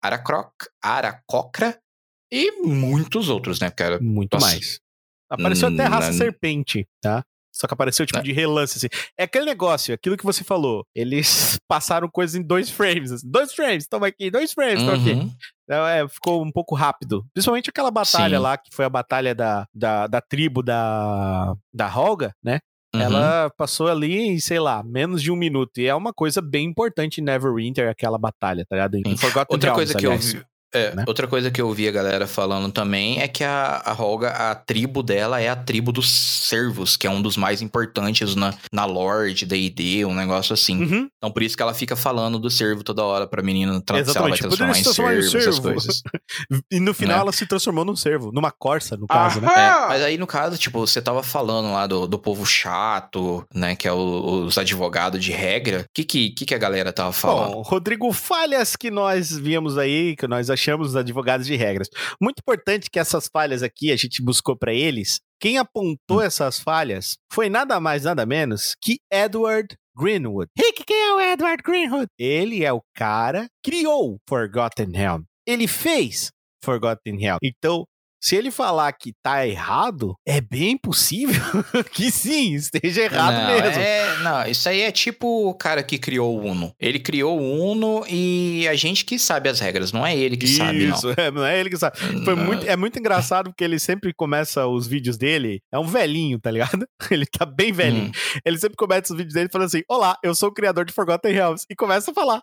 Aracocra e muitos outros, né, cara? Muito mais. Apareceu até raça serpente, tá? Só que apareceu tipo de relance, assim. É aquele negócio, aquilo que você falou. Eles passaram coisas em 2 frames. Assim, 2 frames, toma aqui, 2 frames, toma aqui. Então, ficou um pouco rápido. Principalmente aquela batalha lá, que foi a batalha da tribo da Holga, né? Ela passou ali, sei lá, menos de 1 minuto. E é uma coisa bem importante em Neverwinter, aquela batalha, tá ligado? Em Forgotten Outra Realms, coisa que aliás. eu vi. Outra coisa que eu vi a galera falando também é que a Holga, a tribo dela é a tribo dos servos, que é um dos mais importantes na lore de D&D, um negócio assim. Então por isso que ela fica falando do servo toda hora pra menina, se ela vai transformar em servo, essas coisas. E no final ela se transformou num servo, numa corça, no caso, né? Mas aí no caso, tipo, você tava falando lá do povo chato, né, que é os advogados de regra. O que a galera tava falando? Bom, Rodrigo, falhas que nós víamos aí, que nós achamos os advogados de regras. Muito importante que essas falhas aqui a gente buscou pra eles. Quem apontou essas falhas foi nada mais, nada menos que Edward Greenwood. Rick, quem é o Edward Greenwood? Ele é o cara que criou Forgotten Realms. Ele fez Forgotten Realms. Então, se ele falar que tá errado, é bem possível que sim, esteja errado mesmo. Não, isso aí é tipo o cara que criou o Uno. Ele criou o Uno e a gente que sabe as regras, não é ele que sabe, não. Isso, não é ele que sabe. É muito engraçado porque ele sempre começa os vídeos dele, é um velhinho, tá ligado? Ele tá bem velhinho. Ele sempre começa os vídeos dele falando assim, olá, eu sou o criador de Forgotten Realms. E começa a falar.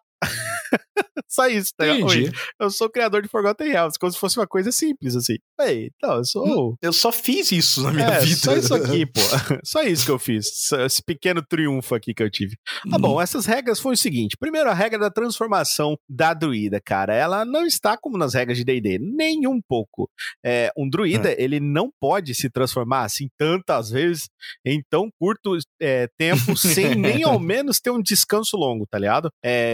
Só isso, tá ligado? Oi, eu sou o criador de Forgotten Realms, como se fosse uma coisa simples, assim. Ei, então, eu só fiz isso na minha vida. Só isso aqui, pô. Só isso que eu fiz. Esse pequeno triunfo aqui que eu tive. Bom, essas regras foi o seguinte. Primeiro, a regra da transformação da druida, cara. Ela não está como nas regras de D&D, nem um pouco. Um druida, ele não pode se transformar assim tantas vezes em tão curto tempo, sem nem ao menos ter um descanso longo, tá ligado?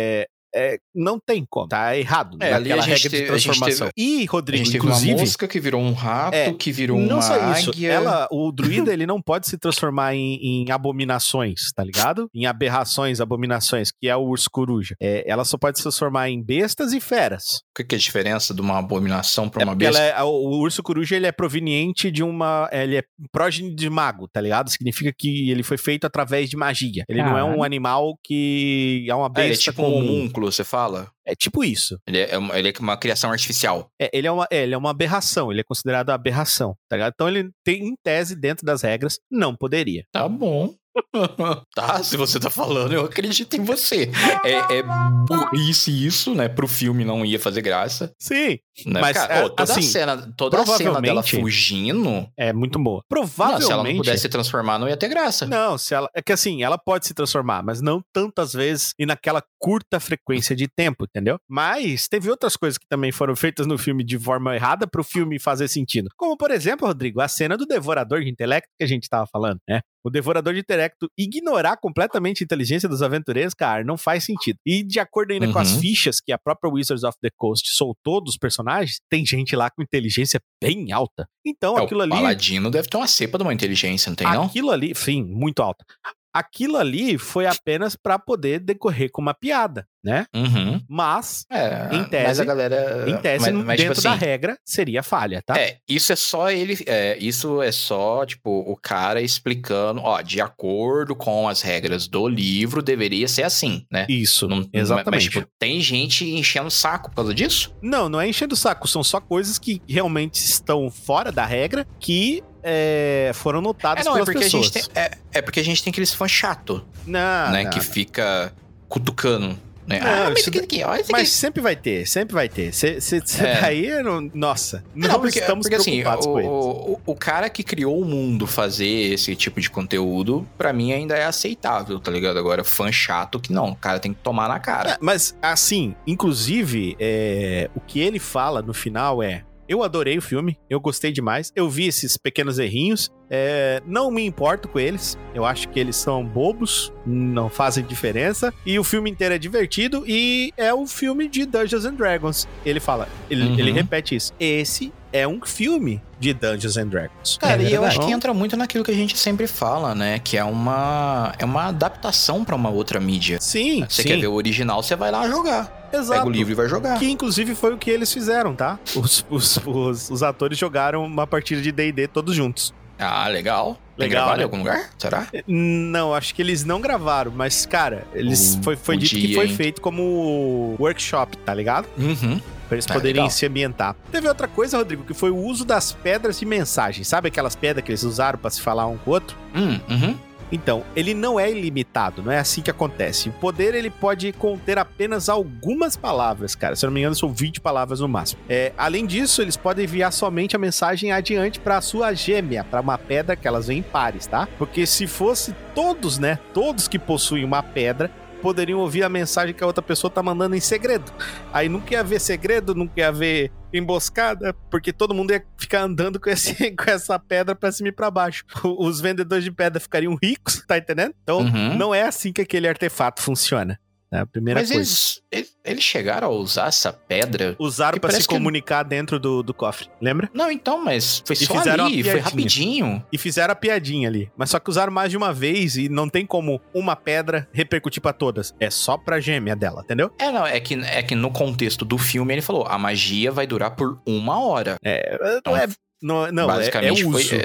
Não tem como, tá errado. Aquela regra de transformação. E, Rodrigo, a gente teve inclusive, uma mosca que virou um rato, que virou uma águia. Não só isso, o druida, ele não pode se transformar em abominações, tá ligado? Em aberrações, abominações, que é o urso coruja. Ela só pode se transformar em bestas e feras. O que é a diferença de uma abominação pra uma besta? O urso coruja, ele é proveniente de ele é prógene de mago, tá ligado? Significa que ele foi feito através de magia. Ele não é um animal que é uma besta ele é tipo comum. um homúnculo, você fala? É tipo isso. Ele é uma criação artificial. Ele é uma aberração, ele é considerado aberração, tá ligado? Então ele tem, em tese, dentro das regras, não poderia. Tá bom. Tá, se você tá falando, eu acredito em você. É burrice isso, né? Pro filme não ia fazer graça. Sim. Né? Mas cara, toda a cena dela fugindo é muito boa. Provavelmente. Não, se ela não pudesse se transformar, não ia ter graça. Não, é que assim, ela pode se transformar, mas não tantas vezes e naquela curta frequência de tempo, entendeu? Mas teve outras coisas que também foram feitas no filme de forma errada pro filme fazer sentido. Como, por exemplo, Rodrigo, a cena do Devorador de Intelecto que a gente tava falando, né? O Devorador de Intelecto ignorar completamente a inteligência dos aventureiros, cara, não faz sentido. E de acordo ainda com as fichas que a própria Wizards of the Coast soltou dos personagens, tem gente lá com inteligência bem alta. Então, aquilo ali... O Paladino deve ter uma cepa de uma inteligência, não tem, não? Aquilo ali, sim, muito alta. aquilo ali foi apenas pra poder decorrer com uma piada, né? Uhum. Mas, em tese, mas a galera... dentro tipo da assim, regra, seria falha, tá? isso é só ele... isso é só, tipo, o cara explicando, ó, de acordo com as regras do livro, deveria ser assim, né? Isso, exatamente. Mas, tipo, tem gente enchendo o saco por causa disso? Não é enchendo o saco, são só coisas que realmente estão fora da regra, que foram notadas pelas pessoas. Porque a gente tem aqueles fãs chato, Não, né? Que fica cutucando, né? Mas sempre vai ter. Daí, nossa, não estamos preocupados com eles. O cara que criou o mundo fazer esse tipo de conteúdo, pra mim ainda é aceitável, tá ligado? Agora, fã chato que não, o cara tem que tomar na cara. Mas, assim, inclusive, o que ele fala no final eu adorei o filme, eu gostei demais, eu vi esses pequenos errinhos, não me importo com eles, eu acho que eles são bobos, não fazem diferença, e o filme inteiro é divertido, e é um filme de Dungeons and Dragons. Ele fala, ele repete isso, esse é um filme de Dungeons and Dragons. Cara, e eu acho que entra muito naquilo que a gente sempre fala, né? Que é uma adaptação pra uma outra mídia. Sim, Você quer ver o original, você vai lá jogar. Exato. Pega o livro e vai jogar. Que inclusive foi o que eles fizeram, tá? Os atores jogaram uma partida de D&D todos juntos. Ah, legal. Tem Legal, gravado né? em algum lugar? Será? Não, acho que eles não gravaram, mas, cara, foi dito que foi feito como workshop, tá ligado? Uhum. Pra eles poderem legal. se ambientar. Teve outra coisa, Rodrigo, que foi o uso das pedras de mensagem. Sabe aquelas pedras que eles usaram pra se falar um com o outro? Uhum. Então, ele não é ilimitado, não é assim que acontece. O poder, ele pode conter apenas algumas palavras, cara. Se eu não me engano, são 20 palavras no máximo. Além disso, eles podem enviar somente a mensagem adiante pra sua gêmea, pra uma pedra que elas vêm em pares, tá? Porque se fosse todos, né, todos que possuem uma pedra, poderiam ouvir a mensagem que a outra pessoa tá mandando em segredo. Aí nunca ia haver segredo, nunca ia haver emboscada, porque todo mundo ia ficar andando com essa pedra pra cima e pra baixo. Os vendedores de pedra ficariam ricos, tá entendendo? Então, não é assim que aquele artefato funciona. É a primeira Mas coisa. eles chegaram a usar essa pedra? Usaram pra se comunicar dentro do cofre, lembra? Não, então, mas foi só fizeram ali, foi rapidinho. E fizeram a piadinha ali. Mas só que usaram mais de uma vez e não tem como uma pedra repercutir pra todas. É só pra gêmea dela, entendeu? É que no contexto do filme ele falou, a magia vai durar por 1 hora. Não, basicamente é uso.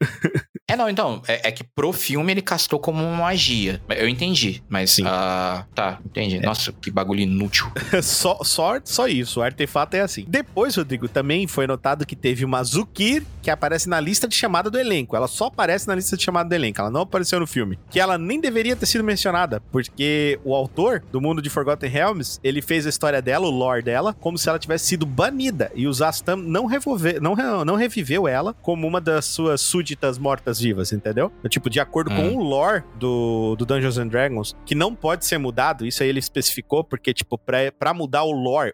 É que pro filme ele castou como uma magia. Eu entendi, mas... Sim. Tá, entendi. Nossa, que bagulho inútil. Só isso, o artefato é assim. Depois, Rodrigo, também foi notado que teve uma Zukir que aparece na lista de chamada do elenco. Ela só aparece na lista de chamada do elenco, ela não apareceu no filme. Que ela nem deveria ter sido mencionada, porque o autor do mundo de Forgotten Realms, ele fez a história dela, o lore dela, como se ela tivesse sido banida. E o Zastam não reviveu ela como uma das suas súditas mortas-vivas, entendeu? Tipo, de acordo com o lore do Dungeons and Dragons, que não pode ser mudado, isso aí ele especificou, porque, tipo, pra mudar o lore,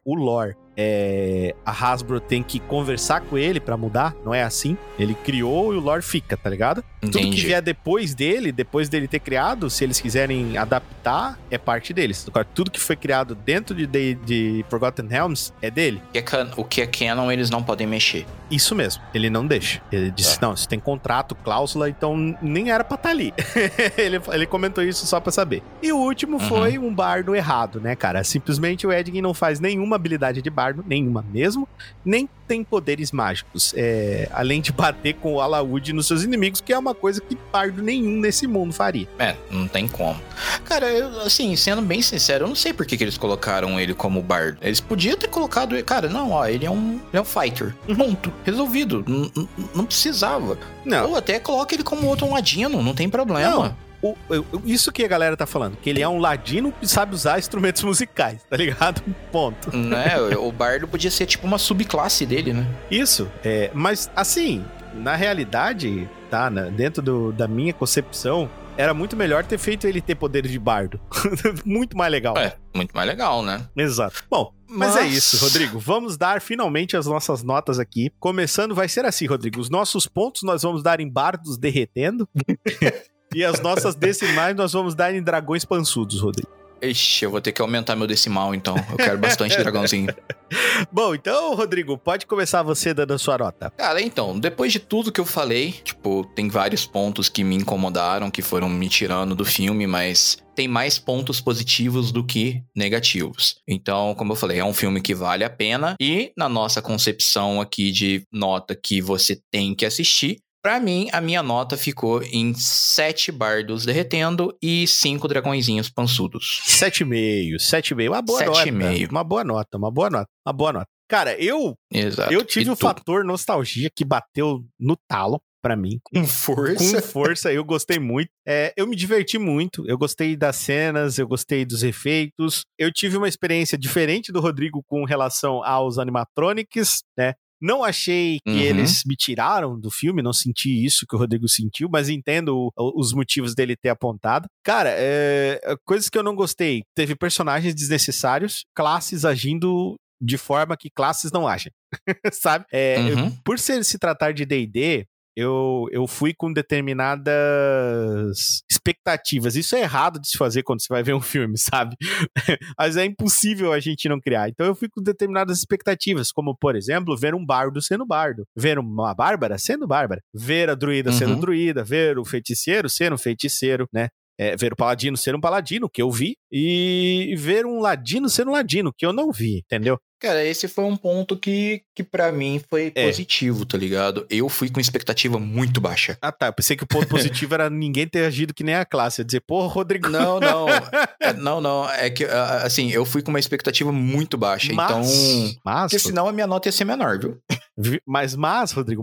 a Hasbro tem que conversar com ele pra mudar, não é assim? Ele criou e o lore fica, tá ligado? Entendi. Tudo que vier depois dele ter criado, se eles quiserem adaptar, é parte deles. Tudo que foi criado dentro de Forgotten Realms é dele. O que é canon, eles não podem mexer. Isso mesmo, ele não deixa. Ele disse, não, você tem contrato, cláusula, então nem era pra estar ali. ele comentou isso só pra saber. E o último foi um bardo errado, né, cara? Simplesmente o Edgin não faz nenhuma habilidade de bardo, nenhuma mesmo, nem tem poderes mágicos. Além de bater com o alaúde nos seus inimigos, que é uma coisa que bardo nenhum nesse mundo faria. Não tem como. Cara, assim, sendo bem sincero, eu não sei por que eles colocaram ele como bardo. Eles podiam ter colocado ele... Cara, não, ó, ele é um fighter. Ponto. Resolvido. Não precisava. Não. Ou até coloca ele como outro ladino, não tem problema. Isso que a galera tá falando, que ele é um ladino que sabe usar instrumentos musicais, tá ligado? Ponto. Né? O bardo podia ser tipo uma subclasse dele, né? Isso, mas assim, na realidade, tá, dentro da minha concepção, era muito melhor ter feito ele ter poderes de bardo. Muito mais legal. Muito mais legal, né? Exato. Bom, mas é isso, Rodrigo. Vamos dar finalmente as nossas notas aqui. Começando, vai ser assim, Rodrigo. Os nossos pontos nós vamos dar em bardos derretendo. E as nossas decimais nós vamos dar em dragões pançudos, Rodrigo. Ixi, eu vou ter que aumentar meu decimal, então. Eu quero bastante dragãozinho. Bom, então, Rodrigo, pode começar você dando a sua nota. Cara, então, depois de tudo que eu falei, tipo, tem vários pontos que me incomodaram, que foram me tirando do filme, mas tem mais pontos positivos do que negativos. Então, como eu falei, é um filme que vale a pena e na nossa concepção aqui de nota que você tem que assistir, pra mim, a minha nota ficou em 7 bardos derretendo e 5 dragõezinhos pançudos. 7,5. Uma boa 7,5. nota. Uma boa nota. Cara, eu tive um fator nostalgia que bateu no talo pra mim. Com força. Com força, eu gostei muito. Eu me diverti muito, eu gostei das cenas, eu gostei dos efeitos. Eu tive uma experiência diferente do Rodrigo com relação aos animatronics, né? Não achei que eles me tiraram do filme, não senti isso que o Rodrigo sentiu, mas entendo os motivos dele ter apontado. Cara, coisas que eu não gostei. Teve personagens desnecessários, classes agindo de forma que classes não agem, sabe? Por se tratar de D&D, eu fui com determinadas expectativas. Isso é errado de se fazer quando você vai ver um filme, sabe? Mas é impossível a gente não criar. Então eu fui com determinadas expectativas, como, por exemplo, ver um bardo sendo bardo, ver uma bárbara sendo bárbara, ver a druida sendo druida, ver o feiticeiro sendo feiticeiro, né? Ver o paladino ser um paladino, que eu vi, e ver um ladino ser um ladino, que eu não vi, entendeu? Cara, esse foi um ponto que pra mim foi positivo, tá ligado? Eu fui com expectativa muito baixa. Ah, tá. Eu pensei que o ponto positivo era ninguém ter agido que nem a classe. Eu dizer, porra, Rodrigo... Não. Não. É que, assim, eu fui com uma expectativa muito baixa. Porque senão a minha nota ia ser menor, viu? Mas, Rodrigo,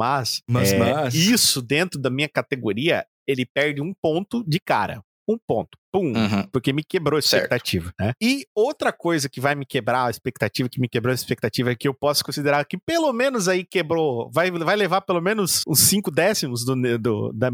isso dentro da minha categoria, ele perde um ponto de cara. Um ponto. Pum. Porque me quebrou a expectativa, né? E outra coisa que vai me quebrar a expectativa, é que eu posso considerar que pelo menos aí quebrou, vai levar pelo menos uns 5 décimos da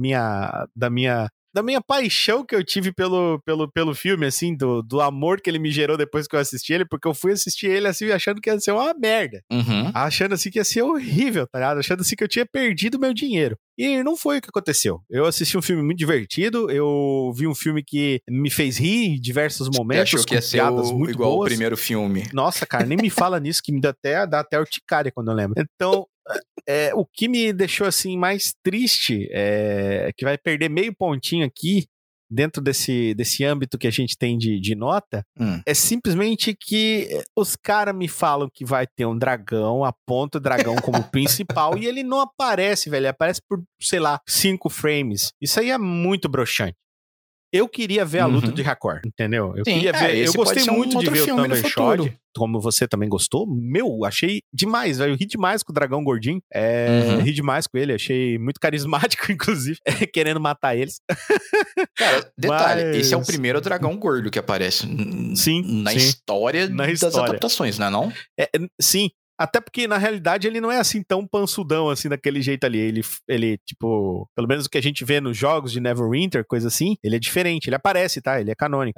minha paixão que eu tive pelo filme, assim, do amor que ele me gerou depois que eu assisti ele, porque eu fui assistir ele, assim, achando que ia ser uma merda. Achando, assim, que ia ser horrível, tá ligado? Achando, assim, que eu tinha perdido meu dinheiro. E não foi o que aconteceu. Eu assisti um filme muito divertido, eu vi um filme que me fez rir em diversos momentos. Você achou que ia ser igual ao primeiro filme? Nossa, cara, nem me fala nisso, que me dá até urticária quando eu lembro. Então... o que me deixou assim mais triste é que vai perder meio pontinho aqui dentro desse âmbito que a gente tem de nota, é simplesmente que os caras me falam que vai ter um dragão, aponta o dragão como principal e ele não aparece, velho, ele aparece por, sei lá, 5 frames. Isso aí é muito broxante. Eu queria ver a luta de Hakor, entendeu? Eu queria ver. Eu gostei muito de ver o Thundershot, como você também gostou. Achei demais, velho. Eu ri demais com o dragão gordinho. Ri demais com ele, achei muito carismático, inclusive, querendo matar eles. Cara, detalhe, esse é o primeiro dragão gordo que aparece na história das adaptações, não é não? Sim. Até porque, na realidade, ele não é assim tão pansudão, assim, daquele jeito ali. Ele, tipo, pelo menos o que a gente vê nos jogos de Neverwinter, coisa assim, ele é diferente. Ele aparece, tá? Ele é canônico.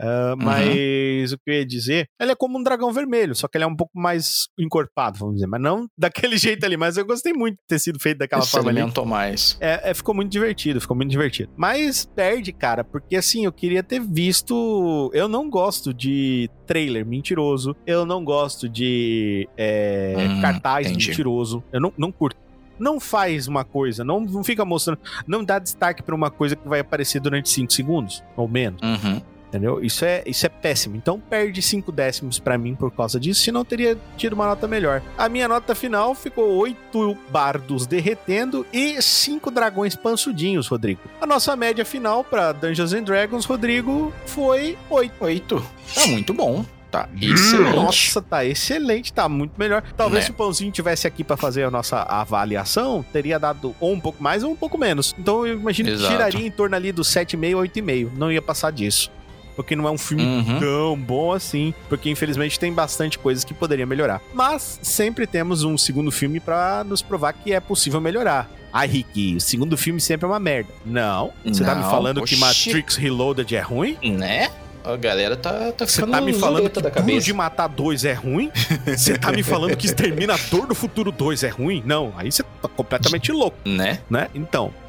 Mas o que eu ia dizer, ele é como um dragão vermelho, só que ele é um pouco mais encorpado, vamos dizer. Mas não daquele jeito ali. Mas eu gostei muito de ter sido feito daquela forma ali. Mais. Ficou muito divertido, Mas perde, cara, porque assim, eu queria ter visto... Eu não gosto de trailer mentiroso. Eu não gosto de... cartaz mentiroso. Eu não curto. Não faz uma coisa, não fica mostrando, não dá destaque pra uma coisa que vai aparecer durante 5 segundos, ou menos. Entendeu? Isso é péssimo. Então perde 5 décimos pra mim por causa disso, senão teria tido uma nota melhor. A minha nota final ficou 8 bardos derretendo e 5 dragões pansudinhos, Rodrigo. A nossa média final pra Dungeons & Dragons, Rodrigo, foi 8. Tá muito bom. Tá excelente. Nossa, tá excelente, tá muito melhor. Talvez se o Pãozinho tivesse aqui pra fazer a nossa avaliação, teria dado ou um pouco mais ou um pouco menos. Então eu imagino que tiraria em torno ali dos 7,5, 8,5. Não ia passar disso. Porque não é um filme tão bom assim, porque infelizmente tem bastante coisas que poderia melhorar. Mas sempre temos um segundo filme pra nos provar que é possível melhorar. Ai, Rick, o segundo filme sempre é uma merda. Não. Você tá me falando que Matrix Reloaded é ruim? Né? A galera tá ficando... Você tá me falando que Duro de Matar 2 é ruim? Você tá me falando que Exterminador do Futuro 2 é ruim? Não, aí você tá completamente louco. Né? Então,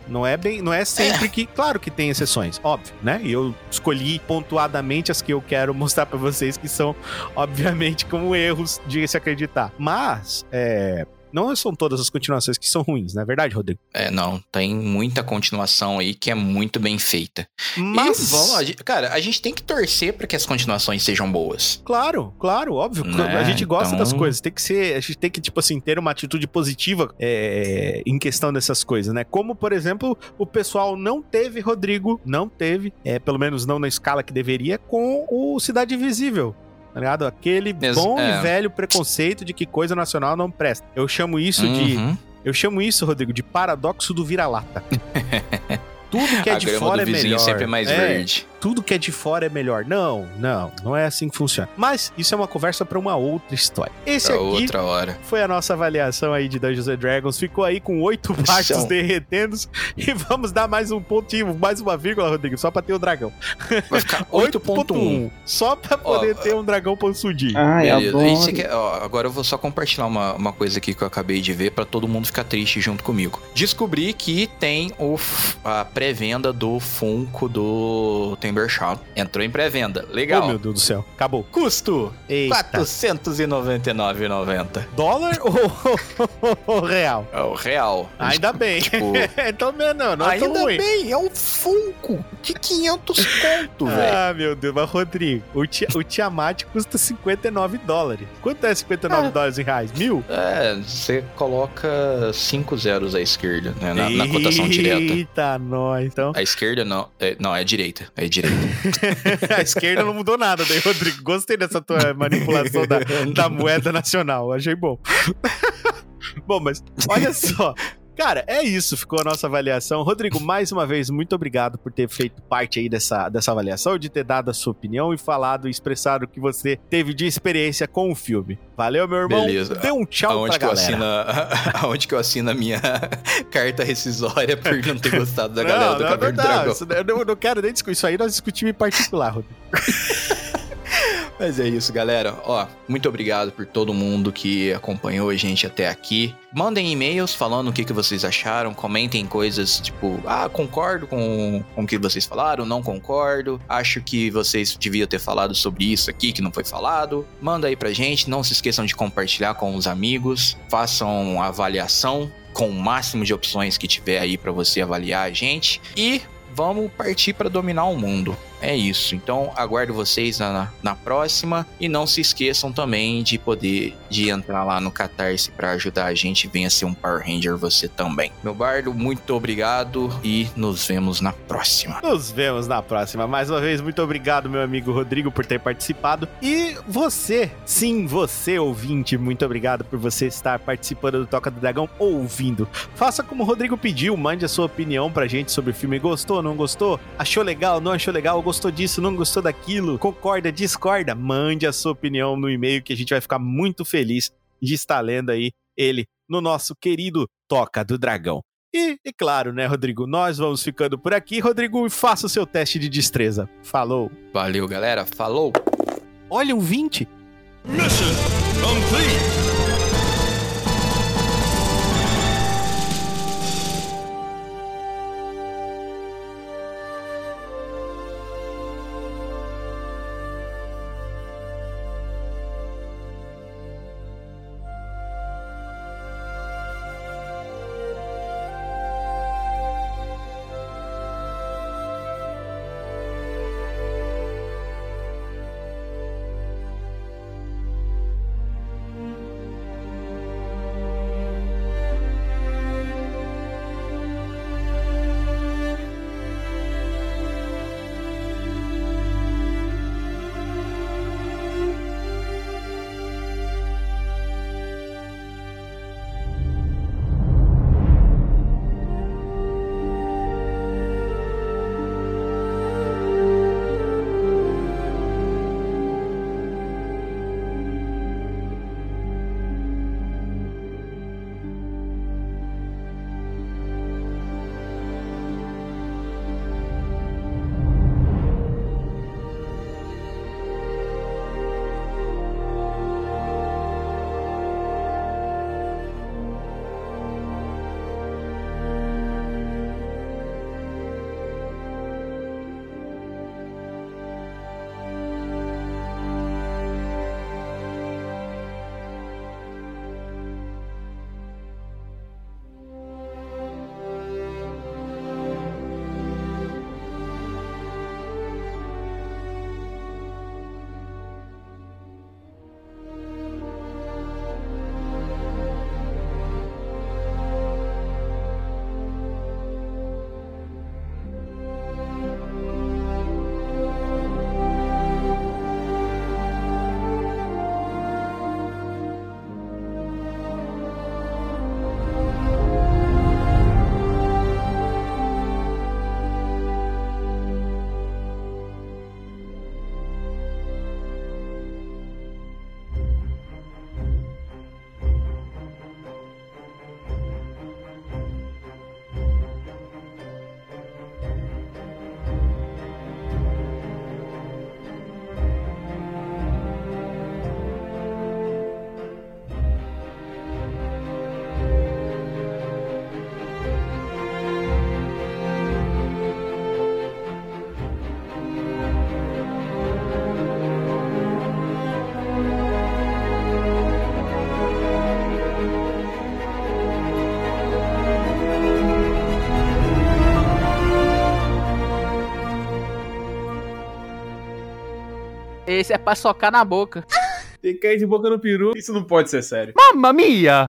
Não é sempre que... Claro que tem exceções, óbvio, né? E eu escolhi pontuadamente as que eu quero mostrar pra vocês, que são, obviamente, como erros de se acreditar. Mas, não são todas as continuações que são ruins, não é verdade, Rodrigo? Não, tem muita continuação aí que é muito bem feita. Mas... Cara, a gente tem que torcer pra que as continuações sejam boas. Claro, óbvio. Né? A gente gosta Então... das coisas. A gente tem que, tipo assim, ter uma atitude positiva em questão dessas coisas, né? Como, por exemplo, o pessoal não teve, Rodrigo, pelo menos não na escala que deveria, com o Cidade Invisível. Tá ligado? Aquele bom e velho preconceito de que coisa nacional não presta. Eu chamo isso, Rodrigo, de paradoxo do vira-lata. Tudo que é de fora é melhor. Sempre é mais verde. Tudo que é de fora é melhor. Não é assim que funciona. Mas isso é uma conversa pra uma outra história. Esse aqui outra hora. Foi a nossa avaliação aí de Dungeons & Dragons. Ficou aí com 8 partes derretendo. E vamos dar mais um pontinho, mais uma vírgula, Rodrigo, só pra ter o dragão. Vai ficar 8.1. Só pra poder ter um dragão possudinho. Beleza. Agora eu vou só compartilhar uma coisa aqui que eu acabei de ver pra todo mundo ficar triste junto comigo. Descobri que tem a pré-venda do Funko do Timbershot. Entrou em pré-venda. Legal. Oh, meu Deus do céu. Acabou. Custo: Eita. $499,90. Dólar ou real? É o real. Ainda bem. Tipo... Então, não é tão Ainda ruim. bem, é um Funko de 500 conto, velho. Ah, meu Deus. Mas, Rodrigo, o Tiamat custa $59. Quanto é $59 em reais? 1.000? Você coloca 5 zeros à esquerda, né? Na cotação direta. Eita, nós. Então... A esquerda não. É direita. É direita. A esquerda não mudou nada, daí, Rodrigo. Gostei dessa tua manipulação da moeda nacional. Achei bom. Bom, mas olha só. Cara, é isso, ficou a nossa avaliação. Rodrigo, mais uma vez, muito obrigado por ter feito parte aí dessa avaliação, de ter dado a sua opinião e falado e expressado o que você teve de experiência com o filme. Valeu, meu irmão. Beleza. Dê um tchau pra galera. Aonde que eu assino a minha carta rescisória por não ter gostado da galera do Caverna do Dragão? Eu não quero nem discutir isso aí, nós discutimos em particular, Rodrigo. Mas é isso, galera. Muito obrigado por todo mundo que acompanhou a gente até aqui. Mandem e-mails falando o que vocês acharam. Comentem coisas tipo, concordo com o que vocês falaram, não concordo. Acho que vocês deviam ter falado sobre isso aqui que não foi falado. Manda aí pra gente. Não se esqueçam de compartilhar com os amigos. Façam a avaliação com o máximo de opções que tiver aí pra você avaliar a gente. E vamos partir pra dominar o mundo. É isso, então aguardo vocês na próxima e não se esqueçam também de entrar lá no Catarse para ajudar a gente. Venha ser um Power Ranger você também. Meu bardo, muito obrigado e nos vemos na próxima. Mais uma vez, muito obrigado, meu amigo Rodrigo, por ter participado. E você, sim, você ouvinte, muito obrigado por você estar participando do Toca do Dragão, ouvindo. Faça como o Rodrigo pediu, mande a sua opinião pra gente sobre o filme. Gostou, não gostou? Achou legal, não achou legal? Gostou disso, não gostou daquilo, concorda, discorda, mande a sua opinião no e-mail que a gente vai ficar muito feliz de estar lendo aí ele no nosso querido Toca do Dragão. E claro, né, Rodrigo, nós vamos ficando por aqui. Rodrigo, faça o seu teste de destreza. Falou. Valeu, galera. Falou. Olha, um 20. Mission complete. Esse é pra socar na boca. Tem que cair de boca no peru. Isso não pode ser sério. Mamma mia!